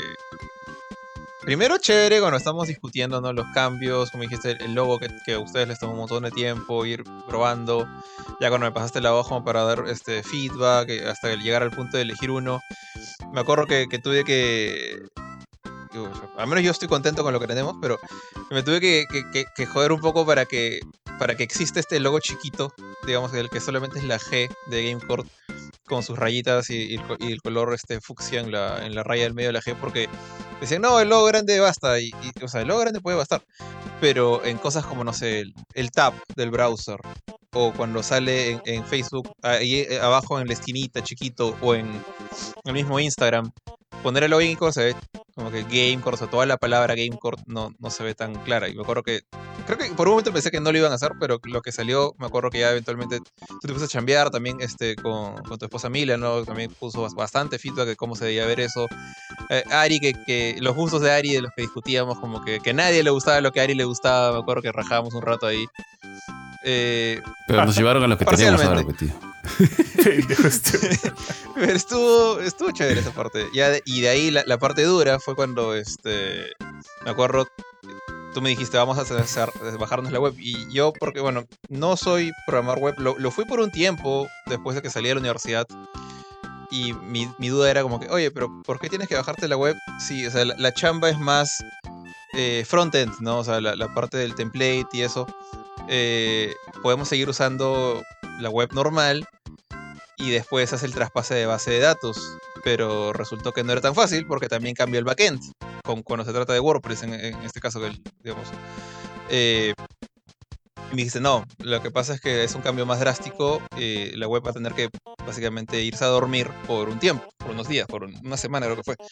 Primero chévere cuando estamos discutiendo, ¿no? Los cambios, como dijiste, el logo que, que a ustedes les tomó un montón de tiempo, ir probando. Ya cuando me pasaste la hoja como para dar este feedback, eh, hasta llegar al punto de elegir uno. Me acuerdo que, que tuve que... que, o sea, al menos yo estoy contento con lo que tenemos, pero me tuve que, que, que- que joder un poco para que, para que exista este logo chiquito, digamos, el que solamente es la G de GameCore, con sus rayitas y, y el, co- y el color este fucsia en la, en la raya del medio de la G, porque decían, no, el logo grande basta, y, y, o sea, el logo grande puede bastar, pero en cosas como, no sé, el, el tab del browser, o cuando sale en, en Facebook, ahí eh, abajo en la esquinita chiquito, o en el mismo Instagram, poner el login se ve como que Gamecore, o sea, toda la palabra Gamecore no, no se ve tan clara. Y me acuerdo que, creo que por un momento pensé que no lo iban a hacer, pero lo que salió, me acuerdo que ya eventualmente tú te pusiste a chambear también este, con, con tu esposa Mila, ¿no? También puso bas- bastante feedback de cómo se debía ver eso. Eh, Ari, que, que los gustos de Ari, de los que discutíamos, como que, que nadie le gustaba lo que a Ari le gustaba, me acuerdo que rajábamos un rato ahí. Eh, Pero nos llevaron a lo que tenemos ahora, Parcialmente. tío. Pendejo este. Pero estuvo, estuvo chévere esa parte. Ya de- y de ahí la, la parte dura fue cuando este me acuerdo, tú me dijiste vamos a hacer, hacer- bajarnos la web. Y yo, porque bueno, no soy programador web, lo, lo fui por un tiempo después de que salí de la universidad. Y mi, mi duda era como que, oye, pero ¿por qué tienes que bajarte la web? Sí, o sea, la, la chamba es más eh, frontend, ¿no? O sea, la, la parte del template y eso. Eh, podemos seguir usando la web normal y después hace el traspase de base de datos. Pero resultó que no era tan fácil porque también cambió el backend. Con, cuando se trata de WordPress, en, en este caso, que el- digamos. Eh, y me dijiste, no, lo que pasa es que es un cambio más drástico. Eh, la web va a tener que básicamente irse a dormir por un tiempo, por unos días, por un- una semana creo que fue.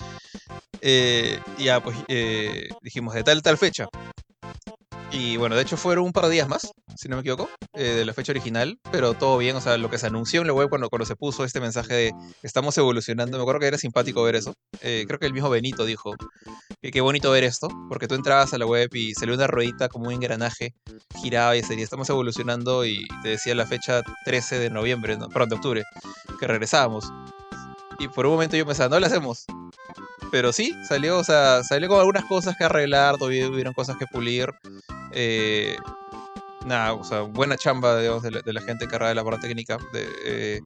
Eh, y ya, pues eh, dijimos de tal tal fecha. Y bueno, de hecho fueron un par de días más. si no me equivoco, eh, de la fecha original, pero todo bien, o sea, lo que se anunció en la web cuando, cuando se puso este mensaje de estamos evolucionando, me acuerdo que era simpático ver eso. Eh, creo que el mismo Benito dijo que qué bonito ver esto, porque tú entrabas a la web y salió una ruedita como un engranaje, giraba y decía estamos evolucionando y te decía la fecha trece de noviembre, no, perdón, de octubre, que regresábamos. Y por un momento yo pensaba, no lo hacemos. Pero sí, salió, o sea, salió con algunas cosas que arreglar, todavía hubieron cosas que pulir. Eh, nada, o sea, buena chamba, digamos, de la, de la gente encargada de la parte técnica. De, eh,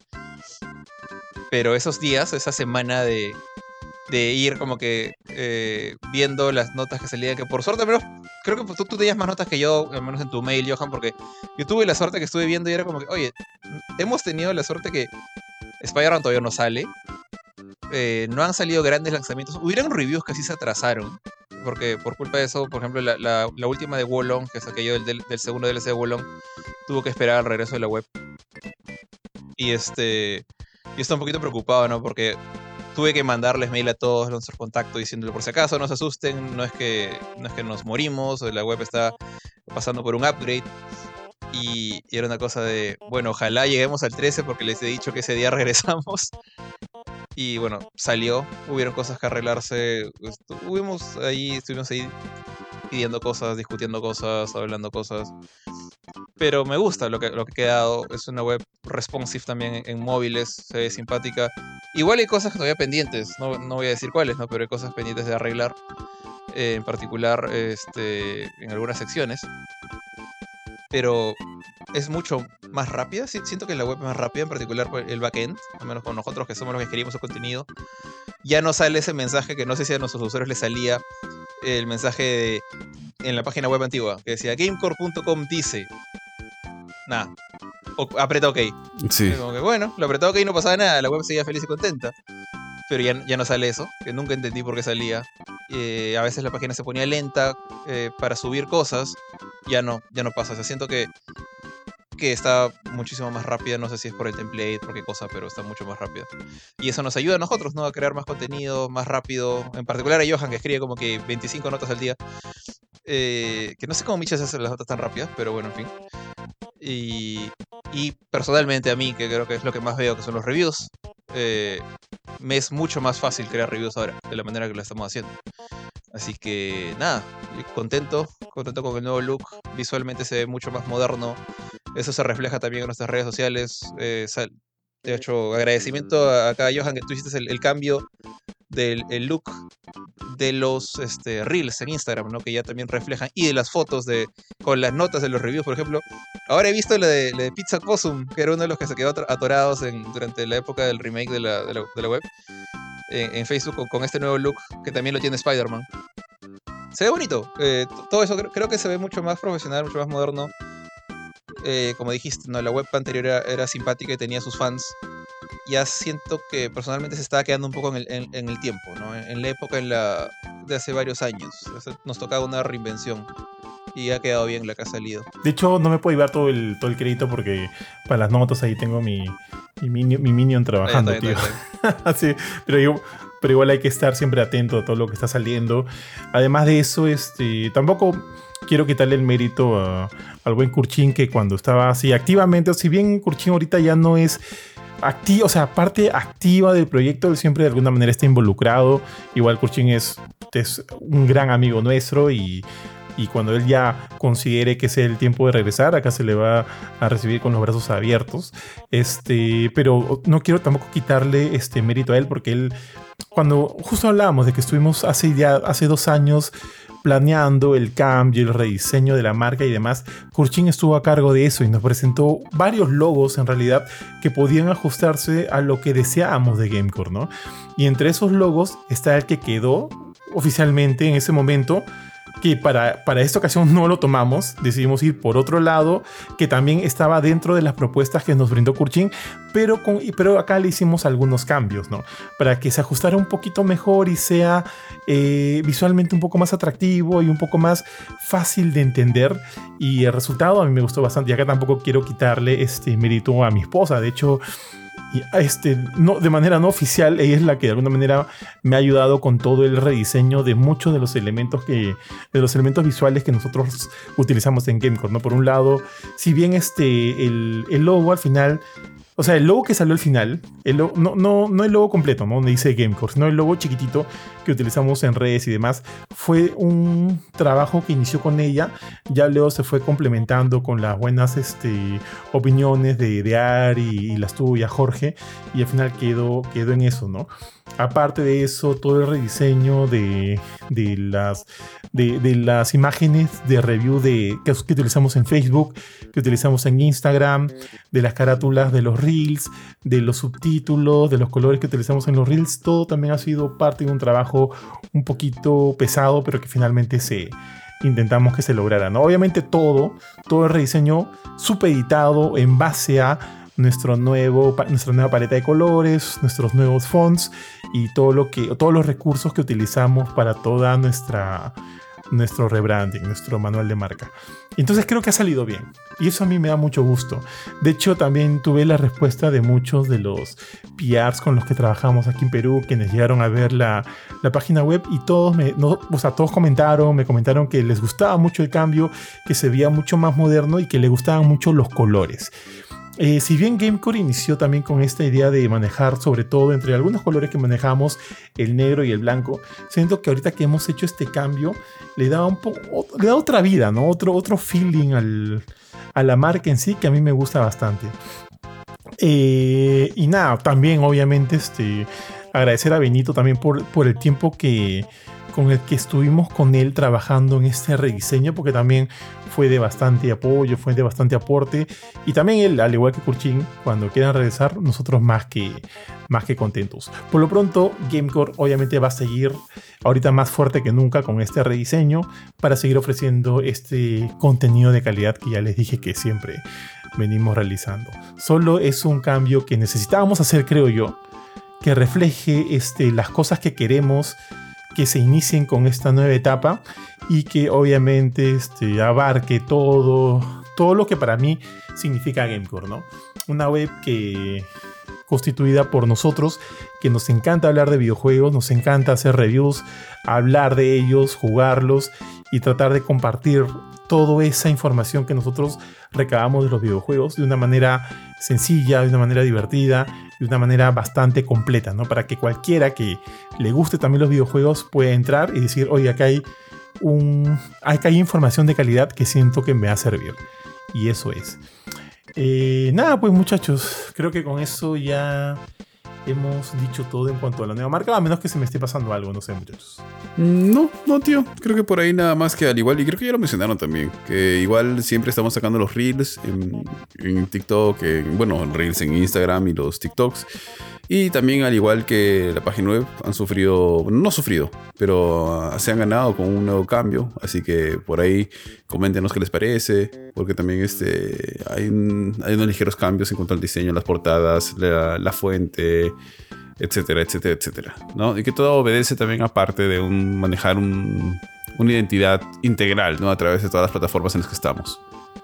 pero esos días, esa semana de, de ir como que eh, viendo las notas que salían, que por suerte, al menos, creo que tú, tú tenías más notas que yo, al menos en tu mail, Johan, porque yo tuve la suerte que estuve viendo y era como que, oye, hemos tenido la suerte que Spider-Man todavía no sale. Eh, no han salido grandes lanzamientos. Hubieron reviews que así se atrasaron. Porque por culpa de eso, por ejemplo, la, la, la última de Wolong, que es aquello del, del, del segundo D L C de Wolong, tuvo que esperar al regreso de la web. Y este. Yo estoy un poquito preocupado, ¿no? Porque tuve que mandarles mail a todos nuestros contactos diciéndole por si acaso, no se asusten, no es que, no es que nos morimos, la web está pasando por un upgrade. Y, y era una cosa de, bueno, ojalá lleguemos al trece porque les he dicho que ese día regresamos. Y bueno, salió, hubieron cosas que arreglarse, estuvimos ahí, estuvimos ahí pidiendo cosas, discutiendo cosas, hablando cosas. Pero me gusta lo que, lo que ha quedado, es una web responsive también en, en móviles, se ve simpática. Igual hay cosas que todavía pendientes, no, no voy a decir cuáles, ¿no? Pero hay cosas pendientes de arreglar, eh, en particular este, en algunas secciones. Pero es mucho más rápida, siento que la web es más rápida, en particular el backend, al menos con nosotros que somos los que escribimos el contenido. Ya no sale ese mensaje que no sé si a nuestros usuarios les salía, el mensaje de, en la página web antigua, que decía gamecore punto com dice, nada, aprieta OK. Sí. Como que bueno, lo apretaba OK y no pasaba nada, la web seguía feliz y contenta. Pero ya, ya no sale eso, que nunca entendí por qué salía. Eh, a veces la página se ponía lenta eh, para subir cosas, ya no, ya no pasa. O sea, siento que, que está muchísimo más rápida, no sé si es por el template, por qué cosa, pero está mucho más rápida. Y eso nos ayuda a nosotros, ¿no? A crear más contenido, más rápido. En particular a Johan, que escribe como que veinticinco notas al día. Eh, que no sé cómo Michas hace las notas tan rápidas, pero bueno, en fin. Y, y personalmente a mí, que creo que es lo que más veo, que son los reviews, eh, me es mucho más fácil crear reviews ahora, de la manera que lo estamos haciendo. Así que nada, contento, contento con el nuevo look, visualmente se ve mucho más moderno, eso se refleja también en nuestras redes sociales. Eh, de hecho, agradecimiento a, acá a Johan que tú hiciste el, el cambio del el look de los este, reels en Instagram, ¿no? Que ya también reflejan, y de las fotos de con las notas de los reviews, por ejemplo. Ahora he visto la de, la de Pizza Possum, que era uno de los que se quedó atorados en, durante la época del remake de la, de la, de la web, en, en Facebook, con, con este nuevo look, que también lo tiene Spider-Man. Se ve bonito, eh, todo eso creo, creo que se ve mucho más profesional, mucho más moderno. Eh, como dijiste, ¿no? La web anterior era, era simpática y tenía sus fans. Ya siento que personalmente se estaba quedando un poco en el, en, en el tiempo, ¿no? En, en la época en la, de hace varios años. Nos tocaba una reinvención. Y ha quedado bien la que ha salido. De hecho, no me puedo llevar todo el, todo el crédito porque para las notas ahí tengo mi, mi, minion, mi minion trabajando, ah, está bien, tío. Está bien. Sí, pero, yo, pero igual hay que estar siempre atento a todo lo que está saliendo. Además de eso, este, tampoco quiero quitarle el mérito a, al buen Kurchin, que cuando estaba así activamente, si bien Kurchin ahorita ya no es activo, o sea, parte activa del proyecto, él siempre de alguna manera está involucrado. Igual Kurchin es, es un gran amigo nuestro y... Y cuando él ya considere que es el tiempo de regresar, acá se le va a recibir con los brazos abiertos. Este, pero no quiero tampoco quitarle este mérito a él, porque él, cuando justo hablábamos de que estuvimos hace ya hace dos años planeando el cambio, el rediseño de la marca y demás, Kurchin estuvo a cargo de eso y nos presentó varios logos en realidad que podían ajustarse a lo que deseábamos de Gamecore, ¿no? Y entre esos logos está el que quedó oficialmente en ese momento, que para, para esta ocasión no lo tomamos, decidimos ir por otro lado, que también estaba dentro de las propuestas que nos brindó Kurchin, pero, con, pero acá le hicimos algunos cambios, ¿no? Para que se ajustara un poquito mejor y sea eh, visualmente un poco más atractivo y un poco más fácil de entender, y el resultado a mí me gustó bastante, y acá tampoco quiero quitarle este mérito a mi esposa. De hecho, Y este, no, de manera no oficial, ella es la que de alguna manera me ha ayudado con todo el rediseño de muchos de los elementos que, de los elementos visuales que nosotros utilizamos en Gamecore, ¿no? Por un lado, si bien este, el, el logo al final, o sea, el logo que salió al final, el logo, no, no, no el logo completo, ¿no? Donde dice Gamecore, sino el logo chiquitito que utilizamos en redes y demás, fue un trabajo que inició con ella. Ya luego se fue complementando con las buenas este, opiniones de, de Ari y las tuyas, Jorge, y al final quedó, quedó en eso, ¿no? Aparte de eso, todo el rediseño de, de, las, de, de las imágenes de review de, que, que utilizamos en Facebook, que utilizamos en Instagram, de las carátulas de los Reels, de los subtítulos, de los colores que utilizamos en los Reels, todo también ha sido parte de un trabajo un poquito pesado, pero que finalmente se intentamos que se lograra, ¿no? Obviamente todo, todo el rediseño supeditado en base a nuestro nuevo, nuestra nueva paleta de colores, nuestros nuevos fonts y todo lo que, todos los recursos que utilizamos para toda nuestra nuestro rebranding, nuestro manual de marca. Entonces creo que ha salido bien y eso a mí me da mucho gusto. De hecho, también tuve la respuesta de muchos de los P Rs con los que trabajamos aquí en Perú, quienes llegaron a ver la, la página web y todos me, no, o sea, todos comentaron, me comentaron que les gustaba mucho el cambio, que se veía mucho más moderno y que les gustaban mucho los colores. Eh, si bien Gamecore inició también con esta idea de manejar, sobre todo entre algunos colores que manejamos, el negro y el blanco, siento que ahorita que hemos hecho este cambio le da, un po- le da otra vida, ¿no? Otro, otro feeling al, a la marca en sí que a mí me gusta bastante. Eh, y nada, también obviamente este, agradecer a Benito también por, por el tiempo que, con el que estuvimos con él trabajando en este rediseño, porque también fue de bastante apoyo, fue de bastante aporte, y también él, al igual que Kurchin, cuando quieran regresar, nosotros más que, más que contentos. Por lo pronto, Gamecore obviamente va a seguir ahorita más fuerte que nunca con este rediseño para seguir ofreciendo este contenido de calidad que ya les dije que siempre venimos realizando. Solo es un cambio que necesitábamos hacer, creo yo, que refleje este, las cosas que queremos que se inicien con esta nueva etapa y que obviamente este, abarque todo, todo lo que para mí significa Gamecore, ¿no? Una web que constituida por nosotros, que nos encanta hablar de videojuegos, nos encanta hacer reviews, hablar de ellos, jugarlos y tratar de compartir toda esa información que nosotros recabamos de los videojuegos de una manera sencilla, de una manera divertida, de una manera bastante completa, ¿no? Para que cualquiera que le guste también los videojuegos pueda entrar y decir, oye, acá hay, un, acá hay información de calidad que siento que me va a servir. Y eso es. Eh, nada, pues muchachos, creo que con eso ya hemos dicho todo en cuanto a la nueva marca, a menos que se me esté pasando algo, no sé, muchachos. No, no, tío. Creo que por ahí nada más que al igual, y creo que ya lo mencionaron también, que igual siempre estamos sacando los Reels en, en TikTok, en, bueno, Reels en Instagram y los TikToks. Y también, al igual que la página web, han sufrido, bueno, no sufrido, pero uh, se han ganado con un nuevo cambio. Así que por ahí coméntenos qué les parece, porque también este, hay, un, hay unos ligeros cambios en cuanto al diseño, las portadas, la, la fuente, etcétera, etcétera, etcétera, ¿no? Y que todo obedece también aparte de un, manejar un, una identidad integral, ¿no? A través de todas las plataformas en las que estamos.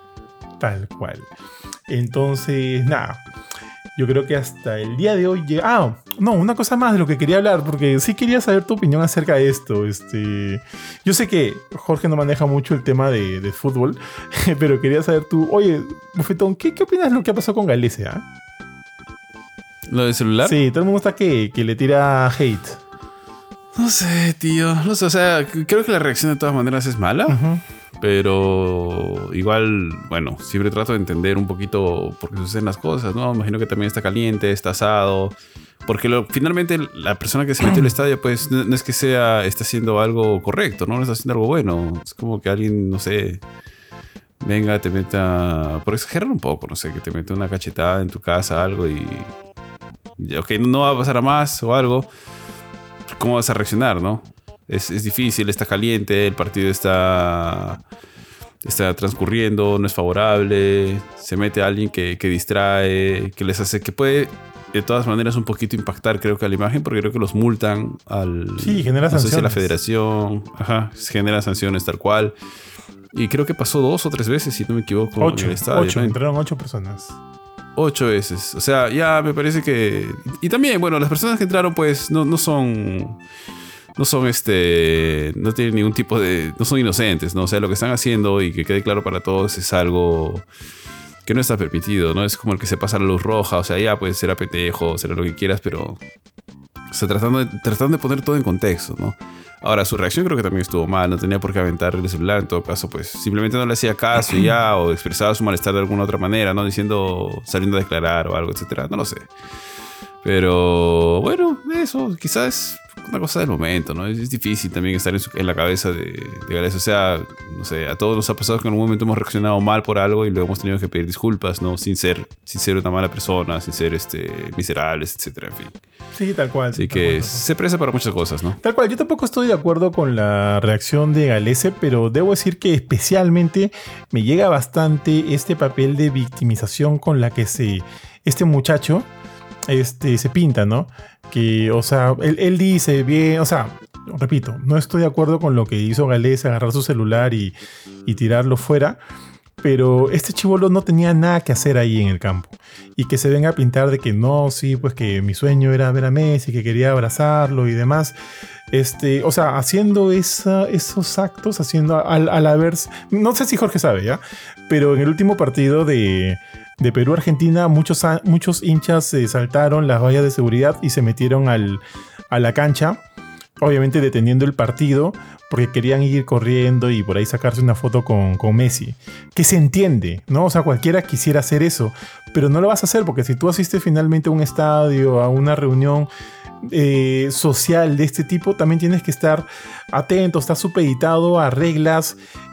Tal cual. Entonces, nada. Yo creo que hasta el día de hoy... Llega... Ah, no, una cosa más de lo que quería hablar, porque sí quería saber tu opinión acerca de esto. Este, yo sé que Jorge no maneja mucho el tema de, de fútbol, pero quería saber tú... Oye, Bofetón, ¿qué, qué opinas de lo que ha pasado con Galicia? ¿Eh? ¿Lo del celular? Sí, todo el mundo está que, que le tira hate. No sé, tío. No sé, o sea, creo que la reacción de todas maneras es mala. Uh-huh. Pero igual, bueno, siempre trato de entender un poquito por qué suceden las cosas, ¿no? Imagino que también está caliente, está asado. Porque lo, finalmente la persona que se metió al estadio, pues no, no es que sea, está haciendo algo correcto, ¿no? No está haciendo algo bueno. Es como que alguien, no sé, venga, te meta, por exagerar un poco, no sé, que te mete una cachetada en tu casa, algo y... Ok, no va a pasar a más o algo. ¿Cómo vas a reaccionar, no? Es, es difícil, está caliente, el partido está, está transcurriendo, no es favorable, se mete a alguien que, que distrae, que les hace, que puede de todas maneras un poquito impactar, creo que a la imagen, porque creo que los multan al... Sí, genera no sanciones. sé si a la federación, ajá, genera sanciones tal cual. Y creo que pasó dos o tres veces, si no me equivoco. Ocho, en el estadio, ocho, ¿no? entraron ocho personas. Ocho veces. O sea, ya me parece que... Y también, bueno, las personas que entraron pues no, no son... No son este... No tienen ningún tipo de... No son inocentes, ¿no? O sea, lo que están haciendo y que quede claro para todos es algo que no está permitido, ¿no? Es como el que se pasa la luz roja. O sea, ya pues será pendejo, será lo que quieras, pero... O sea, tratando de, tratando de poner todo en contexto, ¿no? Ahora, su reacción creo que también estuvo mal. No tenía por qué aventar el celular. En todo caso, pues simplemente no le hacía caso y ya, o expresaba su malestar de alguna otra manera, ¿no? Diciendo, saliendo a declarar o algo, etcétera. No lo sé. Pero, bueno, eso quizás es una cosa del momento, ¿no? Es, es difícil también estar en, su, en la cabeza de, de Gales. O sea, no sé, a todos nos ha pasado que en algún momento hemos reaccionado mal por algo y luego hemos tenido que pedir disculpas, ¿no? Sin ser, sin ser una mala persona, sin ser este, miserables, etcétera, en fin. Sí, tal cual. Así tal que cual, se presta para muchas cosas, ¿no? Tal cual, yo tampoco estoy de acuerdo con la reacción de Galese, pero debo decir que especialmente me llega bastante este papel de victimización con la que se, este muchacho este, se pinta, ¿no? Que, o sea, él, él dice bien, o sea, repito, no estoy de acuerdo con lo que hizo Galese, agarrar su celular y, y tirarlo fuera. Pero este chibolo no tenía nada que hacer ahí en el campo. Y que se venga a pintar de que no, sí, pues que mi sueño era ver a Messi, que quería abrazarlo y demás. Este, o sea, haciendo esa, esos actos, haciendo al, al haber... No sé si Jorge sabe, ¿ya? Pero en el último partido de, de Perú-Argentina, muchos, muchos hinchas se saltaron las vallas de seguridad y se metieron al, a la cancha. Obviamente deteniendo el partido porque querían ir corriendo y por ahí sacarse una foto con, con Messi. Que se entiende, ¿no? O sea, cualquiera quisiera hacer eso, pero no lo vas a hacer porque si tú asistes finalmente a un estadio, a una reunión eh, social de este tipo, también tienes que estar atento, estar supeditado a reglas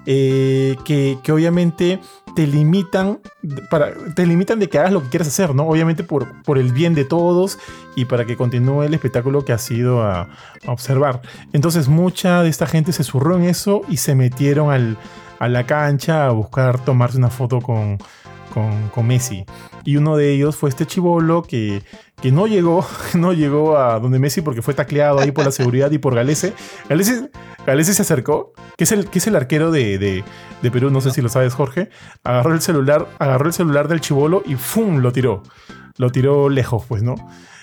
eh, que, que obviamente te limitan, para, te limitan de que hagas lo que quieras hacer, ¿no? Obviamente por, por el bien de todos y para que continúe el espectáculo que has ido a, a observar. Entonces mucha de esta gente se zurró en eso y se metieron al, a la cancha a buscar tomarse una foto con, con, con Messi. Y uno de ellos fue este chibolo que, que no llegó, no llegó a donde Messi porque fue tacleado ahí por la seguridad y por Galese. Galese, Galese se acercó, que es el, que es el arquero de, de, de Perú, no sé si lo sabes, Jorge. Agarró el celular, agarró el celular del chibolo y ¡fum! Lo tiró. Lo tiró lejos, pues, ¿no?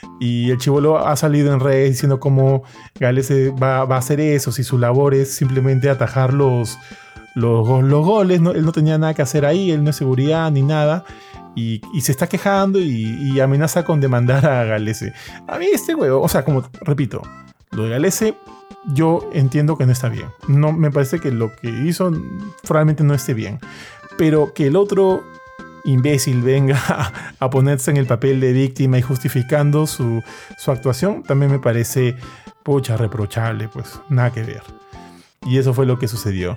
Y el chibolo ha salido en redes diciendo cómo Galese va, va a hacer eso, si su labor es simplemente atajar los, los, los goles, ¿no? Él no tenía nada que hacer ahí, él no es seguridad ni nada. Y, y se está quejando y, y amenaza con demandar a Galese. A mí este huevo, o sea, como repito, lo de Galese yo entiendo que no está bien. No, me parece que lo que hizo probablemente no esté bien. Pero que el otro imbécil venga a, a ponerse en el papel de víctima y justificando su, su actuación, también me parece, pucha, reprochable, pues nada que ver. Y eso fue lo que sucedió.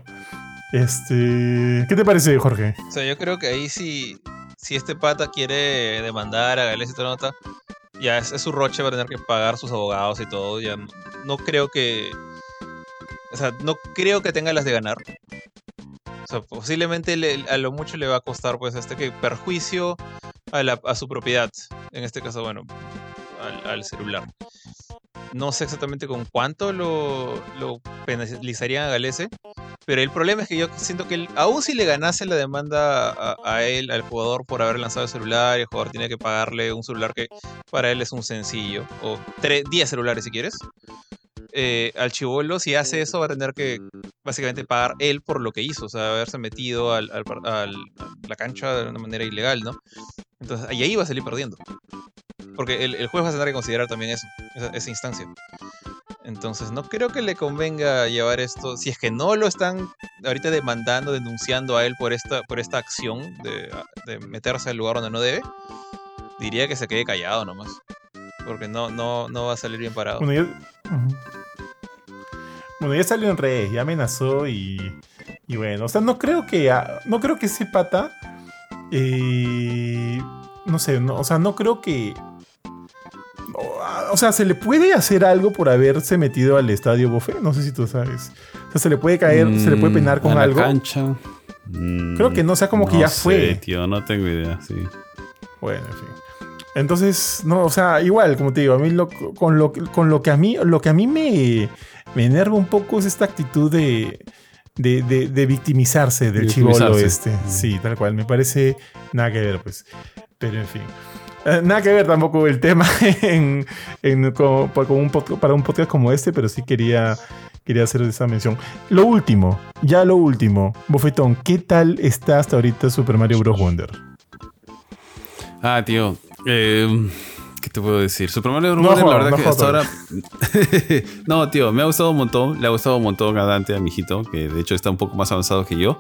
Este, ¿qué te parece, Jorge? O sea, yo creo que ahí sí, si este pata quiere demandar a Galese y toda nota, ya es, es su roche, va a tener que pagar sus abogados y todo. Ya no, no creo que, o sea, no creo que tenga las de ganar. O sea, posiblemente le, a lo mucho le va a costar, pues, este que perjuicio a, la, a su propiedad. En este caso, bueno, al, al celular. No sé exactamente con cuánto lo, lo penalizarían a Galese, pero el problema es que yo siento que él, aún si le ganase la demanda a, a él, al jugador, por haber lanzado el celular, y el jugador tiene que pagarle un celular que para él es un sencillo, o diez celulares si quieres, eh, al chibolo, si hace eso, va a tener que básicamente pagar él por lo que hizo, o sea, haberse metido al, al, al, a la cancha de una manera ilegal, ¿no? Entonces, y ahí va a salir perdiendo. Porque el, el juez va a tener que considerar también eso, esa, esa instancia. Entonces no creo que le convenga llevar esto, si es que no lo están ahorita demandando, denunciando a él por esta, por esta acción de, de meterse al lugar donde no debe, diría que se quede callado nomás. Porque no, no, no va a salir bien parado. Bueno, ya, uh-huh. bueno, ya salió en redes, ya amenazó y, y bueno, o sea, no creo que, no creo que ese pata, eh, no sé, no, o sea, no creo que... O sea, ¿se le puede hacer algo por haberse metido al estadio Bofé? No sé si tú sabes. O sea, ¿se le puede caer, mm, se le puede penar con a la algo? Cancha. Mm, Creo que no, o sea, como no que ya sé, fue. Tío, no tengo idea, sí. Bueno, en fin. Entonces, no, o sea, igual, como te digo, a mí lo, con, lo, con lo que a mí, lo que a mí me, me enerva un poco es esta actitud de, de, de, de victimizarse del chibolo este. Mm. Sí, tal cual. Me parece nada que ver, pues. Pero en fin. Eh, nada que ver tampoco el tema en, en, como, para, como un podcast, para un podcast como este, pero sí quería, quería hacer esa mención. Lo último, ya lo último. Bofetón, ¿qué tal está hasta ahorita Super Mario Bros. Wonder? Ah, tío. Eh, ¿Qué te puedo decir? Super Mario Bros. No, Wonder, joder, la verdad no que joder. hasta ahora... No, tío, me ha gustado un montón. Le ha gustado un montón a Dante, a mi hijito, que de hecho está un poco más avanzado que yo.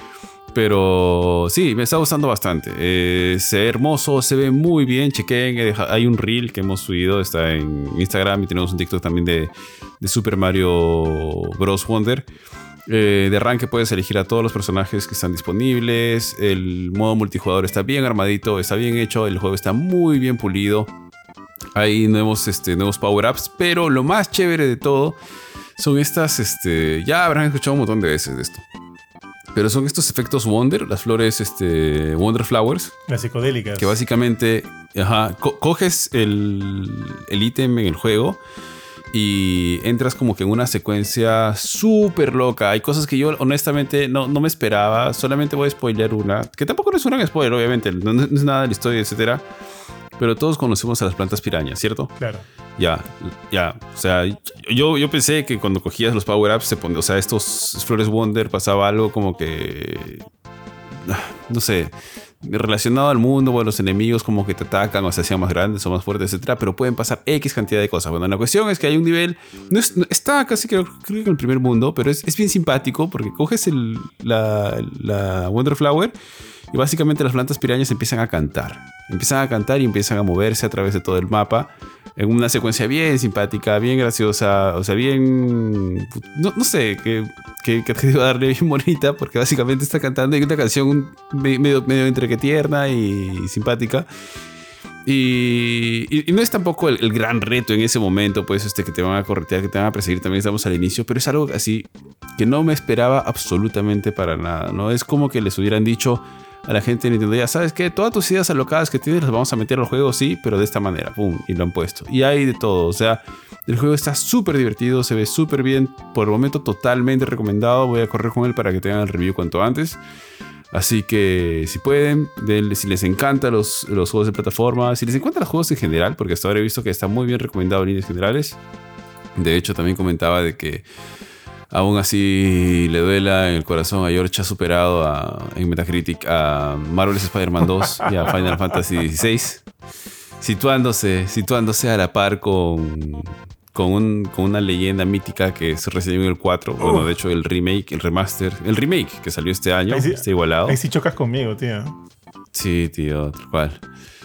Pero sí, me está gustando bastante. Eh, se ve hermoso, se ve muy bien. Chequen, hay un reel que hemos subido, está en Instagram, y tenemos un TikTok también de, de Super Mario Bros. Wonder. Eh, de arranque puedes elegir a todos los personajes que están disponibles. El modo multijugador está bien armadito, está bien hecho. El juego está muy bien pulido. Hay nuevos, este, nuevos power-ups. Pero lo más chévere de todo son estas... Este, ya habrán escuchado un montón de veces de esto. Pero son estos efectos Wonder, las flores este, Wonder Flowers. Las psicodélicas. Que básicamente ajá, co coges el el ítem en el juego y entras como que en una secuencia súper loca. Hay cosas que yo honestamente no, no me esperaba. Solamente voy a spoilear una, que tampoco no es un gran spoiler, obviamente. No, no es nada de la historia, etcétera. Pero todos conocemos a las plantas pirañas, ¿cierto? Claro. Ya, ya. O sea, yo, yo pensé que cuando cogías los power-ups, se pone, o sea, estos flores Wonder pasaba algo como que... No sé, relacionado al mundo o a los enemigos, como que te atacan o se hacían más grandes o más fuertes, etcétera. Pero pueden pasar X cantidad de cosas. Bueno, la cuestión es que hay un nivel... No es, no, está casi creo, creo que en el primer mundo, pero es, es bien simpático porque coges el, la, la Wonder Flower y básicamente las plantas pirañas empiezan a cantar. Empiezan a cantar y empiezan a moverse a través de todo el mapa en una secuencia bien simpática, bien graciosa, o sea, bien... No, no sé, que, que, que te iba a darle bien bonita, porque básicamente está cantando y una canción medio, medio entre que tierna y simpática. Y, y, y no es tampoco el, el gran reto en ese momento, pues, este, que te van a corretear, que te van a perseguir, también estamos al inicio, pero es algo así que no me esperaba absolutamente para nada, ¿no? Es como que les hubieran dicho a la gente de Nintendo, ya sabes que todas tus ideas alocadas que tienes las vamos a meter al juego, sí, pero de esta manera, pum, y lo han puesto. Y hay de todo, o sea, el juego está súper divertido, se ve súper bien, por el momento totalmente recomendado. Voy a correr con él para que tengan el review cuanto antes. Así que si pueden, denle, si les encantan los, los juegos de plataforma, si les encantan los juegos en general, porque hasta ahora he visto que está muy bien recomendado en líneas generales. De hecho, también comentaba de que aún así le duela en el corazón a George ha superado a, en Metacritic a Marvel's Spider-Man dos y a Final Fantasy dieciséis, situándose, situándose a la par con, con, un, con una leyenda mítica que es Resident Evil cuatro. Uh. Bueno, de hecho el remake, el remaster, el remake que salió este año, sí, está igualado. Ahí sí chocas conmigo, tío. Sí, tío, tal cual.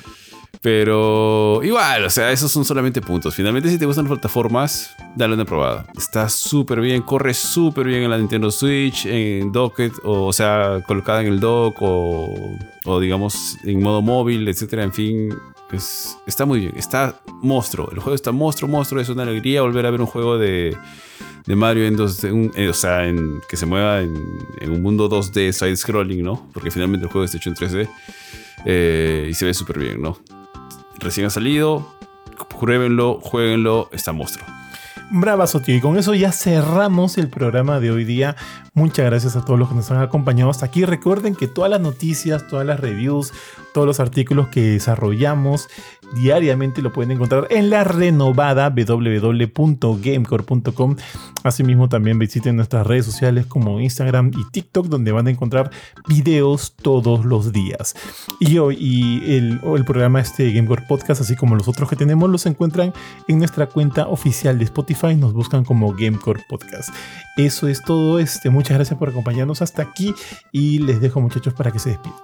Pero igual, o sea, esos son solamente puntos. Finalmente, si te gustan las plataformas, dale una probada. Está súper bien, corre súper bien en la Nintendo Switch, en docket, o, o sea, colocada en el dock, o, o digamos en modo móvil, etcétera. En fin, es, está muy bien. Está monstruo. El juego está monstruo, monstruo. Es una alegría volver a ver un juego de, de Mario en dos D, un, eh, o sea, en, que se mueva en, en un mundo dos D side-scrolling, ¿no? Porque finalmente el juego está hecho en tres D eh, y se ve súper bien, ¿no? Recién ha salido, pruébenlo, jueguenlo, está monstruo. Bravazo, tío. Y con eso ya cerramos el programa de hoy día. Muchas gracias a todos los que nos han acompañado hasta aquí. Recuerden que todas las noticias, todas las reviews, todos los artículos que desarrollamos diariamente lo pueden encontrar en la renovada w w w punto gamecore punto com. Asimismo, también visiten nuestras redes sociales como Instagram y TikTok, donde van a encontrar videos todos los días. Y hoy y el, el programa este Gamecore Podcast, así como los otros que tenemos, los encuentran en nuestra cuenta oficial de Spotify. Nos buscan como Gamecore Podcast. Eso es todo. Este, muchas gracias por acompañarnos hasta aquí y les dejo, muchachos, para que se despidan.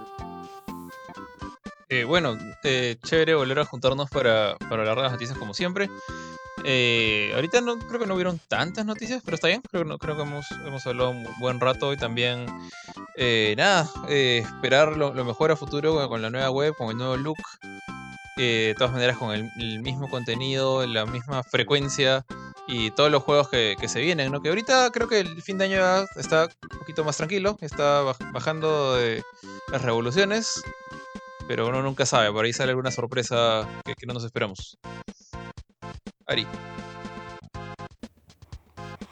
Eh, bueno, eh, chévere volver a juntarnos para, para hablar de las noticias como siempre. Eh, ahorita no creo que no hubieron tantas noticias, pero está bien. Creo, no, creo que hemos, hemos hablado un buen rato y también eh, nada, eh, esperar lo, lo mejor a futuro con, con la nueva web, con el nuevo look. Eh, de todas maneras, con el, el mismo contenido, la misma frecuencia y todos los juegos que, que se vienen, ¿no? Que ahorita creo que el fin de año ya está un poquito más tranquilo, está bajando de las revoluciones. Pero uno nunca sabe, por ahí sale alguna sorpresa que, que no nos esperamos. Ari.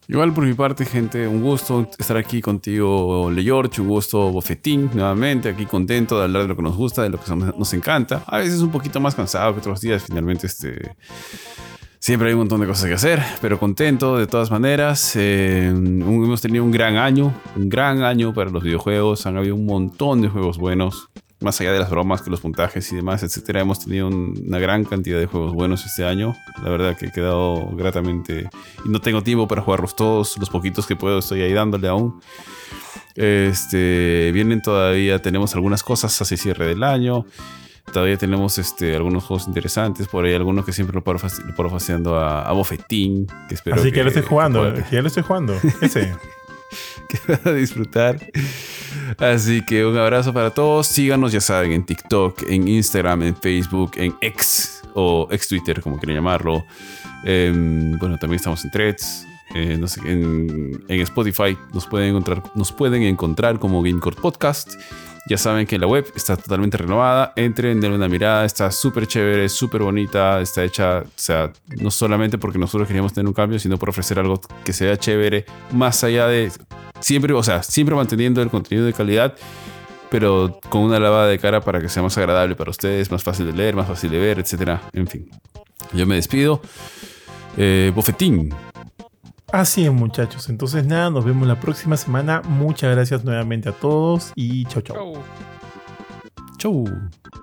Igual por mi parte, gente, un gusto estar aquí contigo, Leyorch, un gusto, Bofetín, nuevamente, aquí contento de hablar de lo que nos gusta, de lo que nos encanta. A veces un poquito más cansado que otros días, finalmente este... siempre hay un montón de cosas que hacer, pero contento de todas maneras. Eh, hemos tenido un gran año, un gran año para los videojuegos. Han habido un montón de juegos buenos, más allá de las bromas, que los puntajes y demás, etcétera. Hemos tenido un, una gran cantidad de juegos buenos este año. La verdad que he quedado gratamente... Y no tengo tiempo para jugarlos todos. Los poquitos que puedo estoy ahí dándole aún. Este, vienen todavía, tenemos algunas cosas hacia cierre del año. Todavía tenemos este, algunos juegos interesantes. Por ahí algunos que siempre lo paro, lo paro faciando a, a Bofetín. Que espero Así que, que ya lo estoy jugando. Que, que ya lo estoy jugando. Ese. que van a disfrutar. Así que un abrazo para todos. Síganos, ya saben, en TikTok, en Instagram, en Facebook, en X o ex Twitter, como quieran llamarlo. Eh, bueno, también estamos en Threads. Eh, no sé, en, en Spotify nos pueden encontrar, nos pueden encontrar como Gamecore Podcast. Ya saben que la web está totalmente renovada. Entren, denle una mirada. Está súper chévere, súper bonita. Está hecha, o sea, no solamente porque nosotros queríamos tener un cambio, sino por ofrecer algo que sea chévere, más allá de siempre, o sea, siempre manteniendo el contenido de calidad, pero con una lavada de cara para que sea más agradable para ustedes, más fácil de leer, más fácil de ver, etcétera. En fin, yo me despido. Eh, Bofetín. Así es, muchachos. Entonces, nada, nos vemos la próxima semana. Muchas gracias nuevamente a todos y chau, chau. Chau. Chau.